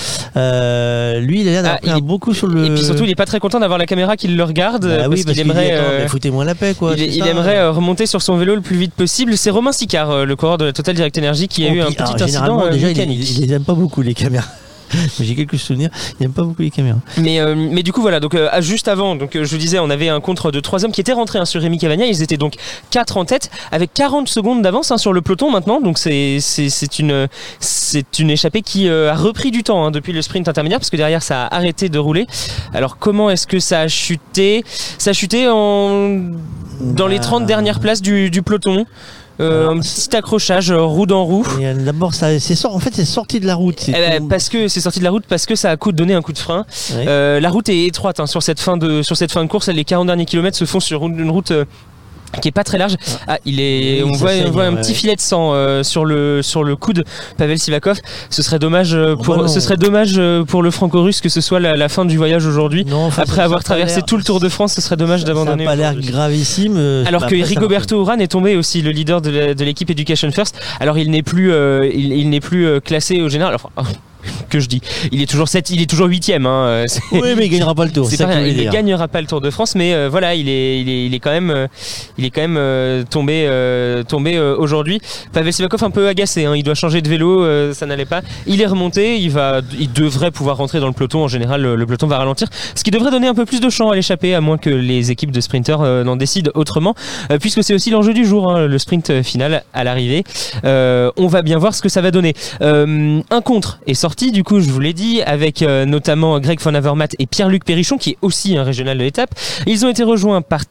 Euh, lui, il a l'air d'avoir Ah, pris il- un beaucoup sur le. Et puis surtout, il est pas très content d'avoir la caméra qui le regarde Bah parce oui, qu'il parce qu'il aimerait. dit, attends, euh, mais foutez-moi la paix, quoi. Il, c'est il ça. aimerait euh, remonter sur son vélo le plus vite possible. C'est Romain Sicard, euh, le coureur de la Total Direct Energy, qui a Oh, eu un puis, petit alors, incident généralement, euh, déjà, il, mécanique. il, il aime pas beaucoup les caméras. J'ai quelques souvenirs. Il aime pas beaucoup les caméras. Mais, euh, mais du coup voilà, donc euh, juste avant, donc euh, je vous disais, on avait un contre de trois hommes qui étaient rentrés hein, sur Rémi Cavagna. Ils étaient donc quatre en tête avec quarante secondes d'avance hein, sur le peloton maintenant. Donc c'est c'est c'est une c'est une échappée qui euh, a repris du temps hein, depuis le sprint intermédiaire parce que derrière ça a arrêté de rouler. Alors comment est-ce que ça a chuté ? Ça a chuté en dans les trente dernières places du, du peloton. Euh, Alors, un petit accrochage euh, roue dans roue. Et, euh, D'abord, ça, c'est sort, en fait, c'est sorti de la route. C'est Eh ben, tout- parce que c'est sorti de la route parce que ça a coup de donner un coup de frein. Ouais. Euh, la route est étroite hein, sur cette fin de sur cette fin de course. Les quarante derniers kilomètres se font sur une route euh, qui est pas très large. Ah, il est, Oui, on ça voit, saigne, on voit un ouais. petit filet de sang euh, sur le sur le coude Pavel Sivakov. Ce serait dommage euh, Oh, pour, bah non. ce serait dommage euh, pour le Franco-Russe que ce soit la, la fin du voyage aujourd'hui. Non, enfin, Après ça- avoir ça a pas traversé l'air- tout le Tour de France, ce serait dommage d'abandonner. Ça n'a pas l'air aujourd'hui. gravissime. euh, Alors bah, que après, ça va Rigoberto Urán est tombé aussi, le leader de la- de l'équipe Education First. Alors il n'est plus, euh, il, il n'est plus euh, classé au général. Enfin, que je dis, il est toujours sept, il est toujours huitième. Hein. C'est- Oui, mais il gagnera pas le Tour. C'est c'est pas ça que rien, je il voulais ne dire. gagnera pas le Tour de France, mais euh, voilà, il est, il est, il est quand même, euh, il est quand même euh, tombé, euh, tombé euh, aujourd'hui. Pavel Sivakov un peu agacé, hein, il doit changer de vélo, euh, ça n'allait pas. Il est remonté, il va, il devrait pouvoir rentrer dans le peloton. En général, le, le peloton va ralentir, ce qui devrait donner un peu plus de champ à l'échappée, à moins que les équipes de sprinters euh, n'en décident autrement, euh, puisque c'est aussi l'enjeu du jour, hein, le sprint final à l'arrivée. Euh, on va bien voir ce que ça va donner. Euh, un contre est sorti, du coup, je vous l'ai dit, avec euh, notamment Greg Van Avermaet et Pierre-Luc Perrichon, qui est aussi un régional de l'étape. Ils ont été rejoints par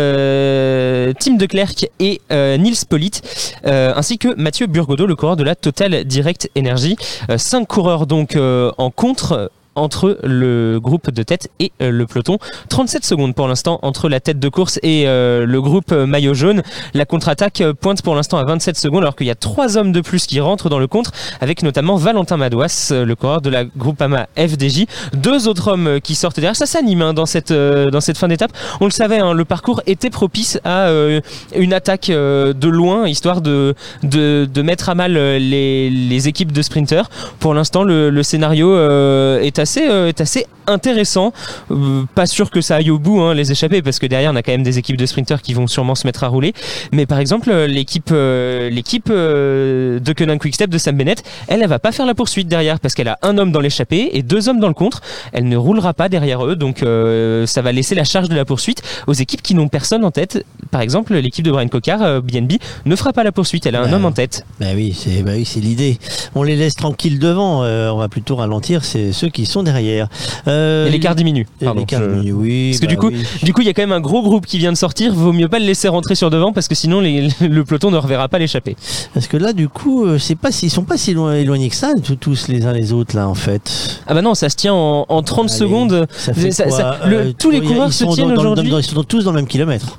euh, Tim de Klerk et euh, Nils Politt, euh, ainsi que Mathieu Burgodeau, le coureur de la Total Direct Energy. Euh, cinq coureurs donc euh, en contre entre le groupe de tête et euh, le peloton. trente-sept secondes pour l'instant entre la tête de course et euh, le groupe euh, maillot jaune. La contre-attaque euh, pointe pour l'instant à vingt-sept secondes, alors qu'il y a trois hommes de plus qui rentrent dans le contre, avec notamment Valentin Madouas, euh, le coureur de la Groupama F D J. Deux autres hommes euh, qui sortent derrière. Ça s'anime hein, dans, cette, euh, dans cette fin d'étape. On le savait, hein, le parcours était propice à euh, une attaque euh, de loin, histoire de, de, de mettre à mal euh, les, les équipes de sprinters. Pour l'instant, le, le scénario euh, est assez Assez, euh, est assez intéressant. Euh, pas sûr que ça aille au bout, hein, les échappées, parce que derrière on a quand même des équipes de sprinters qui vont sûrement se mettre à rouler. Mais par exemple, euh, l'équipe, euh, l'équipe euh, de Koenig Quick-Step de Sam Bennett, elle, elle va pas faire la poursuite derrière parce qu'elle a un homme dans l'échappée et deux hommes dans le contre. Elle ne roulera pas derrière eux, donc euh, ça va laisser la charge de la poursuite aux équipes qui n'ont personne en tête. Par exemple, l'équipe de Brian Cocard, euh, B N B, ne fera pas la poursuite. Elle a un Bah, homme en tête. Bah oui, c'est bah oui, c'est l'idée. On les laisse tranquilles devant. euh, on va plutôt ralentir. C'est ceux qui sont derrière. Euh, Et l'écart diminue. et Pardon, l'écart je- diminue, oui. Parce que bah du coup, oui. du coup, il y a quand même un gros groupe qui vient de sortir. Vaut mieux pas le laisser rentrer sur devant parce que sinon les- le peloton ne reverra pas l'échappée. Parce que là, du coup, euh, c'est pas si- ils sont pas si loin, éloignés que ça, tous- tous les uns les autres là, en fait. Ah bah non, ça se tient en, en trente Allez, secondes. Ça fait Ça- quoi ça- le- Euh, tous les ils coureurs se sont tiennent dans- dans- aujourd'hui. dans- Ils sont tous dans le même kilomètre.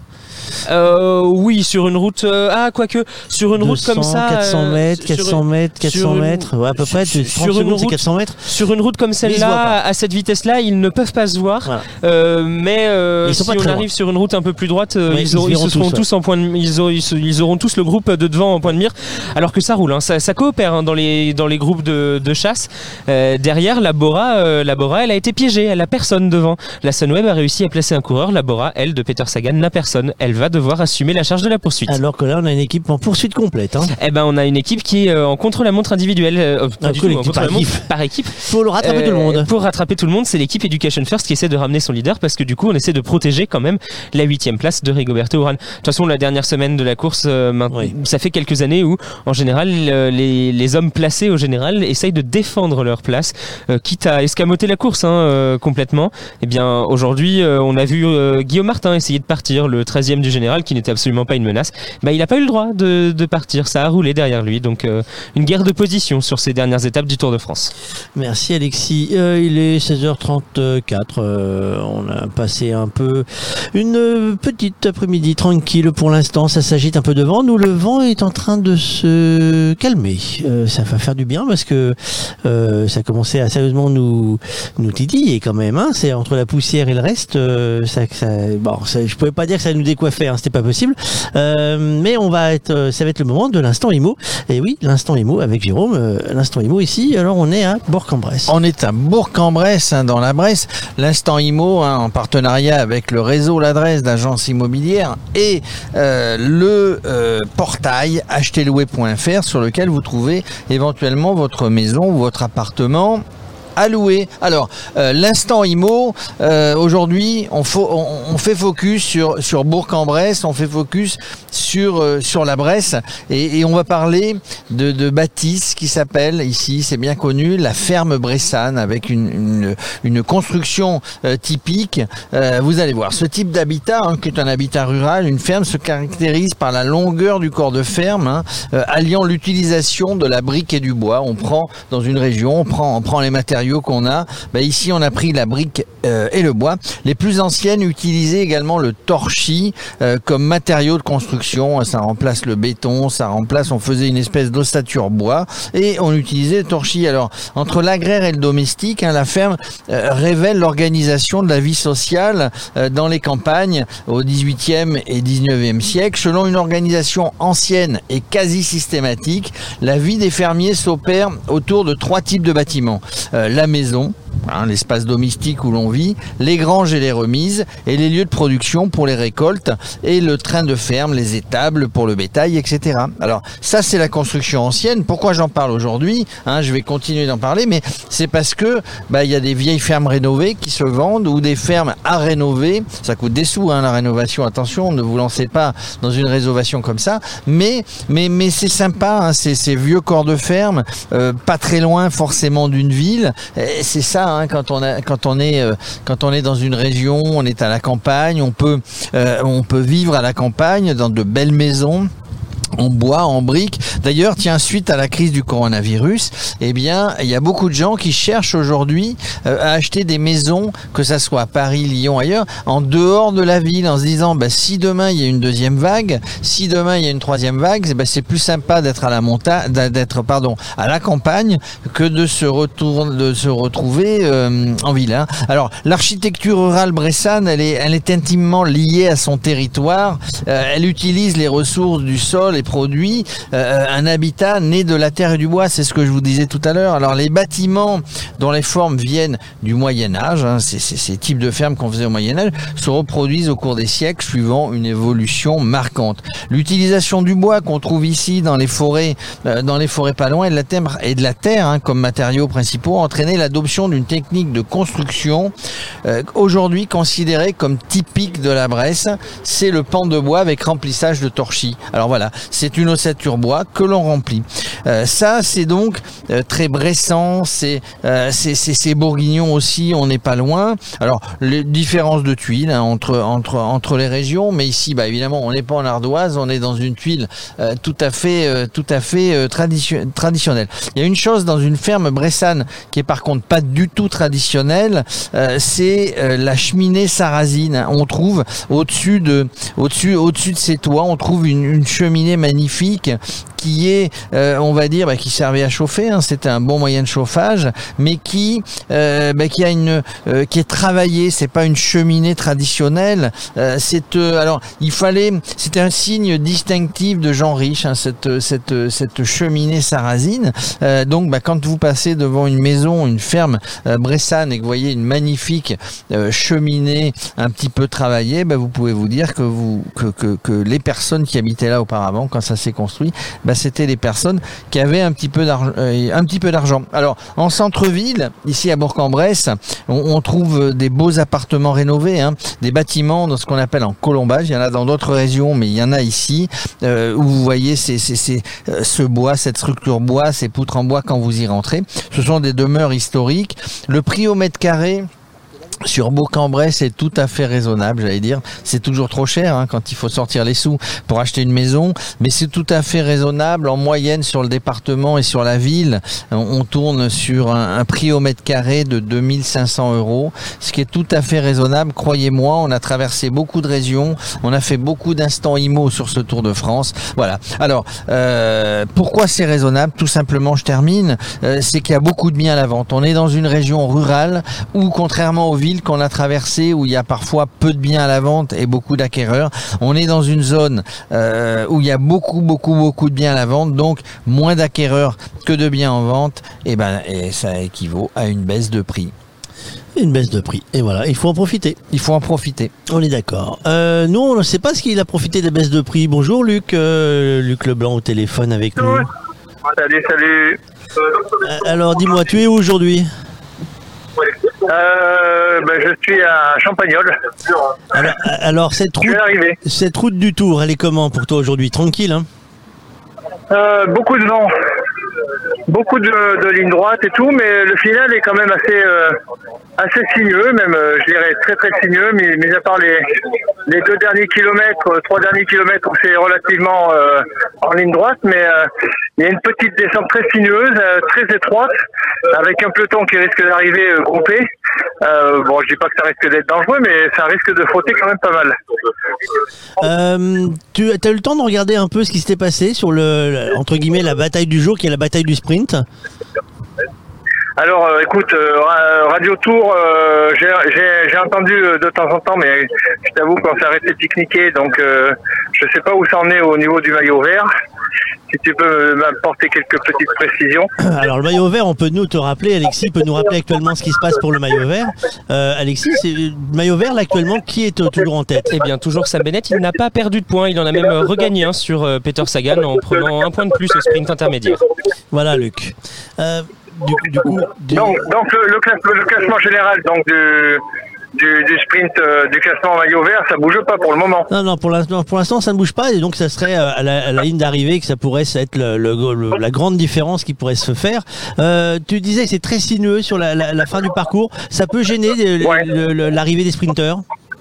Euh, oui, sur une route. euh, ah, quoique, sur une route comme ça. quatre cents euh, mètres, sur- quatre cents mètres, quatre sur cents une- mètres, ouais, à peu près. sur- trente sur une secondes, c'est route- quatre cents mètres. Sur une route comme Mais ils se voient celle-là, pas. à cette vitesse-là, ils ne peuvent pas se voir. Voilà. Euh, mais euh, Ils sont si pas on très arrive loin. sur une route un peu plus droite, euh, Ouais, ils, ils auront- se ils se verront seront tous, tous en point de, ils, auront- ils se- ils auront tous le groupe de devant en point de mire. Alors que ça roule, hein, ça, ça coopère hein, dans les dans les groupes de, de chasse. Euh, derrière, la Bora, euh, la Bora, elle a été piégée, elle a personne devant. La Sunweb a réussi à placer un coureur. La Bora, elle, de Peter Sagan, n'a personne. Elle va devoir assumer la charge de la poursuite. Alors que là, on a une équipe en poursuite complète. Hein. Eh ben, on a une équipe qui est euh, en contre-la-montre individuelle, euh, pas Ah, du tout, collectif, en contre-la-montre par équipe. par équipe. Faut le rattraper tout le Euh, monde. Pour rattraper tout le monde, c'est l'équipe Education First qui essaie de ramener son leader parce que du coup, on essaie de protéger quand même la huitième place de Rigoberto Urán. De toute façon, la dernière semaine de la course, euh, maintenant, Oui. ça fait quelques années où, en général, euh, les, les hommes placés au général essayent de défendre leur place, euh, quitte à escamoter la course hein, euh, complètement. Eh bien, aujourd'hui, euh, on a vu euh, Guillaume Martin essayer de partir, le treizième du général, qui n'était absolument pas une menace. Bah, il n'a pas eu le droit de, de partir, ça a roulé derrière lui. Donc, euh, une guerre de position sur ces dernières étapes du Tour de France. Merci Alexis. Euh, il est seize heures trente-quatre. Euh, on a passé un peu une euh, petite après-midi tranquille pour l'instant. Ça s'agite un peu de vent. Nous, le vent est en train de se calmer. Euh, ça va faire du bien parce que euh, ça commençait à sérieusement nous, nous titiller quand même. Hein. C'est entre la poussière et le reste. Euh, ça, ça, bon, ça, je pouvais pas dire que ça nous décoiffait. Hein. C'était pas possible. Euh, mais on va être, euh, ça va être le moment de l'instant IMO. Et oui, l'instant IMO avec Jérôme. Euh, l'instant IMO ici. Alors on est à Bourg-en-Bresse. On est à Bourg-en-Bresse, hein, dans la Bresse. L'instant IMO, hein, en partenariat avec le réseau L'Adresse d'agence immobilière et euh, le euh, portail acheter louer point f r sur lequel vous trouvez éventuellement votre maison ou votre appartement à louer. Alors, euh, l'instant IMO, euh, aujourd'hui, on, fo- on, on fait focus sur, sur Bourg-en-Bresse, on fait focus sur, euh, sur la Bresse, et, et on va parler de, de bâtisse qui s'appelle, ici, c'est bien connu, la ferme bressane, avec une, une, une construction euh, typique. Euh, vous allez voir, ce type d'habitat, hein, qui est un habitat rural, une ferme se caractérise par la longueur du corps de ferme, hein, euh, alliant l'utilisation de la brique et du bois. On prend, dans une région, on prend, on prend les matériaux matériaux qu'on a. Bah, ici, on a pris la brique euh, et le bois. Les plus anciennes utilisaient également le torchis euh, comme matériau de construction. Ça remplace le béton, ça remplace, on faisait une espèce d'ossature bois et on utilisait le torchis. Alors, entre l'agraire et le domestique, hein, la ferme euh, révèle l'organisation de la vie sociale euh, dans les campagnes au dix-huitième et dix-neuvième siècle. Selon une organisation ancienne et quasi systématique, la vie des fermiers s'opère autour de trois types de bâtiments. Euh, la maison, hein, l'espace domestique où l'on vit, les granges et les remises, et les lieux de production pour les récoltes, et le train de ferme, les étables pour le bétail, et cetera. Alors ça, c'est la construction ancienne. Pourquoi j'en parle aujourd'hui, hein, je vais continuer d'en parler, mais c'est parce que bah, y a des vieilles fermes rénovées qui se vendent, ou des fermes à rénover. Ça coûte des sous, hein, la rénovation. Attention, ne vous lancez pas dans une rénovation comme ça, mais mais mais c'est sympa, hein, ces, ces vieux corps de ferme, euh, pas très loin forcément d'une ville. Et c'est ça, hein, quand on a, quand on est, euh, quand on est dans une région, on est à la campagne, on peut, euh, on peut vivre à la campagne dans de belles maisons. En bois, en briques. D'ailleurs, tiens, suite à la crise du coronavirus, eh bien, il y a beaucoup de gens qui cherchent aujourd'hui euh, à acheter des maisons, que ça soit à Paris, Lyon, ailleurs, en dehors de la ville, en se disant, bah, si demain il y a une deuxième vague, si demain il y a une troisième vague, bah, c'est plus sympa d'être à la montagne, d'être, pardon, à la campagne, que de se retourner, de se retrouver euh, en ville. Hein. Alors, l'architecture rurale bressane, elle est, elle est intimement liée à son territoire. Euh, elle utilise les ressources du sol, les produits, euh, un habitat né de la terre et du bois, c'est ce que je vous disais tout à l'heure. Alors les bâtiments dont les formes viennent du Moyen-Âge, hein, c'est ces types de fermes qu'on faisait au Moyen-Âge, se reproduisent au cours des siècles suivant une évolution marquante. L'utilisation du bois qu'on trouve ici dans les forêts, euh, dans les forêts pas loin, et de la terre, et de la terre hein, comme matériaux principaux a entraîné l'adoption d'une technique de construction euh, aujourd'hui considérée comme typique de la Bresse, c'est le pan de bois avec remplissage de torchis. Alors voilà, c'est une ossature bois que l'on remplit. Euh, ça, c'est donc euh, très bressant, c'est euh, c'est bourguignon aussi, on n'est pas loin. Alors, les différences de tuiles hein, entre, entre, entre les régions, mais ici, bah, évidemment, on n'est pas en ardoise, on est dans une tuile euh, tout à fait, euh, tout à fait euh, tradition traditionnelle. Il y a une chose dans une ferme bressane qui est par contre pas du tout traditionnelle, euh, c'est euh, la cheminée sarrasine. On trouve au-dessus de, au-dessus, au-dessus de ces toits, on trouve une, une cheminée magnifique qui est, euh, on va dire, bah, qui servait à chauffer, hein, c'était un bon moyen de chauffage, mais qui, euh, bah, qui a une, euh, qui est travaillée. C'est pas une cheminée traditionnelle. Euh, c'est, euh, alors, il fallait, c'était un signe distinctif de gens riches, hein, cette, cette, cette cheminée sarrasine. Euh, donc, bah, quand vous passez devant une maison, une ferme euh, bressane et que vous voyez une magnifique euh, cheminée un petit peu travaillée, bah, vous pouvez vous dire que vous, que, que, que les personnes qui habitaient là auparavant, quand ça s'est construit, bah, c'était les personnes qui avaient un petit peu d'argent. Euh, un petit peu d'argent. Alors, en centre-ville, ici à Bourg-en-Bresse, on, on trouve des beaux appartements rénovés, hein, des bâtiments dans ce qu'on appelle en colombage. Il y en a dans d'autres régions, mais il y en a ici, euh, où vous voyez ces, ces, ces, euh, ce bois, cette structure bois, ces poutres en bois quand vous y rentrez. Ce sont des demeures historiques. Le prix au mètre carré sur Bourg-en-Bresse est tout à fait raisonnable, j'allais dire. C'est toujours trop cher hein, quand il faut sortir les sous pour acheter une maison, mais c'est tout à fait raisonnable. En moyenne, sur le département et sur la ville, on, on tourne sur un, un prix au mètre carré de deux mille cinq cents euros, ce qui est tout à fait raisonnable. Croyez-moi, on a traversé beaucoup de régions, on a fait beaucoup d'instants immo sur ce Tour de France. Voilà. Alors, euh, pourquoi c'est raisonnable? Tout simplement, je termine, euh, c'est qu'il y a beaucoup de biens à la vente. On est dans une région rurale où, contrairement aux villes qu'on a traversé où il y a parfois peu de biens à la vente et beaucoup d'acquéreurs. On est dans une zone euh, où il y a beaucoup, beaucoup, beaucoup de biens à la vente, donc moins d'acquéreurs que de biens en vente, et ben et ça équivaut à une baisse de prix. Une baisse de prix. Et voilà, il faut en profiter. Il faut en profiter. On est d'accord. Euh, nous, on ne sait pas ce qu'il a profité des baisses de prix. Bonjour Luc, euh, Luc Leblanc au téléphone avec nous. Salut, salut. Euh, alors dis-moi, tu es où aujourd'hui ? Euh, ben, je suis à Champagnole. Alors, alors cette, route, cette route du Tour, elle est comment pour toi aujourd'hui? Tranquille, hein? euh, Beaucoup de vent. beaucoup de, de lignes droites et tout, mais le final est quand même assez euh, assez sinueux, même euh, je dirais très très sinueux, mis, mis à part les les deux derniers kilomètres, euh, trois derniers kilomètres où c'est relativement euh, en ligne droite, mais euh, il y a une petite descente très sinueuse, euh, très étroite, avec un peloton qui risque d'arriver euh, groupé. Euh, bon, je dis pas que ça risque d'être dangereux, mais ça risque de frotter quand même pas mal. Euh, tu as eu le temps de regarder un peu ce qui s'était passé sur le, entre guillemets, la bataille du jour, qui est la bataille du sprint? Alors, euh, écoute, euh, Radio Tour, euh, j'ai, j'ai, j'ai entendu euh, de temps en temps, mais je t'avoue qu'on s'est arrêté de pique-niquer, donc euh, je sais pas où ça en est au niveau du maillot vert. Si tu peux m'apporter quelques petites précisions. Alors le maillot vert, on peut nous te rappeler, Alexis peut nous rappeler actuellement ce qui se passe pour le maillot vert. Euh, Alexis, c'est le maillot vert là actuellement, qui est euh, toujours en tête? Eh bien toujours Sam Bennett, il n'a pas perdu de points, il en a même euh, regagné un sur euh, Peter Sagan en prenant un point de plus au sprint intermédiaire. Voilà Luc. Euh, du, du coup, du... Donc, donc le, le, classement, le classement général donc du, du, du sprint, euh, du classement maillot vert, ça bouge pas pour le moment. Non, non, pour l'instant, pour l'instant, ça ne bouge pas, et donc ça serait à la, à la ligne d'arrivée que ça pourrait être le, le, le, la grande différence qui pourrait se faire. Euh, tu disais que c'est très sinueux sur la, la, la fin du parcours. Ça peut gêner ouais. le, le, l'arrivée des sprinteurs?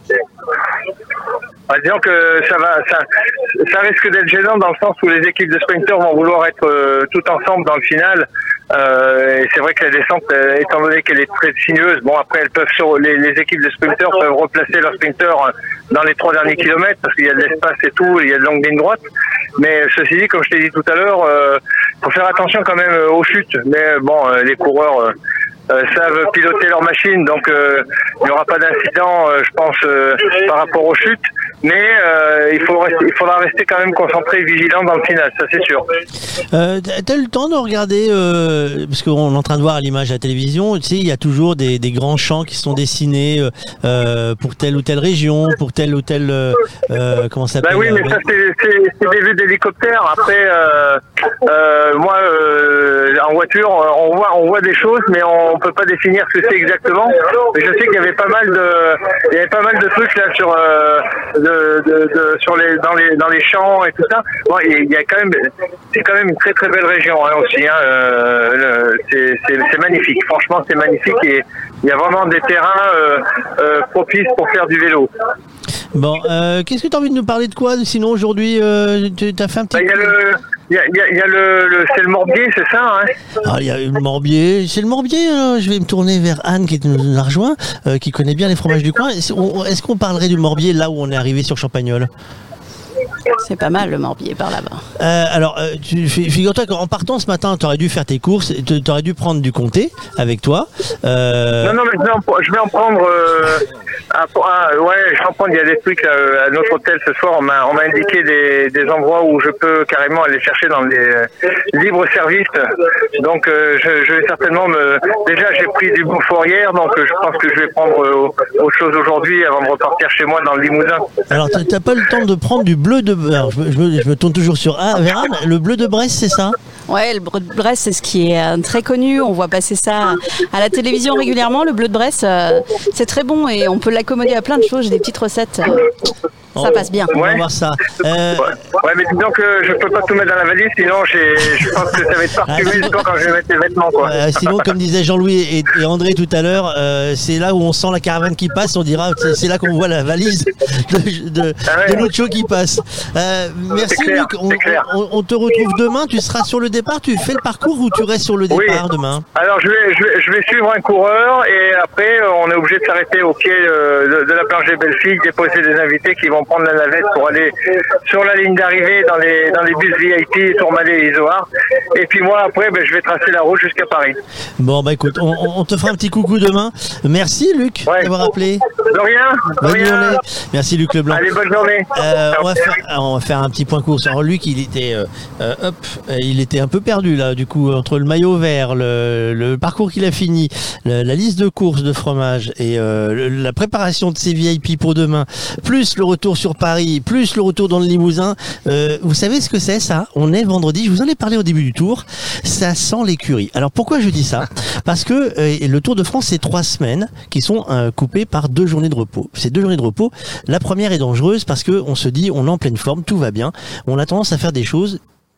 Bah, disons que ça va, ça, ça risque d'être gênant dans le sens où les équipes de sprinteurs vont vouloir être euh, tout ensemble dans le final. Euh, et c'est vrai que la descente, euh, étant donné qu'elle est très sinueuse, bon après elles peuvent sur les, les équipes de sprinteurs peuvent replacer leurs sprinteurs dans les trois derniers kilomètres parce qu'il y a de l'espace et tout, il y a de longues lignes droites. Mais ceci dit, comme je t'ai dit tout à l'heure, euh, faut faire attention quand même aux chutes. Mais bon, euh, les coureurs euh, Euh, savent piloter leur machine, donc euh, il n'y aura pas d'incident, euh, je pense, euh, par rapport aux chutes. Mais euh, il, faut rester, il faudra rester quand même concentré et vigilant dans le final, ça c'est sûr. Euh, t'as eu le temps de regarder, euh, parce qu'on est en train de voir à l'image à la télévision, tu sais, il y a toujours des, des grands champs qui sont dessinés euh, pour telle ou telle région, pour telle ou telle... Euh, comment ça s'appelle? Bah oui, mais ça c'est, c'est, c'est des vues d'hélicoptère. Après, euh, euh, moi, euh, en voiture, on voit, on voit des choses, mais on on peut pas définir ce que c'est exactement, mais je sais qu'il y avait pas mal de, il y avait pas mal de trucs là sur, euh, de, de, de, sur les, dans les, dans les champs et tout ça. Bon, il y a quand même, c'est quand même une très très belle région hein, aussi. Hein, euh, le, c'est, c'est, c'est magnifique. Franchement, c'est magnifique et il y a vraiment des terrains euh, euh, propices pour faire du vélo. Bon, euh, qu'est-ce que tu as envie de nous parler de quoi? Sinon aujourd'hui, euh, tu as fait un petit. Il y a le, il y a, y a, y a le, le, c'est le Morbier, c'est ça hein? Ah, il y a le Morbier, c'est le Morbier. Hein. Je vais me tourner vers Anne qui nous a rejoint, euh, qui connaît bien les fromages du coin. Est-ce, on, est-ce qu'on parlerait du Morbier là où on est arrivé sur Champagnole? C'est pas mal le Morbier par là-bas. Euh, alors, euh, tu, figure-toi qu'en partant ce matin, tu aurais dû faire tes courses, tu aurais dû prendre du comté avec toi. Euh... Non, non, mais je vais en, je vais en prendre. Euh, à, à, ouais, je vais en prendre. Il y a des trucs à, à notre hôtel ce soir. On m'a, on m'a indiqué des, des endroits où je peux carrément aller chercher dans des euh, libres services. Donc, euh, je, je vais certainement me. Déjà, j'ai pris du Beaufort hier, donc euh, je pense que je vais prendre euh, autre chose aujourd'hui avant de repartir chez moi dans le Limousin. Alors, t'as pas le temps de prendre du bleu de. Alors, je, me, je, me, je me tourne toujours sur ah, vers Anne. Le bleu de Bresse, c'est ça? Ouais, le bleu de Bresse, c'est ce qui est euh, très connu. On voit passer ça à la télévision régulièrement. Le bleu de Bresse, euh, c'est très bon et on peut l'accommoder à plein de choses. J'ai des petites recettes. Euh, ça passe bien. On va voir ça. Euh... Ouais, mais disons que je peux pas tout mettre dans la valise, sinon j'ai, je pense que ça va être parfumé ah, quand je vais mettre les vêtements. Quoi. Euh, sinon, comme disait Jean-Louis et, et André tout à l'heure, euh, c'est là où on sent la caravane qui passe. On dira, c'est, c'est là qu'on voit la valise de, de, ah ouais. de notre show qui passe. Euh, merci clair, Luc. On, on, on te retrouve demain. Tu seras sur le départ. Tu fais le parcours ou tu restes sur le départ oui. demain? Alors je vais, je vais, je vais suivre un coureur et après on est obligé de s'arrêter au pied de, de la planche des Belles-Filles, déposer des invités qui vont prendre la navette pour aller sur la ligne d'arrivée dans les dans les bus V I P, Tourmalet et Isoard. Et puis moi après ben, je vais tracer la route jusqu'à Paris. Bon bah écoute, on, on te fera un petit coucou demain. Merci Luc ouais. d'avoir appelé. De rien. De bonne rien. journée. Merci Luc Leblanc. Allez, bonne journée. Euh, on, va faire, on va faire un petit point course. Alors Luc, il était, euh, euh, hop, il était un peu perdu là. Du coup, entre le maillot vert, le, le parcours qu'il a fini, le, la liste de courses de fromage et euh, le, la préparation de ses V I P pour demain, plus le retour sur Paris, plus le retour dans le Limousin. Euh, vous savez ce que c'est ça? On est vendredi. Je vous en ai parlé au début du tour. Ça sent l'écurie. Alors pourquoi je dis ça? Parce que euh, le Tour de France, c'est trois semaines qui sont euh, coupées par deux journées de repos. Ces deux journées de repos, la première est dangereuse parce que on se dit on est en pleine forme, tout va bien. On a tendance à faire des choses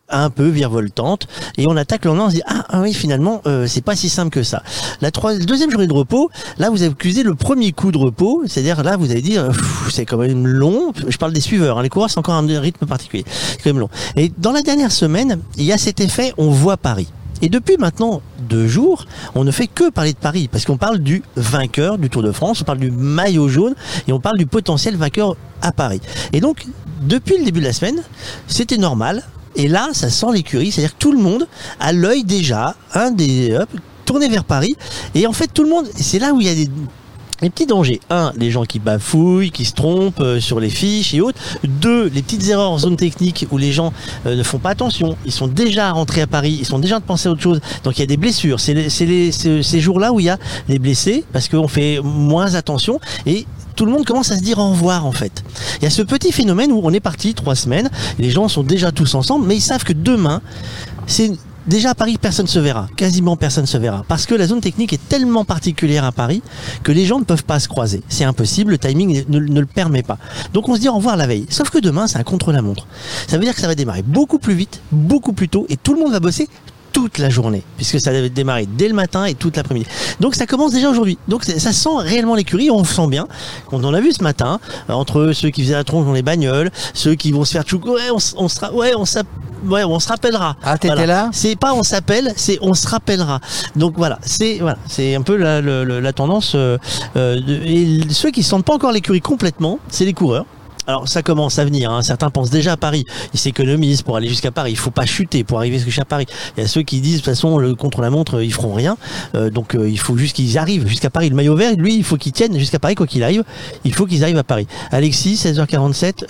un peu virevoltante, et on attaque le lendemain, on se dit ah, ah oui finalement euh, c'est pas si simple que ça. La troisième, deuxième journée de repos, là vous avez accusé le premier coup de repos, c'est-à-dire là vous allez dire pff, c'est quand même long. Je parle des suiveurs, hein, les coureurs c'est encore un rythme particulier, c'est quand même long. Et dans la dernière semaine, il y a cet effet, on voit Paris. Et depuis maintenant deux jours, on ne fait que parler de Paris, parce qu'on parle du vainqueur du Tour de France, on parle du maillot jaune, et on parle du potentiel vainqueur à Paris. Et donc, depuis le début de la semaine, c'était normal. Et là, ça sent l'écurie, c'est-à-dire que tout le monde a l'œil déjà, un des hop, tourné vers Paris. Et en fait, tout le monde, c'est là où il y a des, des petits dangers. Un, les gens qui bafouillent, qui se trompent euh, sur les fiches et autres. Deux, les petites erreurs en zone technique où les gens euh, ne font pas attention. Ils sont déjà rentrés à Paris, ils sont déjà en train de penser à autre chose. Donc il y a des blessures. C'est, les, c'est, les, c'est ces jours-là où il y a des blessés parce qu'on fait moins attention et tout le monde commence à se dire au revoir en fait. Il y a ce petit phénomène où on est parti trois semaines, les gens sont déjà tous ensemble, mais ils savent que demain, c'est déjà à Paris, personne ne se verra, quasiment personne ne se verra, parce que la zone technique est tellement particulière à Paris que les gens ne peuvent pas se croiser. C'est impossible, le timing ne, ne le permet pas. Donc on se dit au revoir la veille. Sauf que demain, c'est un contre-la-montre. Ça veut dire que ça va démarrer beaucoup plus vite, beaucoup plus tôt, et tout le monde va bosser toute la journée, puisque ça devait démarrer dès le matin et toute l'après-midi. Donc ça commence déjà aujourd'hui. Donc ça sent réellement l'écurie, on le sent bien. Quand on a vu ce matin, entre ceux qui faisaient la tronche dans les bagnoles, ceux qui vont se faire tchouc, ouais, on, on sera, ouais, on s'appelle. Ouais, on se rappellera. Ah, t'étais voilà. là ? C'est pas on s'appelle, c'est on se rappellera. Donc voilà, c'est voilà, c'est un peu la, la, la tendance. Euh, de, et ceux qui ne sentent pas encore l'écurie complètement, c'est les coureurs. Alors ça commence à venir, hein. Certains pensent déjà à Paris, ils s'économisent pour aller jusqu'à Paris, il faut pas chuter pour arriver jusqu'à Paris. Il y a ceux qui disent de toute façon le contre-la-montre ils feront rien, euh, donc euh, il faut juste qu'ils arrivent jusqu'à Paris. Le maillot vert, lui, il faut qu'ils tiennent jusqu'à Paris quoi qu'il arrive, il faut qu'ils arrivent à Paris. Alexis, seize heures quarante-sept,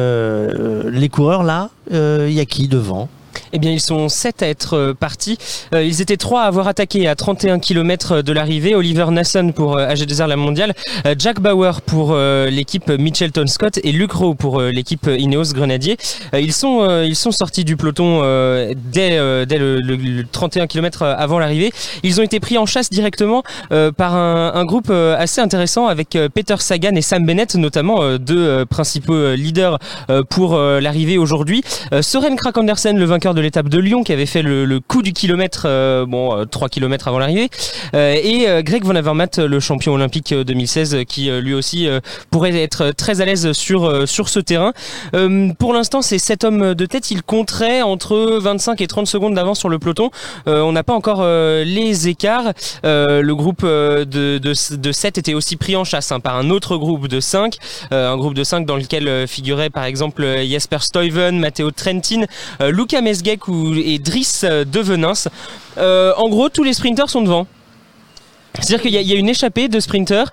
euh, les coureurs là, il euh, y a qui devant ? Eh bien, ils sont sept à être euh, partis. Euh, ils étaient trois à avoir attaqué à trente et un kilomètres de l'arrivée. Oliver Nassen pour euh, A G deux R La Mondiale, euh, Jack Bauer pour euh, l'équipe Mitchelton Scott et Luc Rowe pour euh, l'équipe Ineos Grenadier. Euh, ils sont euh, ils sont sortis du peloton euh, dès euh, dès le, le, le trente et un kilomètres avant l'arrivée. Ils ont été pris en chasse directement euh, par un, un groupe euh, assez intéressant avec euh, Peter Sagan et Sam Bennett notamment, euh, deux euh, principaux euh, leaders euh, pour euh, l'arrivée aujourd'hui. Euh, Søren Kragh Andersen, le vainqueur de l'étape de Lyon, qui avait fait le, le coup du kilomètre, euh, bon, euh, trois kilomètres avant l'arrivée, euh, et euh, Greg Van Avermaet, le champion olympique deux mille seize, qui euh, lui aussi euh, pourrait être très à l'aise sur, euh, sur ce terrain. Euh, pour l'instant, ces sept hommes de tête, ils compteraient entre vingt-cinq et trente secondes d'avance sur le peloton. Euh, on n'a pas encore euh, les écarts. Euh, le groupe euh, de, de, de sept était aussi pris en chasse hein, par un autre groupe de cinq, euh, un groupe de cinq dans lequel euh, figuraient par exemple Jesper Stuyven, Matteo Trentin, euh, Luca Mesgeck ou, et Dries de Venins. Euh, en gros, tous les sprinters sont devant. C'est-à-dire qu'il y, y a une échappée de sprinters.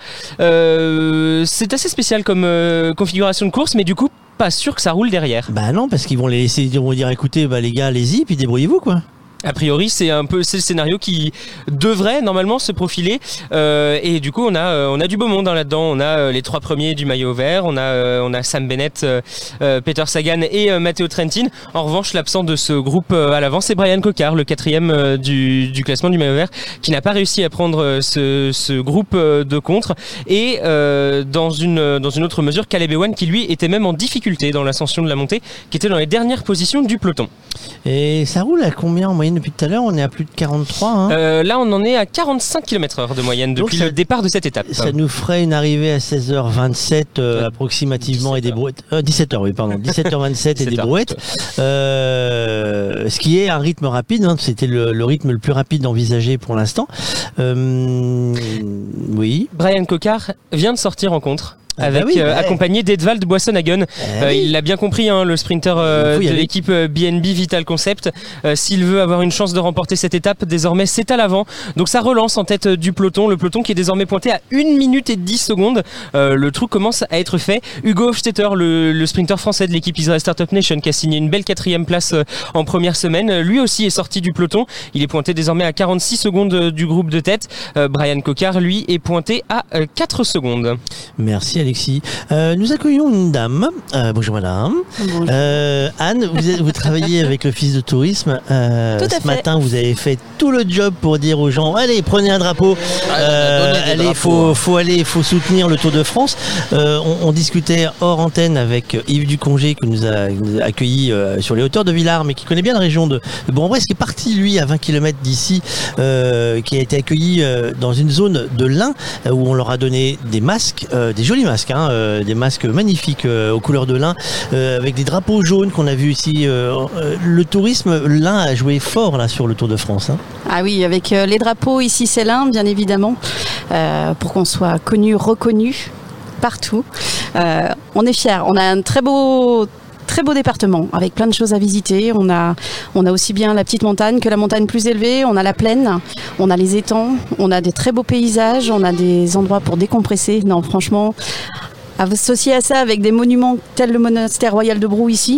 Euh, c'est assez spécial comme euh, configuration de course, mais du coup, pas sûr que ça roule derrière. Bah non, parce qu'ils vont les laisser, ils vont dire écoutez, bah les gars, allez-y, puis débrouillez-vous quoi. A priori, c'est un peu c'est le scénario qui devrait normalement se profiler euh, et du coup on a euh, on a du beau monde hein, là-dedans. On a euh, les trois premiers du maillot vert, on a euh, on a Sam Bennett, euh, euh, Peter Sagan et euh, Matteo Trentin. En revanche, l'absent de ce groupe euh, à l'avant, c'est Brian Cocard, le quatrième euh, du du classement du maillot vert, qui n'a pas réussi à prendre euh, ce ce groupe euh, de contre. Et euh, dans une dans une autre mesure, Caleb Ewan, qui lui était même en difficulté dans l'ascension de la montée, qui était dans les dernières positions du peloton. Et ça roule à combien en moyenne depuis tout à l'heure ? On est à plus de quarante-trois. Hein. Euh, là, on en est à quarante-cinq kilomètres heure de moyenne depuis ça, le départ de cette étape. Ça nous ferait une arrivée à seize heures vingt-sept euh, approximativement et des brouettes. Euh, dix-sept heures, oui, pardon. dix-sept heures vingt-sept et des brouettes. Euh, ce qui est un rythme rapide. Hein, c'était le, le rythme le plus rapide envisagé pour l'instant. Euh, oui. Brian Cocard vient de sortir en contre. Ah avec bah oui, euh, bah accompagné d'Edvald Boissonhagen. Ah euh, oui. Il l'a bien compris, hein, le sprinter euh, de l'équipe euh, B N B Vital Concept. Euh, s'il veut avoir une chance de remporter cette étape, désormais c'est à l'avant. Donc ça relance en tête du peloton, le peloton qui est désormais pointé à une minute et dix secondes. Euh, le trou commence à être fait. Hugo Hofstetter, le, le sprinter français de l'équipe Israel Startup Nation, qui a signé une belle quatrième place euh, en première semaine, lui aussi est sorti du peloton. Il est pointé désormais à quarante-six secondes du groupe de tête. Euh, Brian Cocard, lui, est pointé à euh, quatre secondes. Merci Alexis. Euh, nous accueillons une dame. Euh, bonjour madame. Bonjour. Euh, Anne, vous, êtes, vous travaillez avec l'Office de tourisme. Euh, Tout à ce fait. matin, vous avez fait tout le job pour dire aux gens, allez, prenez un drapeau. Euh, allez, faut, faut aller, faut soutenir le Tour de France. Euh, on, on discutait hors antenne avec Yves Ducongé, qui nous a, qui nous a accueillis euh, sur les hauteurs de Villars, mais qui connaît bien la région de, de Bourg-en-Bresse, qui est parti, lui, à vingt kilomètres d'ici, euh, qui a été accueilli euh, dans une zone de lin, euh, où on leur a donné des masques, euh, des jolis masques, hein, euh, des masques magnifiques euh, aux couleurs de lin, euh, avec des drapeaux jaunes qu'on a vu ici. Euh, euh, le tourisme, lin a joué fort là sur le Tour de France. Hein. Ah oui, avec euh, les drapeaux ici, c'est l'un, bien évidemment, euh, pour qu'on soit connu, reconnu partout. Euh, on est fiers. On a un très beau... Très beau département avec plein de choses à visiter. On a, on a aussi bien la petite montagne que la montagne plus élevée. On a la plaine, on a les étangs, on a des très beaux paysages, on a des endroits pour décompresser. Non, franchement, associé à ça avec des monuments tels le monastère royal de Brou ici,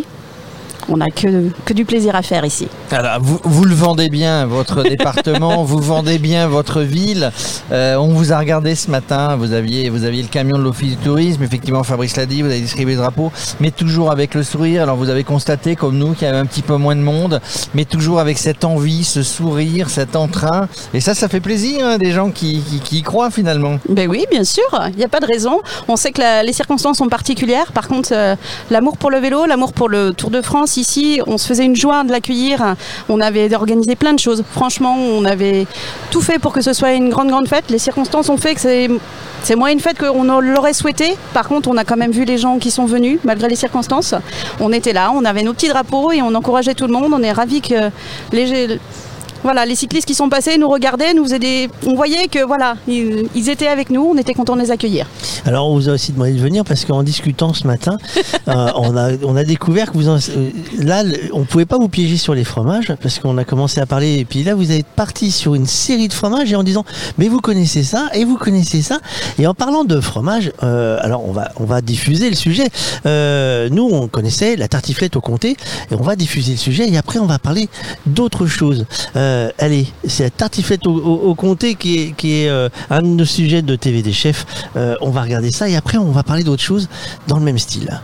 on n'a que, que du plaisir à faire ici. Alors, vous, vous le vendez bien, votre département, vous vendez bien votre ville. Euh, on vous a regardé ce matin, vous aviez, vous aviez le camion de l'Office du tourisme, effectivement Fabrice l'a dit, vous avez distribué le drapeau, mais toujours avec le sourire. Alors vous avez constaté, comme nous, qu'il y avait un petit peu moins de monde, mais toujours avec cette envie, ce sourire, cet entrain. Et ça, ça fait plaisir, hein, des gens qui, qui, qui y croient finalement. Ben oui, bien sûr, il n'y a pas de raison. On sait que la, les circonstances sont particulières. Par contre, euh, l'amour pour le vélo, l'amour pour le Tour de France, ici, on se faisait une joie de l'accueillir. On avait organisé plein de choses. Franchement, on avait tout fait pour que ce soit une grande, grande fête. Les circonstances ont fait que c'est, c'est moins une fête qu'on l'aurait souhaité. Par contre, on a quand même vu les gens qui sont venus, malgré les circonstances. On était là, on avait nos petits drapeaux et on encourageait tout le monde. On est ravis que les... Voilà, les cyclistes qui sont passés nous regardaient, nous faisaient des... on voyait que voilà, ils, ils étaient avec nous, on était contents de les accueillir. Alors on vous a aussi demandé de venir parce qu'en discutant ce matin, euh, on, a, on a découvert que vous en, euh, là, on ne pouvait pas vous piéger sur les fromages parce qu'on a commencé à parler et puis là vous êtes parti sur une série de fromages et en disant mais vous connaissez ça et vous connaissez ça et en parlant de fromage, euh, alors on va, on va diffuser le sujet. Euh, nous on connaissait la tartiflette au comté et on va diffuser le sujet et après on va parler d'autres choses. Euh, Euh, allez, c'est la tartiflette au, au, au comté qui est, qui est euh, un de nos sujets de T V des chefs. Euh, on va regarder ça et après on va parler d'autre chose dans le même style.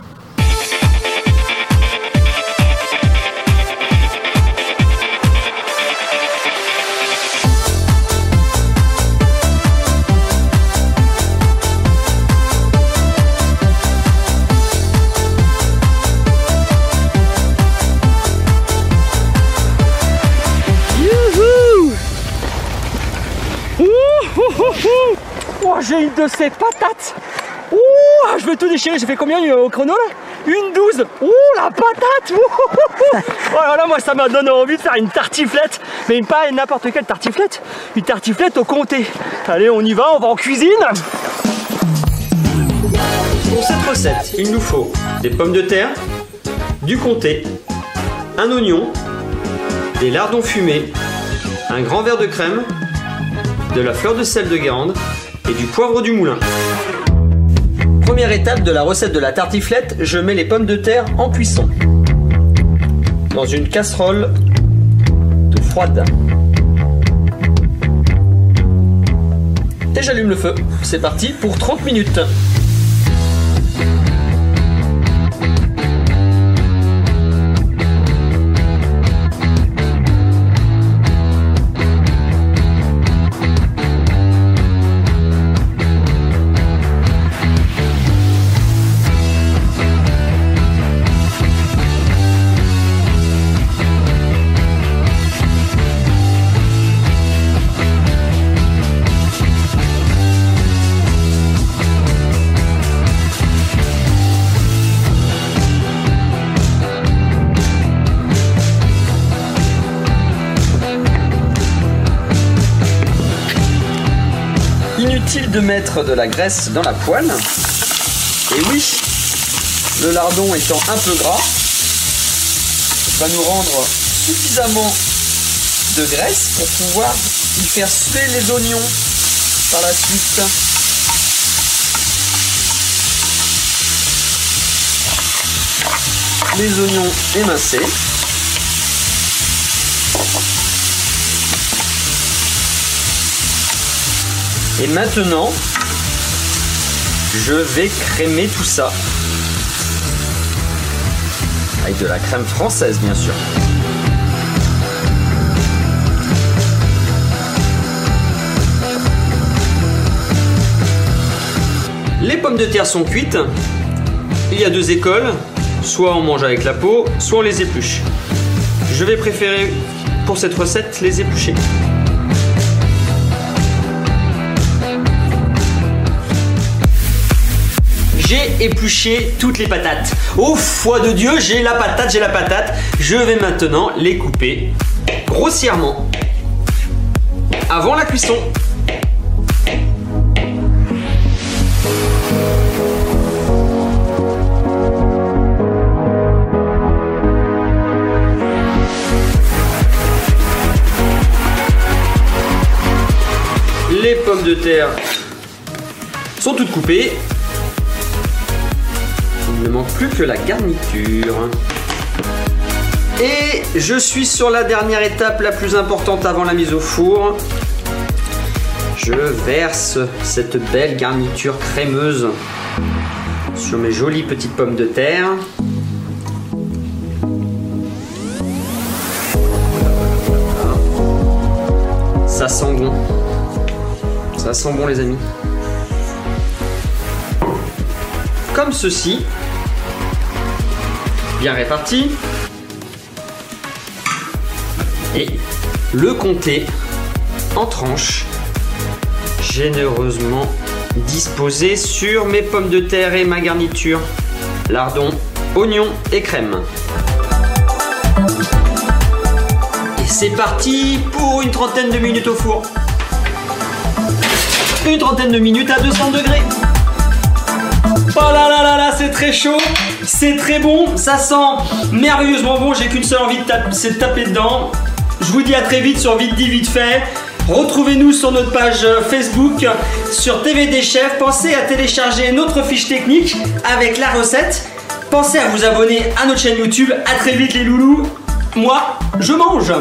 Oh, j'ai une de ces patates. Ouh, je vais tout déchirer. J'ai fait combien au chrono là? Une douze. Ouh, la patate. Ouh, oh là là, moi ça m'a donné envie de faire une tartiflette. Mais pas n'importe quelle tartiflette. Une tartiflette au comté. Allez, on y va, on va en cuisine. Pour cette recette, il nous faut des pommes de terre, du comté, un oignon, des lardons fumés, un grand verre de crème, de la fleur de sel de Guérande et du poivre du moulin. Première étape de la recette de la tartiflette, je mets les pommes de terre en cuisson dans une casserole toute froide. Et j'allume le feu. C'est parti pour trente minutes. Inutile de mettre de la graisse dans la poêle. Et oui, le lardon étant un peu gras, va nous rendre suffisamment de graisse pour pouvoir y faire suer les oignons par la suite. Les oignons émincés. Et maintenant, Je vais crémer tout ça. Avec de la crème française, bien sûr. Les pommes de terre sont cuites. Il y a deux écoles. Soit on mange avec la peau, soit on les épluche. Je vais préférer, pour cette recette, les éplucher. J'ai épluché toutes les patates. Au foi de Dieu, j'ai la patate, j'ai la patate. Je vais maintenant les couper grossièrement avant la cuisson. Les pommes de terre sont toutes coupées. Il ne manque plus que la garniture. Et je suis sur la dernière étape la plus importante avant la mise au four. Je verse cette belle garniture crémeuse sur mes jolies petites pommes de terre. Ça sent bon. Ça sent bon les amis. Comme ceci. Bien réparti. Et le comté en tranches. Généreusement disposé sur mes pommes de terre et ma garniture. Lardons, oignons et crème. Et c'est parti pour une trentaine de minutes au four. Une trentaine de minutes à deux cents degrés. Oh là là là là, c'est très chaud, c'est très bon, ça sent merveilleusement bon. J'ai qu'une seule envie de taper, c'est de taper dedans. Je vous dis à très vite sur Vite dit Vite fait. Retrouvez-nous sur notre page Facebook, sur T V des Chefs. Pensez à télécharger notre fiche technique avec la recette. Pensez à vous abonner à notre chaîne YouTube. À très vite les loulous. Moi, je mange.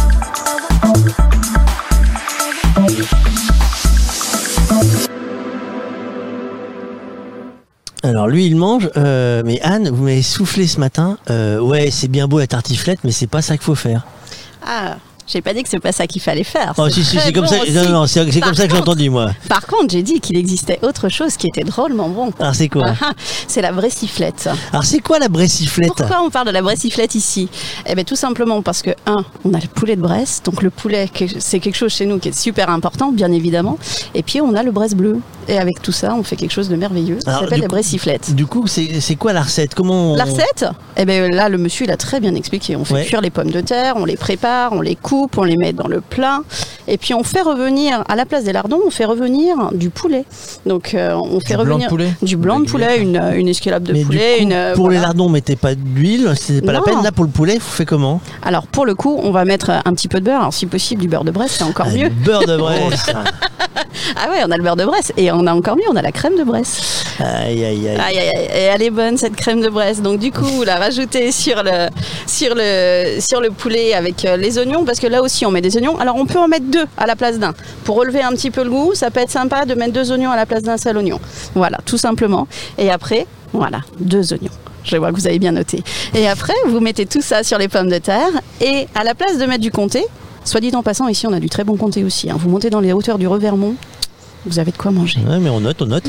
Alors lui il mange, euh, mais Anne, vous m'avez soufflé ce matin. Euh, ouais, c'est bien beau la tartiflette, mais c'est pas ça qu'il faut faire. Ah, j'ai pas dit que c'est pas ça qu'il fallait faire. Oh si si, c'est comme ça. Non non, c'est c'est comme ça que j'ai entendu moi. Par contre, j'ai dit qu'il existait autre chose qui était drôlement bon. Alors c'est quoi? Ah, c'est la bressiflette. Alors c'est quoi la bressiflette? Pourquoi on parle de la bressiflette ici? Eh bien tout simplement parce que un, on a le poulet de Bresse, donc le poulet c'est quelque chose chez nous qui est super important, bien évidemment. Et puis on a le Bresse bleu. Et avec tout ça, on fait quelque chose de merveilleux. Ça s'appelle la bressiflette. Du coup, c'est c'est quoi la recette? Comment on... La recette? Eh bien là, le monsieur il a très bien expliqué. On fait ouais. cuire les pommes de terre, on les prépare, on les coupe, on les met dans le plat, et puis on fait revenir à la place des lardons, on fait revenir du poulet. Donc euh, on fait du revenir blanc de poulet. du blanc de poulet, une, une escalope de Mais poulet. Du coup, une, pour voilà. les lardons, mettez pas d'huile, c'est pas non. la peine. Là pour le poulet, vous faites comment? Alors pour le coup, on va mettre un petit peu de beurre. Alors si possible, du beurre de Bresse, c'est encore ah, mieux. Du beurre de Bresse. Ah ouais, on a le beurre de Bresse et on a encore mieux, on a la crème de Bresse. Aïe aïe aïe. Aïe aïe aïe. Et elle est bonne cette crème de Bresse. Donc du coup, vous la rajoutez sur le sur le sur le poulet avec les oignons, parce que là aussi on met des oignons. Alors on peut en mettre deux à la place d'un pour relever un petit peu le goût. Ça peut être sympa de mettre deux oignons à la place d'un seul oignon. Voilà, tout simplement. Et après, voilà, deux oignons. Je vois que vous avez bien noté. Et après, vous mettez tout ça sur les pommes de terre et à la place de mettre du comté, soit dit en passant, ici on a du très bon comté aussi. Hein. Vous montez dans les hauteurs du Revermont, vous avez de quoi manger. Ouais, mais on note, on note.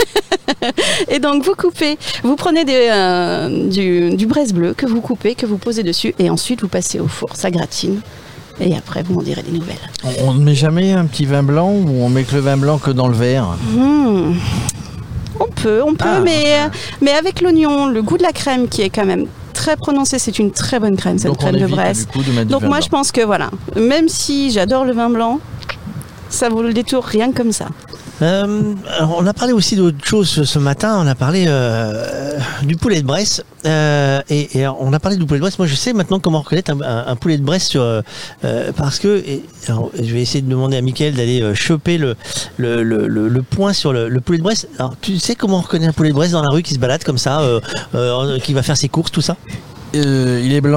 Et donc vous coupez, vous prenez des, euh, du, du Bresse bleu que vous coupez, que vous posez dessus et ensuite vous passez au four. Ça gratine. Et après, vous m'en direz des nouvelles. On ne met jamais un petit vin blanc ou on met que le vin blanc que dans le verre? mmh. On peut, on peut, ah. mais, mais avec l'oignon, le goût de la crème qui est quand même très prononcé, c'est une très bonne crème, cette Donc crème on de évite, Bresse. Du coup, de mettre Donc du vin moi, blanc. je pense que voilà, même si j'adore le vin blanc, ça vaut le détour rien que comme ça. Euh, alors on a parlé aussi d'autre chose ce, ce matin, on a parlé euh, du poulet de Bresse euh, et, et on a parlé du poulet de Bresse. Moi je sais maintenant comment reconnaître un, un, un poulet de Bresse sur, euh, parce que et, alors, je vais essayer de demander à Mickaël d'aller euh, choper le, le, le, le, le point sur le, le poulet de Bresse. Alors tu sais comment on reconnaît un poulet de Bresse dans la rue qui se balade comme ça, euh, euh, qui va faire ses courses, tout ça? Euh, il est blanc.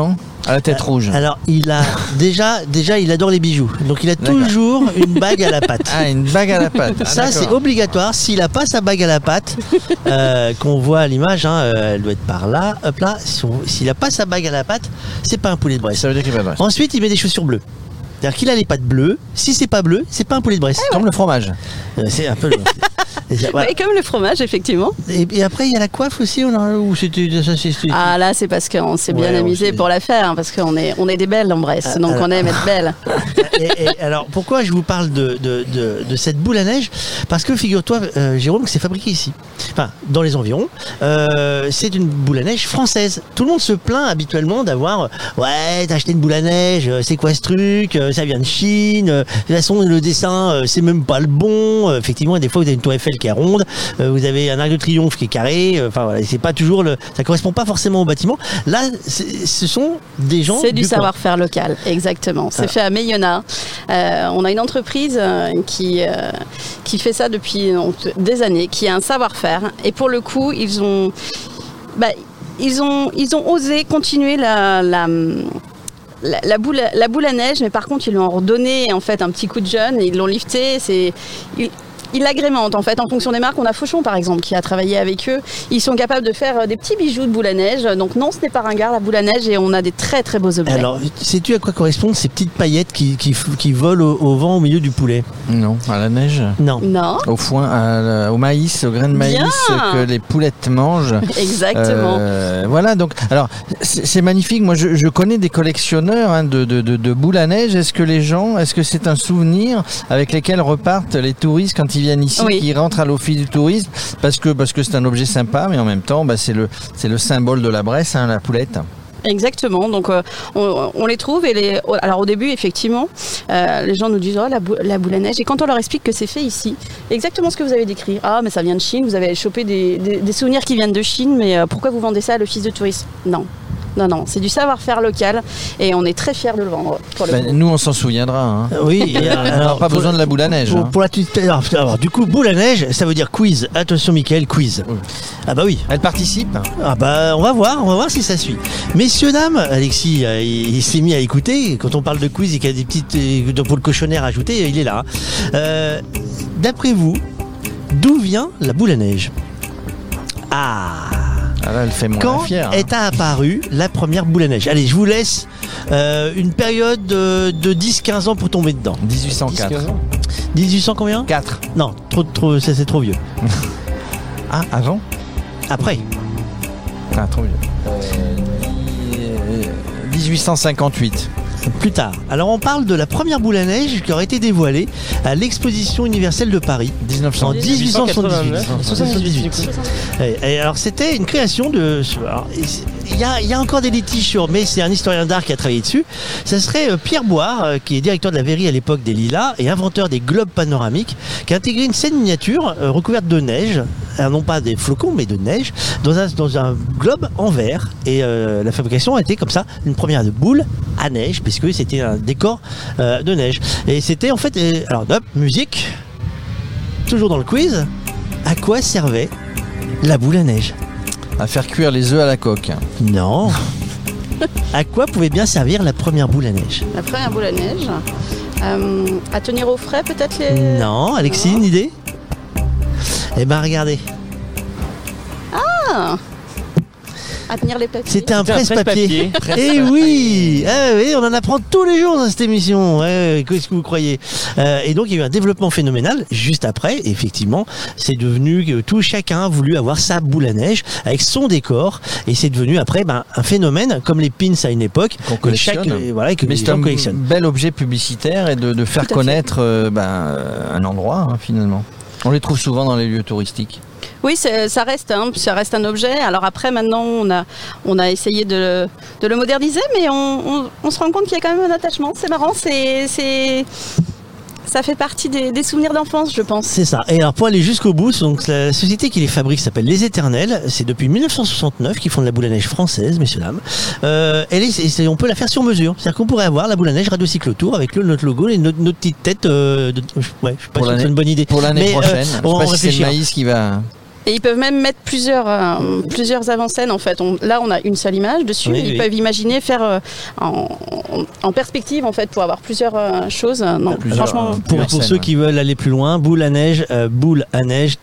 À la tête rouge. Alors, il a déjà, déjà, il adore les bijoux. Donc, il a D'accord. toujours une bague à la patte. Ah, une bague à la patte. Ah, Ça, d'accord. c'est obligatoire. S'il a pas sa bague à la patte, euh, qu'on voit à l'image, hein, euh, elle doit être par là. Hop là. Si on- S'il a pas sa bague à la patte, c'est pas un poulet de Bresse. Ça veut dire qu'il va de Bresse. Ensuite, il met des chaussures bleues. C'est-à-dire qu'il a les pattes bleues. Si c'est pas bleu, c'est pas un poulet de Bresse. Comme le fromage. Euh, C'est un peu le. Et ça, voilà. Et comme le fromage, effectivement. Et, et après, il y a la coiffe aussi. On a, ou c'était ça, c'est- c'est- Ah là, c'est parce qu'on s'est bien Ouais, on amusé s'est- pour la faire, hein, parce qu'on est, on est des belles en Bresse, Ah, donc alors- on aime être belles. et, et alors, pourquoi je vous parle de, de, de, de cette boule à neige? Parce que figure-toi, euh, Jérôme, que c'est fabriqué ici. Enfin, dans les environs. Euh, c'est une boule à neige française. Tout le monde se plaint habituellement d'avoir euh, ouais, t'as acheté une boule à neige, euh, c'est quoi ce truc? Euh, Ça vient de Chine. euh, De toute façon, le dessin, euh, c'est même pas le bon. Euh, Effectivement, des fois, vous avez une tour Eiffel qui est ronde. euh, Vous avez un arc de triomphe qui est carré. euh, Enfin, voilà, c'est pas toujours le. Ça correspond pas forcément au bâtiment. Là, c'est- ce sont des gens. C'est du coin. savoir-faire local, exactement. C'est Ah. fait à Meillona. Euh, on a une entreprise euh, qui, euh, qui fait ça depuis donc, des années, qui a un savoir-faire. Et pour le coup, ils ont, bah, ils ont, ils ont osé continuer la, la, la, la boule, la boule à neige, mais par contre, ils lui ont redonné en fait un petit coup de jeune et ils l'ont lifté. C'est, ils, ils l'agrémentent en fait en fonction des marques. On a Fauchon par exemple qui a travaillé avec eux. Ils sont capables de faire euh, des petits bijoux de boule à neige. Donc non, ce n'est pas ringard la boule à neige et on a des très très beaux objets. Alors, sais-tu à quoi correspondent ces petites paillettes qui, qui, qui volent au, au vent au milieu du poulet? Non, à la neige. Non. Non. Au foin, à la- au maïs, au grain de maïs Bien. que les poulettes mangent. Exactement. Euh, voilà, donc, alors, c'est c'est magnifique. Moi, je, je connais des collectionneurs hein, de, de, de, de boules à neige. Est-ce que les gens, est-ce que c'est un souvenir avec lesquels repartent les touristes quand ils viennent ici, Oui. qui rentrent à l'office du tourisme, parce que parce que c'est un objet sympa, mais en même temps, bah, c'est le c'est le symbole de la Bresse, hein, la poulette. Exactement, donc euh, on, on les trouve et les, alors au début effectivement euh, les gens nous disent oh la, bou- la boule à neige et quand on leur explique que c'est fait ici, exactement ce que vous avez décrit, ah mais ça vient de Chine, vous avez chopé des, des- des souvenirs qui viennent de Chine mais euh, pourquoi vous vendez ça à l'office de tourisme? Non. Non, non, c'est du savoir-faire local et on est très fiers de le vendre. Pour le Ben, coup. nous, on s'en souviendra. Hein. Oui, et on n'a alors, pas pour- besoin de la boule à neige. Pour, hein. pour la petite. Alors, alors, du coup, boule à neige, ça veut dire quiz. Attention, Mickaël, quiz. Ah bah oui. Elle participe. Ah bah on va voir, on va voir si ça suit. Messieurs, dames, Alexis, euh, il, il s'est mis à écouter. Quand on parle de quiz et qu'il y a des petites euh, pour le cochonnaire ajouté, il est là. Euh, D'après vous, d'où vient la boule à neige? Ah. Ah là, elle fait moins Quand fière. hein. est apparue la première boule à neige? Allez, je vous laisse euh, une période de, de dix quinze ans pour tomber dedans. dix-huit cent quatre. dix-huit cents combien? quatre. Non, trop, trop, ça c'est trop vieux. Ah, avant Après. Ah, trop vieux. Euh, dix-huit cent cinquante-huit. Plus tard. Alors on parle de la première boule à neige qui aurait été dévoilée à l'exposition universelle de Paris en dix-huit cent soixante-dix-huit. Et, et alors c'était une création de... alors, Il y, a, il y a encore des litiges sur, mais c'est un historien d'art qui a travaillé dessus. Ça serait euh, Pierre Boire, euh, qui est directeur de la Verrerie à l'époque des Lilas et inventeur des globes panoramiques, qui a intégré une scène miniature euh, recouverte de neige, alors non pas des flocons mais de neige, dans un, dans un globe en verre. Et euh, la fabrication a été comme ça, une première de boule à neige, puisque c'était un décor euh, de neige. Et c'était en fait, euh, alors hop, musique, toujours dans le quiz, à quoi servait la boule à neige? À faire cuire les œufs à la coque. Non. À quoi pouvait bien servir la première boule à neige? La première boule à neige, euh, à tenir au frais peut-être les... Non, Alexis, une idée? Eh ben regardez, Ah, à tenir les papiers. c'était un C'était un presse-papier. presse-papier. Eh oui, eh oui, on en apprend tous les jours dans cette émission. Ouais, ouais, qu'est-ce que vous croyez? Euh, Et donc il y a eu un développement phénoménal juste après. Et effectivement, c'est devenu que tout chacun a voulu avoir sa boule à neige avec son décor. Et c'est devenu après ben, un phénomène comme les pins à une époque. Qu'on que chaque, collectionne. euh, voilà, que Mais les c'est gens un collectionnent. bel objet publicitaire et de, de faire Tout à fait. connaître euh, ben, euh, un endroit hein, finalement. On les trouve souvent dans les lieux touristiques. Oui, c'est- ça reste, hein, ça reste un objet. Alors après, maintenant, on a, on a essayé de, le- de le moderniser, mais on, on- on se rend compte qu'il y a quand même un attachement. C'est marrant, c'est, c'est, ça fait partie des, des souvenirs d'enfance, je pense. C'est ça. Et alors pour aller jusqu'au bout, donc la société qui les fabrique s'appelle Les Éternels. C'est depuis mille neuf cent soixante-neuf qu'ils font de la boule à neige française, messieurs dames. Euh, elle est, c'est- on peut la faire sur mesure. C'est-à-dire qu'on pourrait avoir la boule à neige Radio Cyclotour avec le, notre logo et notre, notre petite tête. Euh, de, ouais, je suis pas Pour sûr que l'année- c'est une bonne idée. Pour l'année Mais, euh, prochaine. on je sais pas si c'est le réfléchira. maïs qui va. Et ils peuvent même mettre plusieurs, euh, plusieurs avant-scènes en fait. On, là, on a une seule image dessus. Oui, ils oui. peuvent imaginer faire euh, en, en perspective en fait pour avoir plusieurs euh, choses. Non, Plusieurs, franchement. pour, pour ceux qui veulent aller plus loin, boule à neige, euh, boule à neige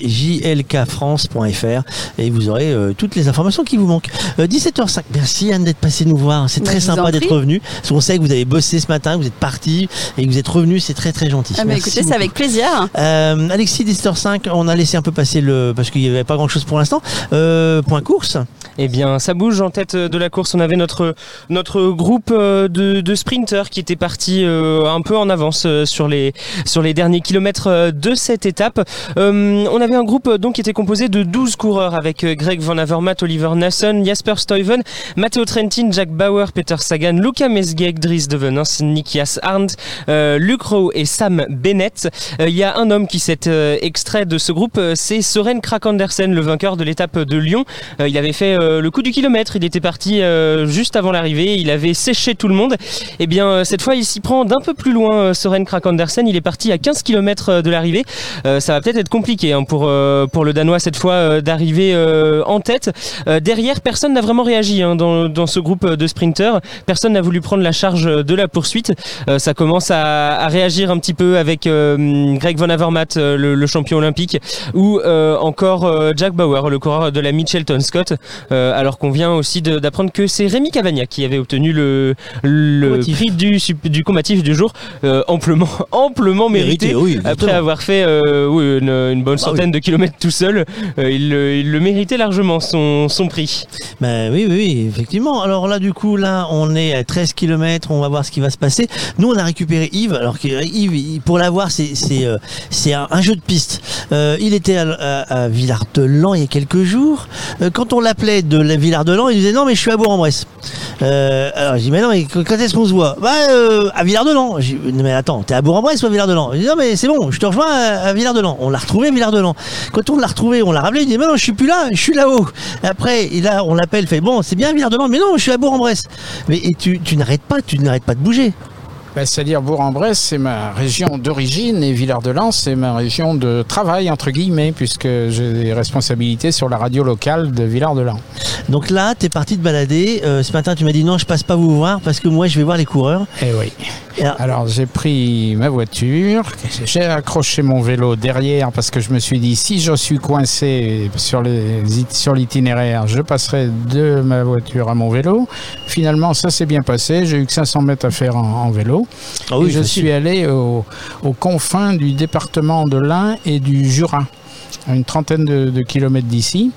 j l k france point f r et vous aurez euh, toutes les informations qui vous manquent. Euh, dix-sept heures cinq. Merci Anne d'être passée nous voir. C'est Bah, très je vous en sympa d'être prie. revenu. Parce qu'on sait que vous avez bossé ce matin, que vous êtes parti et que vous êtes revenu. C'est très très gentil. Ah, bah, Merci écoutez, c'est beaucoup. avec plaisir. Euh, Alexis, dix-sept heures cinq, on a laissé un peu passer le parce qu'il n'y avait pas grand chose pour l'instant. Euh, point course. Eh bien, ça bouge en tête de la course. On avait notre notre groupe de, de sprinters qui était parti euh, un peu en avance euh, sur les sur les derniers kilomètres de cette étape. Euh, on avait un groupe donc qui était composé de douze coureurs avec Greg Van Avermaet, Oliver Nassen, Jasper Stuyven, Matteo Trentin, Jack Bauer, Peter Sagan, Luca Mesgek, Dries de Venance, Nikias Arndt, euh, Luke Rowe et Sam Bennett. Il euh, y a un homme qui s'est euh, extrait de ce groupe, euh, c'est Søren Kragh Andersen, le vainqueur de l'étape de Lyon. Euh, il avait fait euh, le coup du kilomètre, il était parti euh, juste avant l'arrivée, il avait séché tout le monde. Et bien euh, cette fois il s'y prend d'un peu plus loin, euh, Søren Kragh Andersen, il est parti à quinze kilomètres de l'arrivée. Euh, ça va peut-être être compliqué hein, pour, euh, pour le Danois cette fois euh, d'arriver euh, en tête. Euh, derrière, personne n'a vraiment réagi hein, dans, dans ce groupe de sprinters, personne n'a voulu prendre la charge de la poursuite. Euh, ça commence à, à réagir un petit peu avec euh, Greg Van Avermaet, euh, le, le champion olympique, ou euh, encore euh, Jack Bauer, le coureur de la Mitchelton Scott, euh, alors qu'on vient aussi de, d'apprendre que c'est Rémi Cavagna qui avait obtenu le, le prix du, du combatif du jour, euh, amplement, amplement mérité, Mérité, oui, après exactement. avoir fait euh, oui, une, une bonne Bah centaine oui. de kilomètres tout seul. Euh, il, le- il le méritait largement son, son prix. Ben oui, oui, oui, effectivement. Alors là, du coup, là, on est à treize kilomètres, on va voir ce qui va se passer. Nous, on a récupéré Yves. Alors que Yves, il- pour l'avoir, c'est c'est euh, c'est un, un jeu de piste. Euh, il était à, à, à Villard-de-Lans il y a quelques jours. Euh, quand on l'appelait de la Villard-de-Lans, il disait non, mais je suis à Bourg-en-Bresse. Euh, alors je dis mais non, mais quand est-ce qu'on se voit? Bah euh, à Villard-de-Lans. Je dis, mais attends, t'es à Bourg-en-Bresse ou à Villard-de-Lans? Il dit non, mais c'est bon, je te rejoins à, à Villard-de-Lans. On l'a retrouvé à Villard-de-Lans. Quand on l'a retrouvé, on l'a rappelé. Il dit mais non, je suis plus là, je suis là-haut. Après, et là, on l'appelle, fait bon, c'est bien Villard-de-Lans, mais non, je suis à Bourg-en-Bresse. Mais et tu, tu n'arrêtes pas, tu n'arrêtes pas de bouger. Ben, c'est-à-dire Bourg-en-Bresse, c'est ma région d'origine et Villard-de-Lans, c'est ma région de travail, entre guillemets, puisque j'ai des responsabilités sur la radio locale de Villard-de-Lans. Donc là, t'es parti te balader. Euh, ce matin, tu m'as dit non, je passe pas vous voir parce que moi, je vais voir les coureurs. Eh oui. Alors j'ai pris ma voiture, j'ai accroché mon vélo derrière parce que je me suis dit si je suis coincé sur les, sur l'itinéraire, je passerai de ma voiture à mon vélo. Finalement ça s'est bien passé, j'ai eu que cinq cents mètres à faire en, en vélo. Ah oui, et je facile. suis allé au- aux confins du département de l'Ain et du Jura, à une trentaine de, de kilomètres d'ici.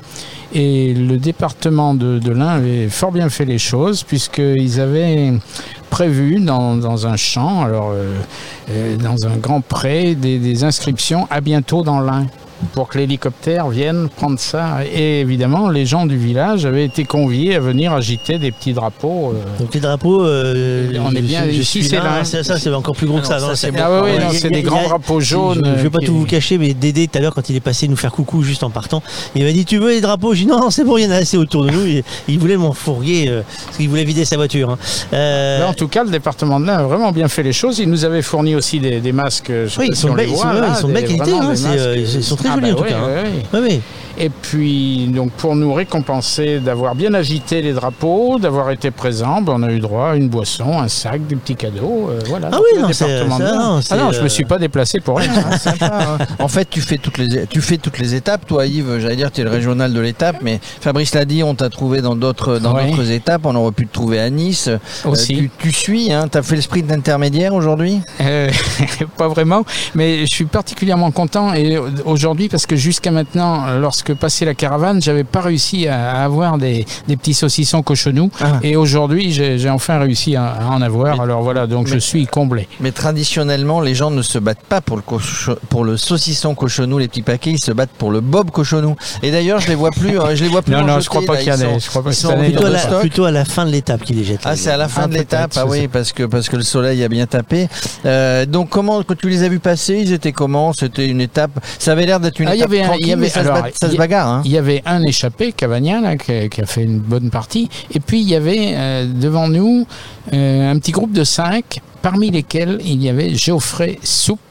Et le département de, de l'Ain avait fort bien fait les choses puisqu'ils avaient prévu dans, dans un champ, alors euh, euh, dans un grand pré, des, des inscriptions à bientôt dans l'Ain pour que l'hélicoptère vienne prendre ça. Et évidemment, les gens du village avaient été conviés à venir agiter des petits drapeaux. euh, Donc les drapeaux, euh, On est bien je, je ici, suis c'est là. là. Ça, ça, c'est encore plus gros que ça. Ah non, non, ça, c'est c'est Ah bon. oui, oui, Il y a- non, c'est il y a- des grands il y a- drapeaux jaunes, Je, je vais pas qui- tout vous cacher, mais Dédé tout à l'heure quand il est passé nous faire coucou juste en partant, il m'a dit tu veux les drapeaux? J'ai dit non, non c'est bon, il y en a assez autour de nous. Il, il voulait m'enfourguer euh, parce qu'il voulait vider sa voiture. hein. Euh, Mais en tout cas, le département de l'Ain a vraiment bien fait les choses. Il nous avait fourni aussi des, des masques. Je sais Oui, pas ils si sont on de les belle- ils voit, sont- là, ils sont de des- belle qualité, vraiment hein, des c'est, masques. euh, ils sont très Ah jolis, bah en tout ouais, cas, hein. ouais, ouais. Oui, oui. Et puis, donc, pour nous récompenser d'avoir bien agité les drapeaux, d'avoir été présents, ben, on a eu droit à une boisson, un sac, des petits cadeaux. euh, voilà. Ah Donc, oui, le non, c'est- département de ça, l'Ain. non, Ah c'est, non, je euh, me suis pas déplacé pour rien. hein, sympa, hein. En fait, tu fais toutes les tu fais toutes les étapes, toi, Yves. J'allais dire, tu es le régional de l'étape, mais Fabrice l'a dit, on t'a trouvé dans d'autres dans Ouais. d'autres étapes. On aurait pu te trouver à Nice. Euh, Aussi. tu, tu suis, hein. T'as fait le sprint intermédiaire aujourd'hui. Euh, pas vraiment, mais je suis particulièrement content et aujourd'hui parce que jusqu'à maintenant, lorsque passait la caravane, j'avais pas réussi à à avoir des, des petits saucissons cochonous Ah. et aujourd'hui j'ai j'ai enfin réussi à, à en avoir. Alors voilà, donc je mais- suis comblé. Mais traditionnellement, les gens ne se battent pas pour le, cocho- pour le saucisson cochonou, les petits paquets, ils se battent pour le bob cochonou. Et d'ailleurs, je les vois plus, euh, je les vois plus. Non, en non, jeter, je crois pas là, qu'il y en ils ait. sont- Je crois pas ils que sont cette année, en Plutôt à, la, stock. plutôt à la fin de l'étape qu'il est jeté. Ah, c'est à la fin Ah, de l'étape, peut-être, ah je oui, sais parce que, parce que le soleil a bien tapé. Euh, donc, comment, quand tu les as vus passer, ils étaient comment? C'était une étape, ça avait l'air d'être une Ah, il y étape avait un- tranquille, il y avait- mais ça, alors, se, bat- ça il se y- bagarre. Hein. Il y avait un échappé, Cavagna, là, qui, qui a fait une bonne partie. Et puis il y avait euh, devant nous euh, un petit groupe de cinq, parmi lesquels il y avait Geoffrey Soupe,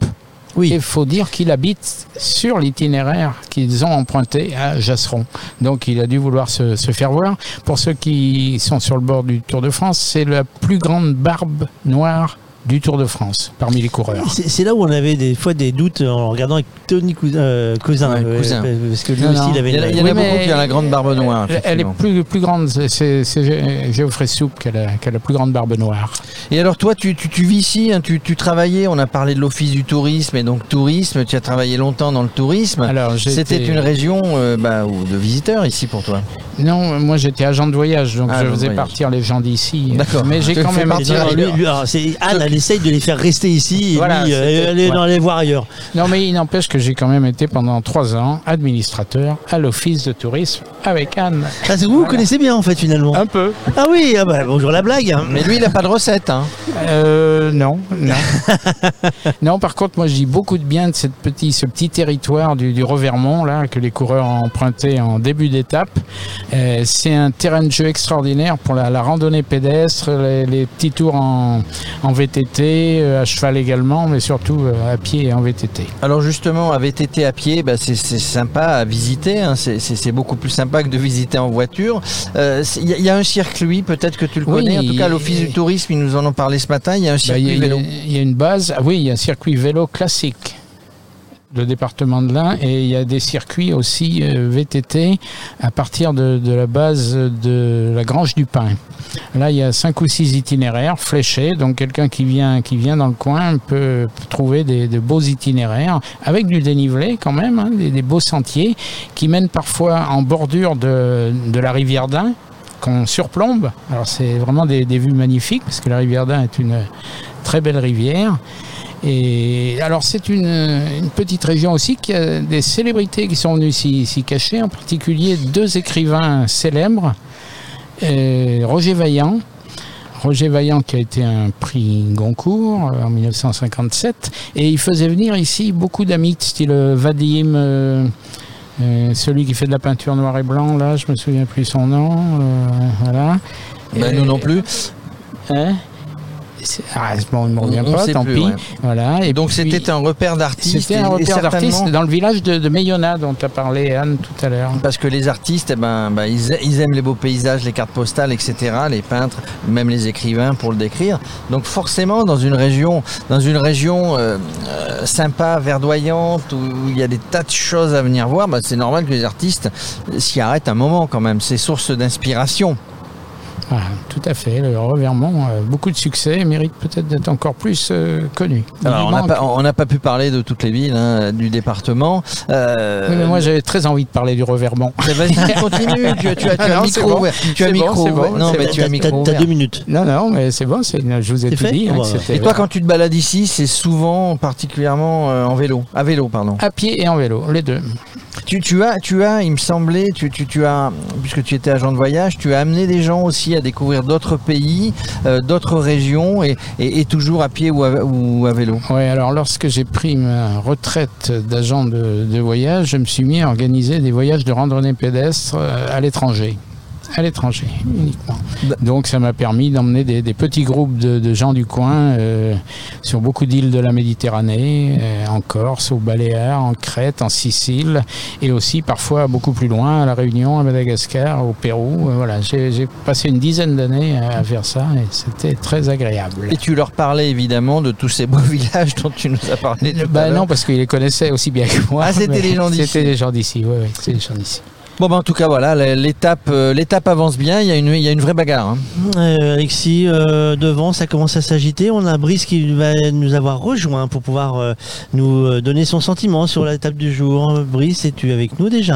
Oui. Il faut dire qu'il habite sur l'itinéraire qu'ils ont emprunté à Jasseron. Donc il a dû vouloir se, se faire voir. Pour ceux qui sont sur le bord du Tour de France, c'est la plus grande barbe noire du Tour de France, parmi les coureurs. C'est, c'est là où on avait des fois des doutes en regardant avec Tony Cousin, euh, Cousin, Ouais, euh, Cousin. parce que lui Non, aussi non. il avait Il y en a- une- il y en a Oui, beaucoup mais qui ont la grande barbe noire. Elle est effectivement. plus, plus grande, c'est, c'est Gé- Géoffrey Soupe qui a, la, qui a la plus grande barbe noire. Et alors toi, tu, tu, tu vis ici, hein, tu, tu travaillais, on a parlé de l'office du tourisme et donc tourisme, tu as travaillé longtemps dans le tourisme. Alors, j'ai C'était été- une région euh, bah, où- de visiteurs ici pour toi. Non, moi j'étais agent de voyage, donc Ah, je agent de faisais voyage. partir les gens d'ici. D'accord. Mais j'ai Tu quand fais même partir été- Lui- lui- alors, c'est- Anne, elle essaye de les faire rester ici et Voilà, lui, euh, c'était- aller ouais. dans les voir ailleurs. Non, mais il n'empêche que j'ai quand même été pendant trois ans administrateur à l'office de tourisme avec Anne. Ah, c'est vous, vous connaissez bien en fait finalement. Un peu. Ah oui, ah bah, bonjour la blague. hein. Mais lui, il n'a pas de recette. Hein. Euh, non, non. non, par contre, moi, je dis beaucoup de bien de cette petit, ce petit territoire du, du Revermont, là, que les coureurs ont emprunté en début d'étape. Euh, c'est un terrain de jeu extraordinaire pour la, la randonnée pédestre, les, les petits tours en, en V T T, euh, à cheval également, mais surtout euh, à pied et en V T T. Alors justement, à V T T à pied, bah, c'est, c'est sympa à visiter. Hein. C'est, c'est, c'est beaucoup plus sympa que de visiter en voiture. Il euh, y, y a un circuit, peut-être que tu le Oui, connais. En tout cas, il- l'office du tourisme, ils nous en ont parlé ce matin. Il y a un Bah, circuit Il y, a- vélo. il y a une base, ah oui, il y a un circuit vélo classique, le département de l'Ain, et il y a des circuits aussi euh, V T T à partir de, de la base de la Grange du Pin. Là, il y a cinq ou six itinéraires fléchés, donc quelqu'un qui vient, qui vient dans le coin peut, peut trouver des, de beaux itinéraires, avec du dénivelé quand même, hein, des, des beaux sentiers, qui mènent parfois en bordure de, de la rivière d'Ain, qu'on surplombe. Alors c'est vraiment des, des vues magnifiques, parce que la rivière d'Ain est une très belle rivière. Et alors c'est une, une petite région aussi qui a des célébrités qui sont venues s'y, s'y cacher, en particulier deux écrivains célèbres, euh, Roger Vaillant, Roger Vaillant qui a été un prix Goncourt euh, en dix-neuf cent cinquante-sept, et il faisait venir ici beaucoup d'amis, style euh, Vadim, euh, euh, celui qui fait de la peinture noir et blanc, là je me souviens plus son nom, euh, voilà. Ben, Et- nous non plus. Hein C'est- ah, bon, il ne me revient On- on pas, sait tant plus, pis. ouais. Voilà. Et Donc puis- c'était un repère d'artistes. C'était et- un et repère certainement- d'artistes dans le village de, de Mayonna dont tu as parlé, Anne, tout à l'heure. Parce que les artistes, eh ben, ben, ils, a- ils aiment les beaux paysages, les cartes postales, et cetera. Les peintres, même les écrivains pour le décrire. Donc forcément, dans une région, dans une région euh, euh, sympa, verdoyante, où il y a des tas de choses à venir voir, ben, c'est normal que les artistes s'y arrêtent un moment quand même. C'est source d'inspiration. Voilà, tout à fait. Le Revermont, euh, beaucoup de succès, mérite peut-être d'être encore plus euh, connu. Il Alors, lui on n'a manque- pas, on n'a pas pu parler de toutes les villes hein, du département. Euh, Oui, mais moi j'avais très envie de parler du Revermont. Mais vas-y, continue, tu as- tu as- tu as Non, un c'est micro bon. ouvert. Tu as un C'est bon, micro c'est ouvert. bon, Non, c'est mais bon. tu as un micro T'as ouvert. deux minutes. Non, non, mais c'est bon, c'est, je vous ai C'est tout fait dit. hein, Bon, que bah, c'était- Et toi, quand tu te balades ici, c'est souvent particulièrement euh, en vélo. À vélo, pardon. À pied et en vélo, les deux. Tu, tu as, tu as, il me semblait, tu, tu, tu as, puisque tu étais agent de voyage, tu as amené des gens aussi à découvrir d'autres pays, euh, d'autres régions, et, et, et toujours à pied ou à, ou à vélo. Oui, alors lorsque j'ai pris ma retraite d'agent de, de voyage, je me suis mis à organiser des voyages de randonnée pédestre euh, à l'étranger. À l'étranger, uniquement. Donc ça m'a permis d'emmener des, des petits groupes de, de gens du coin euh, sur beaucoup d'îles de la Méditerranée, euh, en Corse, aux Baléares, en Crète, en Sicile, et aussi parfois beaucoup plus loin, à La Réunion, à Madagascar, au Pérou. Euh, voilà, j'ai, j'ai passé une dizaine d'années à, à faire ça et c'était très agréable. Et tu leur parlais évidemment de tous ces beaux villages dont tu nous as parlé. tout à Bah l'heure. non, parce qu'ils les connaissaient aussi bien que moi. Ah, c'était mais les gens d'ici. C'était les gens d'ici, oui, oui, c'est les gens d'ici. Bon, ben, en tout cas, voilà, l'étape, euh, l'étape avance bien. Il y a une, il y a une vraie bagarre. Hein. Euh, Alexis, euh, devant, ça commence à s'agiter. On a Brice qui va nous avoir rejoint pour pouvoir euh, nous euh, donner son sentiment sur l'étape du jour. Brice, es-tu avec nous déjà ?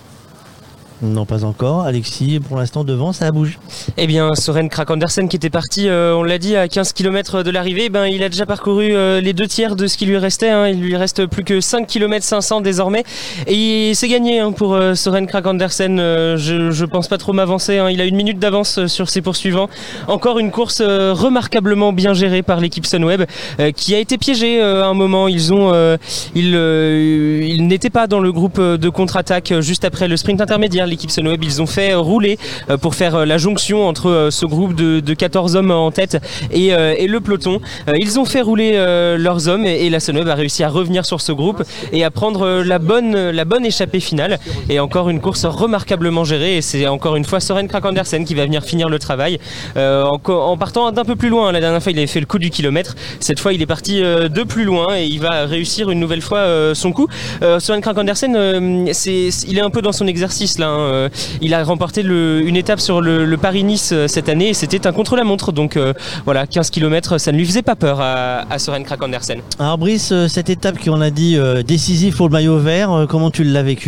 Non, pas encore. Alexis, pour l'instant, devant, ça bouge. Eh bien, Søren Kragh Andersen qui était parti, euh, on l'a dit, à quinze kilomètres de l'arrivée, ben, il a déjà parcouru euh, les deux tiers de ce qui lui restait. Hein. Il lui reste plus que cinq kilomètres cinq cents désormais. Et c'est gagné hein, pour euh, Søren Kragh Andersen. Euh, je, je pense pas trop m'avancer. Hein. Il a une minute d'avance euh, sur ses poursuivants. Encore une course euh, remarquablement bien gérée par l'équipe Sunweb euh, qui a été piégée euh, à un moment. Ils, ont, euh, ils, euh, ils n'étaient pas dans le groupe de contre-attaque euh, juste après le sprint intermédiaire. l'équipe Sunweb, ils ont fait rouler euh, pour faire euh, la jonction entre euh, ce groupe de, de quatorze hommes en tête et, euh, et le peloton. Euh, ils ont fait rouler euh, leurs hommes et, et la Sunweb a réussi à revenir sur ce groupe et à prendre euh, la, bonne, la bonne échappée finale. Et encore une course remarquablement gérée, et c'est encore une fois Søren Kragh Andersen qui va venir finir le travail euh, en, en partant d'un peu plus loin. La dernière fois il avait fait le coup du kilomètre, cette fois il est parti euh, de plus loin et il va réussir une nouvelle fois euh, son coup. euh, Søren Kragh Andersen euh, c'est, il est un peu dans son exercice là, hein. euh, il a remporté le, une étape sur le, le Paris-Nice euh, cette année et c'était un contre-la-montre, donc euh, voilà, quinze kilomètres, ça ne lui faisait pas peur à, à Søren Kragh Andersen. Alors Brice, euh, cette étape qu'on a dit euh, décisive pour le maillot vert, euh, comment tu l'as vécu ?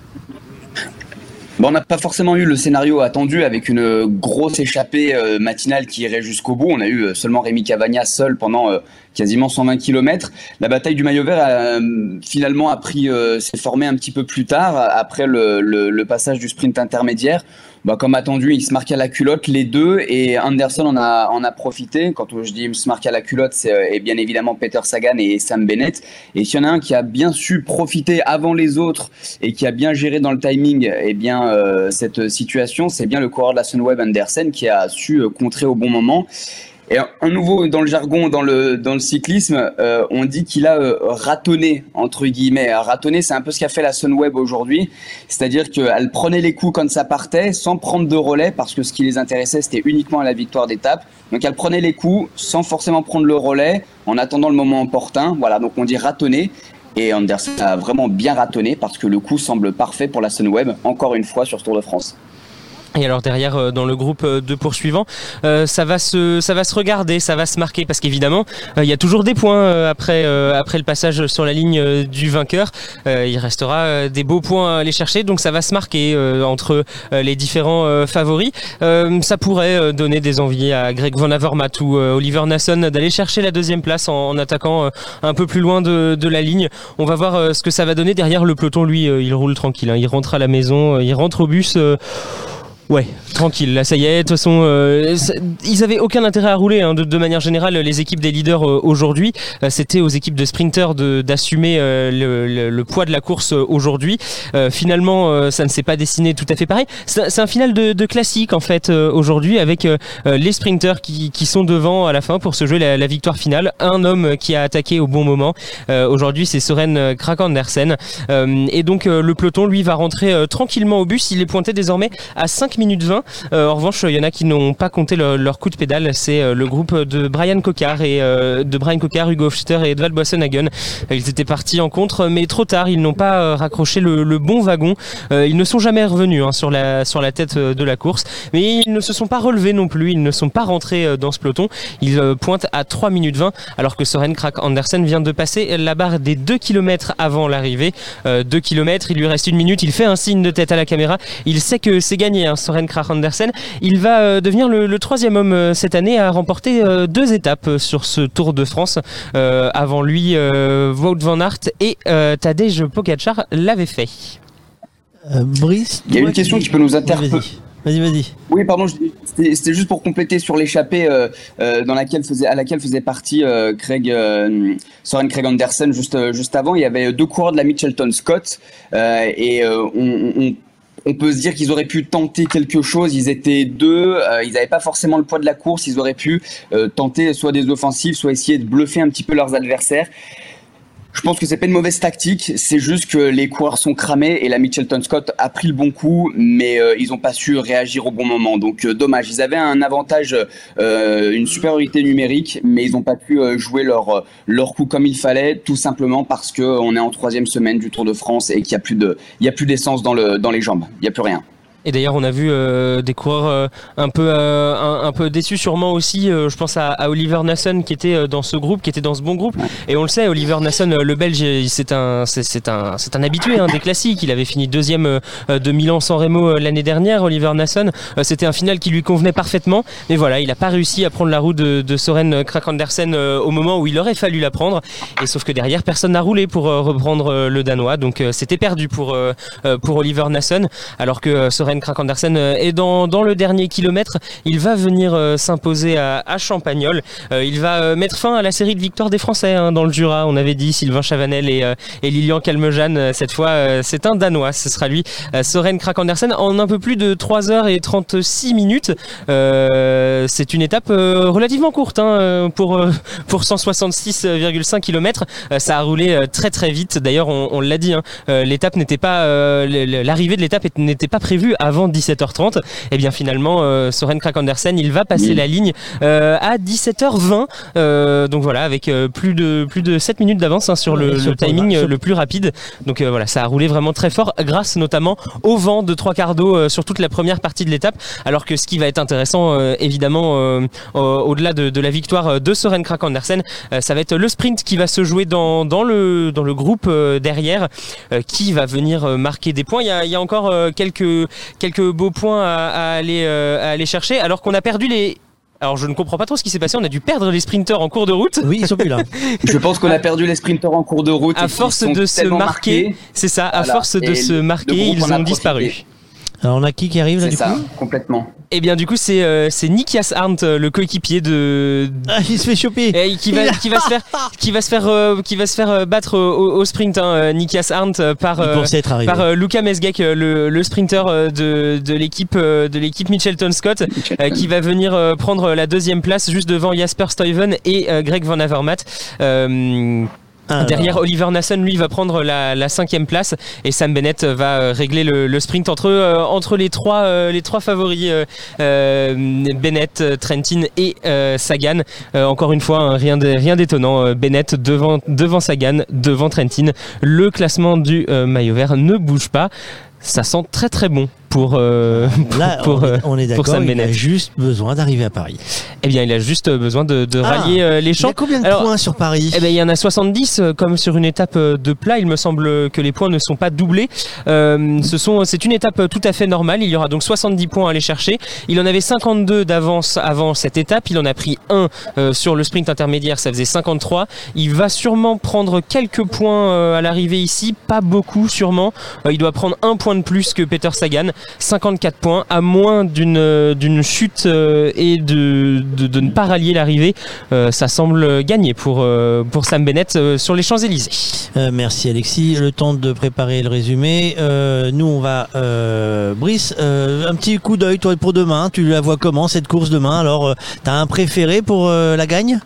Bon, on n'a pas forcément eu le scénario attendu avec une grosse échappée euh, matinale qui irait jusqu'au bout. On a eu euh, seulement Rémi Cavagna seul pendant euh, quasiment cent vingt kilomètres. La bataille du maillot vert a, euh, finalement a pris, euh, s'est formée un petit peu plus tard, après le, le, le passage du sprint intermédiaire. Bah, comme attendu, il se marque à la culotte les deux et Andersen en a, en a profité. Quand je dis il se marque à la culotte, c'est et bien évidemment Peter Sagan et Sam Bennett. Et s'il y en a un qui a bien su profiter avant les autres et qui a bien géré dans le timing eh bien, euh, cette situation, c'est bien le coureur de la Sunweb Andersen qui a su euh, contrer au bon moment. Et un nouveau dans le jargon, dans le dans le cyclisme, euh, on dit qu'il a euh, ratonné entre guillemets. Ratonné, c'est un peu ce qu'a fait la Sunweb aujourd'hui, c'est-à-dire qu'elle prenait les coups quand ça partait, sans prendre de relais, parce que ce qui les intéressait, c'était uniquement la victoire d'étape. Donc elle prenait les coups sans forcément prendre le relais, en attendant le moment opportun. Voilà, donc on dit ratonné. Et Andersen a vraiment bien ratonné parce que le coup semble parfait pour la Sunweb, encore une fois sur ce Tour de France. Et alors derrière, dans le groupe de poursuivants, euh, ça va se, ça va se regarder, ça va se marquer, parce qu'évidemment, il euh, y a toujours des points euh, après, euh, après le passage sur la ligne euh, du vainqueur. Euh, il restera euh, des beaux points à aller chercher, donc ça va se marquer euh, entre euh, les différents euh, favoris. Euh, ça pourrait euh, donner des envies à Greg Van Avermaet ou euh, Oliver Naesen d'aller chercher la deuxième place en, en attaquant euh, un peu plus loin de, de la ligne. On va voir euh, ce que ça va donner. Derrière, le peloton, lui, euh, il roule tranquille, hein. Il rentre à la maison, euh, il rentre au bus. Euh, Ouais, tranquille, là ça y est, de toute façon, euh, ils avaient aucun intérêt à rouler, hein, de, de manière générale, les équipes des leaders euh, aujourd'hui, euh, c'était aux équipes de sprinters de, d'assumer euh, le, le, le poids de la course euh, aujourd'hui. Euh, finalement, euh, ça ne s'est pas dessiné tout à fait pareil. C'est, c'est un final de, de classique en fait euh, aujourd'hui, avec euh, les sprinters qui, qui sont devant à la fin pour se jouer la, la victoire finale. Un homme qui a attaqué au bon moment. Euh, aujourd'hui, c'est Søren Kragh Andersen. Euh, et donc euh, le peloton, lui, va rentrer euh, tranquillement au bus. Il est pointé désormais à cinq minutes vingt. Euh, en revanche, il y en a qui n'ont pas compté le, leur coup de pédale. C'est euh, le groupe de Brian Cocard et euh, de Brian Cocard, Hugo Hofstetter et Edvald Boasson-Hagen. Euh, ils étaient partis en contre, mais trop tard. Ils n'ont pas euh, raccroché le, le bon wagon. Euh, ils ne sont jamais revenus hein, sur la sur la tête de la course, mais ils ne se sont pas relevés non plus. Ils ne sont pas rentrés euh, dans ce peloton. Ils euh, pointent à trois minutes vingt, alors que Søren Kragh Andersen vient de passer la barre des deux kilomètres avant l'arrivée. Euh, deux kilomètres, il lui reste une minute. Il fait un signe de tête à la caméra. Il sait que c'est gagné, hein, Søren Kragh Andersen. Il va euh, devenir le, le troisième homme euh, cette année à remporter euh, deux étapes euh, sur ce Tour de France. Euh, avant lui, euh, Wout van Aert et euh, Tadej Pogačar l'avaient fait. Euh, Brice, il y a une question qui, qui peut nous interpeller. Vas-y, vas-y. Oui, pardon, c'était, c'était juste pour compléter sur l'échappée euh, euh, dans laquelle faisait, à laquelle faisait partie euh, Craig, euh, Søren Kragh Andersen juste, euh, juste avant. Il y avait deux coureurs de la Mitchelton Scott euh, et euh, on, on On peut se dire qu'ils auraient pu tenter quelque chose. Ils étaient deux, euh, ils n'avaient pas forcément le poids de la course. Ils auraient pu euh, tenter soit des offensives, soit essayer de bluffer un petit peu leurs adversaires. Je pense que c'est pas une mauvaise tactique, c'est juste que les coureurs sont cramés et la Mitchelton Scott a pris le bon coup, mais euh, ils n'ont pas su réagir au bon moment. Donc euh, dommage, ils avaient un avantage, euh, une supériorité numérique, mais ils n'ont pas pu euh, jouer leur leur coup comme il fallait, tout simplement parce que on est en troisième semaine du Tour de France et qu'il y a plus de, il y a plus d'essence dans le dans les jambes, il y a plus rien. Et d'ailleurs, on a vu euh, des coureurs euh, un peu euh, un, un peu déçus, sûrement aussi. Euh, je pense à, à Oliver Naesen qui était dans ce groupe, qui était dans ce bon groupe. Et on le sait, Oliver Naesen, le Belge, c'est un c'est, c'est un c'est un habitué hein, des classiques. Il avait fini deuxième euh, de Milan-San Remo euh, l'année dernière. Oliver Naesen, euh, c'était un final qui lui convenait parfaitement. Mais voilà, il n'a pas réussi à prendre la roue de, de Søren Kragh Andersen euh, au moment où il aurait fallu la prendre. Et sauf que derrière, personne n'a roulé pour euh, reprendre euh, le Danois. Donc euh, c'était perdu pour euh, pour Oliver Naesen, alors que euh, Søren Søren Kragh Andersen est dans, dans le dernier kilomètre. Il va venir euh, s'imposer à, à Champagnole. Euh, il va euh, mettre fin à la série de victoires des Français hein, dans le Jura. On avait dit Sylvain Chavanel et, euh, et Lilian Kalmejane. Cette fois, euh, c'est un Danois. Ce sera lui, euh, Søren Kragh Andersen, en un peu plus de trois heures trente-six minutes. Euh, c'est une étape euh, relativement courte hein, pour, euh, pour cent soixante-six virgule cinq kilomètres. Euh, ça a roulé euh, très très vite. D'ailleurs, on, on l'a dit, hein, euh, l'étape n'était pas, euh, l'arrivée de l'étape n'était pas prévue avant dix-sept heures trente. Et bien finalement, euh, Søren Kragh Andersen, il va passer oui. la ligne euh, à dix-sept heures vingt. Euh, donc voilà, avec euh, plus de plus de sept minutes d'avance hein, sur le, ouais, le timing euh, le plus rapide. Donc euh, voilà, ça a roulé vraiment très fort, grâce notamment au vent de trois quarts d'eau euh, sur toute la première partie de l'étape. Alors que ce qui va être intéressant, euh, évidemment, euh, euh, au-delà de, de la victoire de Søren Kragh Andersen, euh, ça va être le sprint qui va se jouer dans, dans, le, dans le groupe euh, derrière, euh, qui va venir euh, marquer des points. Il y a, il y a encore euh, quelques, quelques beaux points à, à, aller, euh, à aller chercher, alors qu'on a perdu les... Alors je ne comprends pas trop ce qui s'est passé, on a dû perdre les sprinteurs en cours de route. Oui, ils sont plus là. Je pense qu'on a perdu les sprinteurs en cours de route. À force de se marquer, c'est ça, à voilà. force de et se marquer, ils ont disparu. Alors on a qui qui arrive là c'est du ça, coup complètement. Et bien du coup c'est euh, c'est Nikias Arndt, le coéquipier de. Ah, il se fait choper. Et qui va qui va se faire qui va se faire euh, qui va se faire battre au, au sprint hein, Nikias Arndt par euh, par euh, Luca Mesgeck, le, le sprinter de de l'équipe de l'équipe Mitchelton Scott, euh, qui va venir euh, prendre la deuxième place juste devant Jasper Stuyven et euh, Greg Van Avermaet. Euh, Alors. Derrière, Oliver Nassen, lui, va prendre la, la cinquième place, et Sam Bennett va régler le, le sprint entre euh, entre les trois euh, les trois favoris euh, euh, Bennett, Trentin et euh, Sagan. Euh, encore une fois, hein, rien de, rien d'étonnant. Euh, Bennett devant devant Sagan, devant Trentin. Le classement du euh, maillot vert ne bouge pas. Ça sent très très bon pour euh, Là, pour, on est, on est pour d'accord, Sam il Bennett. a juste besoin d'arriver à Paris. Eh bien, il a juste besoin de, de Ah, rallier euh, les champs. Il y a combien de Alors, points sur Paris? Eh ben, il y en a soixante-dix, euh, comme sur une étape euh, de plat. Il me semble que les points ne sont pas doublés. Euh, ce sont, c'est une étape tout à fait normale. Il y aura donc soixante-dix points à aller chercher. Il en avait cinquante-deux d'avance avant cette étape. Il en a pris un euh, sur le sprint intermédiaire. Ça faisait cinquante-trois. Il va sûrement prendre quelques points euh, à l'arrivée ici. Pas beaucoup, sûrement. Euh, il doit prendre un point de plus que Peter Sagan. cinquante-quatre points, à moins d'une euh, d'une chute euh, et de, de, de ne pas rallier l'arrivée. Euh, ça semble gagner pour, euh, pour Sam Bennett euh, sur les Champs-Élysées. Euh, merci Alexis. Le temps de préparer le résumé. Euh, nous, on va... Euh, Brice, euh, un petit coup d'œil toi pour demain. Tu la vois comment cette course demain? Alors, euh, t'as un préféré pour euh, la gagne?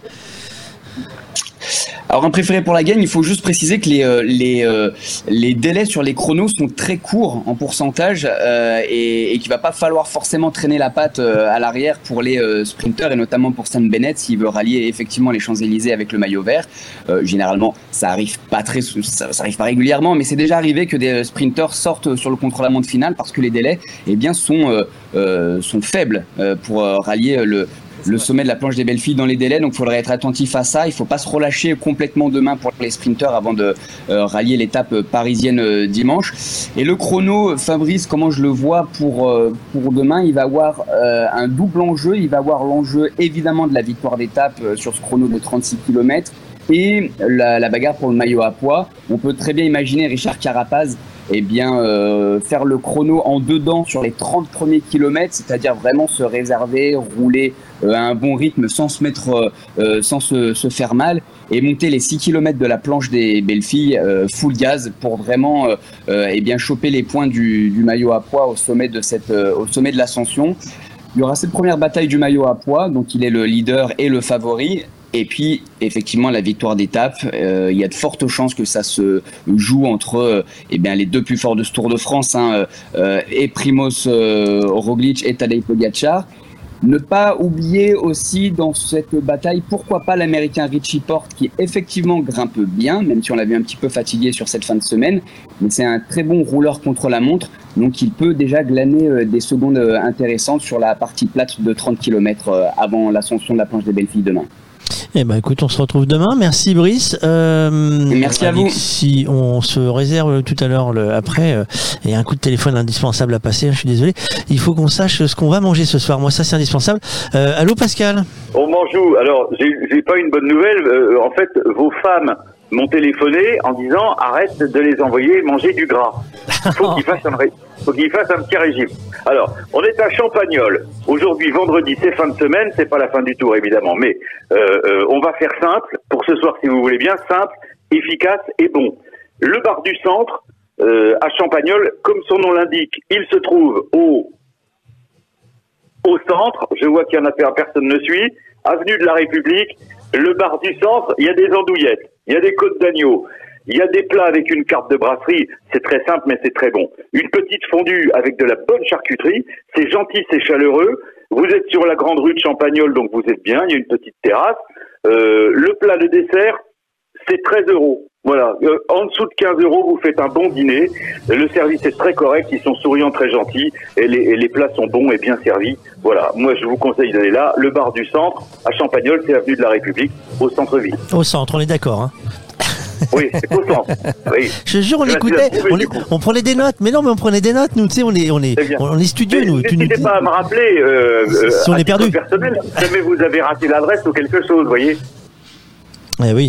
Alors un préféré pour la gagne, il faut juste préciser que les, euh, les, euh, les délais sur les chronos sont très courts en pourcentage euh, et, et qu'il va pas falloir forcément traîner la patte euh, à l'arrière pour les euh, sprinteurs et notamment pour Sam Bennett s'il veut rallier effectivement les Champs-Élysées avec le maillot vert. Euh, généralement, ça arrive pas très, ça, ça arrive pas régulièrement, mais c'est déjà arrivé que des sprinteurs sortent sur le contre-la-montre finale parce que les délais, eh bien, sont euh, euh, sont faibles euh, pour euh, rallier le le sommet de la planche des belles filles dans les délais, donc il faudrait être attentif à ça. Il ne faut pas se relâcher complètement demain pour les sprinteurs avant de euh, rallier l'étape parisienne euh, dimanche. Et le chrono, Fabrice, comment je le vois pour, euh, pour demain, il va avoir euh, un double enjeu. Il va avoir l'enjeu évidemment de la victoire d'étape euh, sur ce chrono de trente-six kilomètres et la, la bagarre pour le maillot à poids. On peut très bien imaginer Richard Carapaz eh bien, euh, faire le chrono en dedans sur les trente premiers kilomètres, c'est-à-dire vraiment se réserver, rouler euh, à un bon rythme sans se mettre, euh, sans se, se faire mal et monter les six kilomètres de la planche des belles filles euh, full gaz pour vraiment euh, euh, eh bien, choper les points du, du maillot à poids au sommet de, cette, euh, au sommet de l'ascension. Il y aura cette première bataille du maillot à poids, donc il est le leader et le favori. Et puis, effectivement, la victoire d'étape, euh, il y a de fortes chances que ça se joue entre euh, eh bien, les deux plus forts de ce Tour de France, hein, euh, et Primoz euh, Roglic et Tadej Pogačar. Ne pas oublier aussi dans cette bataille, pourquoi pas l'Américain Richie Porte, qui effectivement grimpe bien, même si on l'a vu un petit peu fatigué sur cette fin de semaine, mais c'est un très bon rouleur contre la montre, donc il peut déjà glaner euh, des secondes euh, intéressantes sur la partie plate de trente kilomètres euh, avant l'ascension de la planche des belles filles demain. Eh ben écoute, on se retrouve demain. Merci Brice. Euh, Merci à vous. Si on se réserve tout à l'heure le, après, euh, et un coup de téléphone indispensable à passer, je suis désolé. Il faut qu'on sache ce qu'on va manger ce soir. Moi, ça c'est indispensable. Euh, allô Pascal. On mange où? Alors, j'ai, j'ai pas une bonne nouvelle. Euh, en fait, vos femmes m'ont téléphoné en disant arrête de les envoyer manger du gras. Il faut qu'ils fassent un ré... faut qu'il fasse un petit régime. Alors, on est à Champagnole. Aujourd'hui, vendredi, c'est fin de semaine, c'est pas la fin du tour évidemment, mais euh, euh, on va faire simple pour ce soir si vous voulez bien, simple, efficace et bon. Le bar du centre euh, à Champagnole, comme son nom l'indique, il se trouve au au centre. Je vois qu'il y en a personne ne suit. Avenue de la République, le bar du centre. Il y a des andouillettes, il y a des côtes d'agneau. Il y a des plats avec une carte de brasserie, c'est très simple mais c'est très bon. Une petite fondue avec de la bonne charcuterie, c'est gentil, c'est chaleureux. Vous êtes sur la grande rue de Champagnole, donc vous êtes bien, il y a une petite terrasse. Euh, le plat, le dessert, c'est treize euros. Voilà, euh, en dessous de quinze euros, vous faites un bon dîner. Le service est très correct, ils sont souriants, très gentils, et les, et les plats sont bons et bien servis. Voilà, moi je vous conseille d'aller là. Le bar du centre, à Champagnole, c'est avenue de la République, au centre-ville. Au centre, on est d'accord, hein. Oui, c'est au centre. Oui. Je te jure, on écoutait, on, les, on prenait des notes, mais non, mais on prenait des notes, nous, tu sais, on est, on est, on est studieux, mais nous. Tu nous n'hésitez dis... pas à me rappeler, euh, si on est perdu. Personnel, si jamais vous avez raté l'adresse ou quelque chose, vous voyez. Eh oui,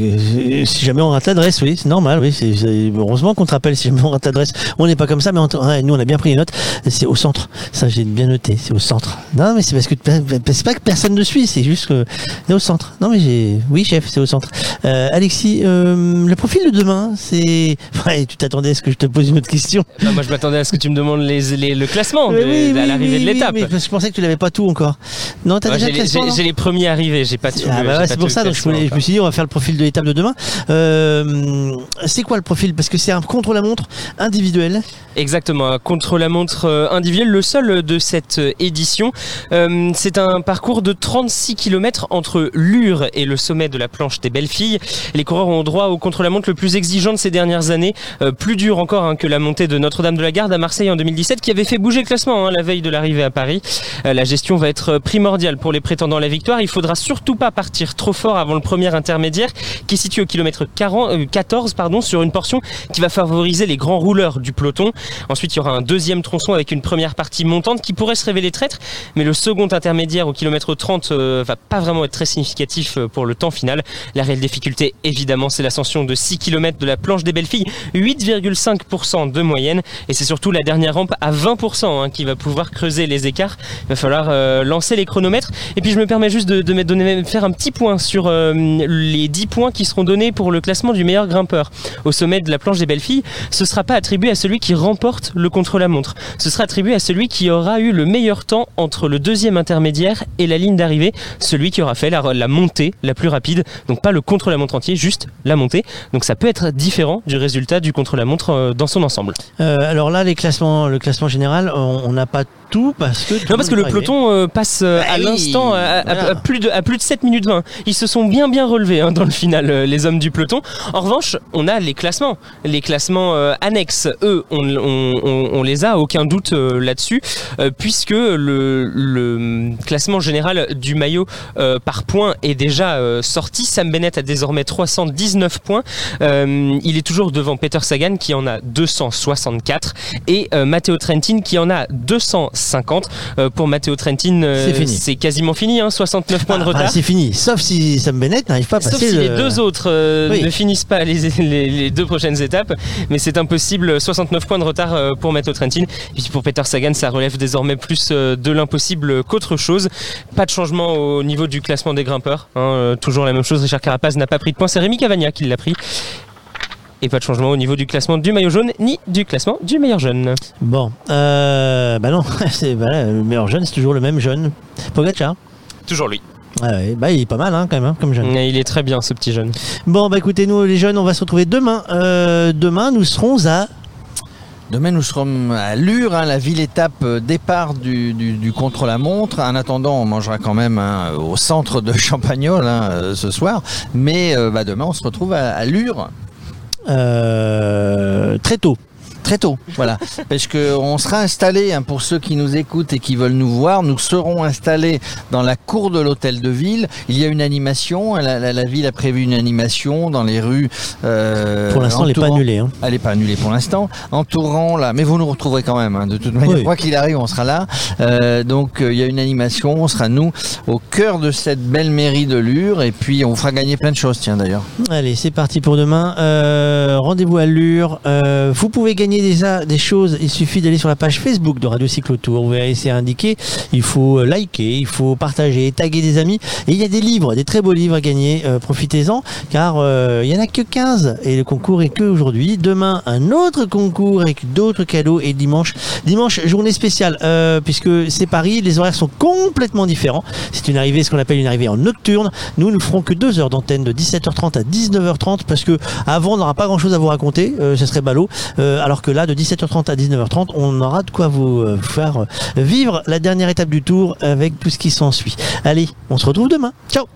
si jamais on rate l'adresse, oui, c'est normal, oui. C'est, c'est, heureusement qu'on te rappelle si jamais on rate l'adresse. On n'est pas comme ça, mais on, ouais, nous on a bien pris les notes. C'est au centre. Ça, j'ai bien noté. C'est au centre. Non, mais c'est parce que c'est pas que personne ne suit, c'est juste que c'est au centre. Non, mais j'ai, oui, chef, c'est au centre. Euh, Alexis, euh, le profil de demain, c'est. Ouais, tu t'attendais à ce que je te pose une autre question. Non, moi, je m'attendais à ce que tu me demandes les, les, le classement de, oui, oui, à l'arrivée oui, de l'étape. Oui, mais parce que je pensais que tu l'avais pas tout encore. Non, t'as ouais, déjà j'ai, le classement. Les, j'ai, j'ai les premiers arrivés, j'ai pas tout. Ah bah ouais, c'est pour ça. Donc je, voulais, je me suis dit, on va faire le profil de l'étape de demain. Euh, c'est quoi le profil? Parce que c'est un contre-la-montre individuel. Exactement, contre-la-montre individuel, le seul de cette édition. Euh, c'est un parcours de trente-six kilomètres entre Lure et le sommet de la planche des Belles Filles. Les coureurs ont droit au contre-la-montre le plus exigeant de ces dernières années, euh, plus dur encore hein, que la montée de Notre-Dame-de-la-Garde à Marseille en deux mille dix-sept, qui avait fait bouger le classement hein, la veille de l'arrivée à Paris. Euh, la gestion va être primordiale pour les prétendants à la victoire. Il faudra surtout pas partir trop fort avant le premier intermédiaire, qui est situé au kilomètre quarante, euh, quatorze pardon, sur une portion qui va favoriser les grands rouleurs du peloton. Ensuite, il y aura un deuxième tronçon avec une première partie montante qui pourrait se révéler traître, mais le second intermédiaire au kilomètre trente euh, va pas vraiment être très significatif pour le temps final. La réelle difficulté, évidemment, c'est l'ascension de six kilomètres de la planche des Belles Filles, huit virgule cinq pour cent de moyenne, et c'est surtout la dernière rampe à vingt pour cent hein, qui va pouvoir creuser les écarts. Il va falloir euh, lancer les chronomètres. Et puis, je me permets juste de, de, donner, de faire un petit point sur euh, les dix points qui seront donnés pour le classement du meilleur grimpeur au sommet de la planche des Belles Filles. Ce ne sera pas attribué à celui qui remporte le contre-la-montre. Ce sera attribué à celui qui aura eu le meilleur temps entre le deuxième intermédiaire et la ligne d'arrivée, celui qui aura fait la, la montée la plus rapide, donc pas le contre-la-montre entier, juste la montée. Donc ça peut être différent du résultat du contre-la-montre euh, dans son ensemble. Euh, alors là, les classements, le classement général, on n'a pas tout parce que... Non, parce que le peloton euh, passe euh, à oui, l'instant à, à, voilà. à, plus de, à plus de sept minutes vingt. Ils se sont bien bien relevés hein, dans le final, euh, les hommes du peloton. En revanche, on a les classements. Les classements euh, annexes, eux, on, on, on, on les a, aucun doute euh, là-dessus, euh, puisque le, le classement général du maillot euh, par points est déjà euh, sorti. Sam Bennett a désormais trois cent dix-neuf points. Euh, il est toujours devant Peter Sagan qui en a deux cent soixante-quatre et euh, Matteo Trentin qui en a deux cent cinquante. Euh, pour Matteo Trentin, euh, c'est, c'est quasiment fini, hein, soixante-neuf points de retard. Ah, c'est fini, sauf si Sam Bennett n'arrive pas à Sauf passer. si le... les deux autres euh, oui. ne finissent pas les, les, les deux prochaines étapes, mais c'est impossible. soixante-neuf points de retard euh, pour Matteo Trentin. Et puis pour Peter Sagan, ça relève désormais plus euh, de l'impossible qu'autre chose. Pas de changement au niveau du classement des grimpeurs. Hein, euh, toujours la même chose. Richard Carapaz n'a pas pris de points. C'est Rémi Cavagna qui l'a pris. Et pas de changement au niveau du classement du maillot jaune ni du classement du meilleur jeune. Bon, euh, bah non, c'est, voilà, le meilleur jeune, c'est toujours le même jeune. Pogacar. Toujours lui. Ah ouais, bah il est pas mal hein, quand même hein, comme jeune. Il est très bien ce petit jeune. Bon bah écoutez, nous les jeunes, on va se retrouver demain. Euh, demain, nous serons à... Demain, nous serons à Lure, hein, la ville-étape départ du, du, du contre-la-montre. En attendant, on mangera quand même hein, au centre de Champagnole hein, ce soir. Mais euh, bah, demain, on se retrouve à, à Lure. Euh, très tôt. Très tôt, voilà. Parce qu'on sera installé, hein, pour ceux qui nous écoutent et qui veulent nous voir, nous serons installés dans la cour de l'hôtel de ville. Il y a une animation, la, la, la ville a prévu une animation dans les rues. Euh, pour l'instant, elle n'est pas annulée. Hein. Elle n'est pas annulée pour l'instant. Entourant là, mais vous nous retrouverez quand même, hein, de toute manière. Oui. Quoi qu'il arrive, on sera là. Euh, donc euh, il y a une animation, on sera nous au cœur de cette belle mairie de Lure et puis on vous fera gagner plein de choses, tiens d'ailleurs. Allez, c'est parti pour demain. Euh, rendez-vous à Lure. Euh, vous pouvez gagner gagner déjà des choses, il suffit d'aller sur la page Facebook de Radio Cyclotour. Vous verrez, c'est indiqué. Il faut liker, il faut partager, taguer des amis. Et il y a des livres, des très beaux livres à gagner. Euh, profitez-en, car euh, il y en a que quinze et le concours est que aujourd'hui. Demain, un autre concours avec d'autres cadeaux et dimanche, dimanche journée spéciale euh, puisque c'est Paris, les horaires sont complètement différents. C'est une arrivée, ce qu'on appelle une arrivée en nocturne. Nous ne ferons que deux heures d'antenne de dix-sept heures trente à dix-neuf heures trente parce que avant on n'aura pas grand chose à vous raconter, euh, ce serait ballot. Euh, alors que là, de dix-sept heures trente à dix-neuf heures trente, on aura de quoi vous euh, faire vivre la dernière étape du tour avec tout ce qui s'ensuit. Allez, on se retrouve demain. Ciao.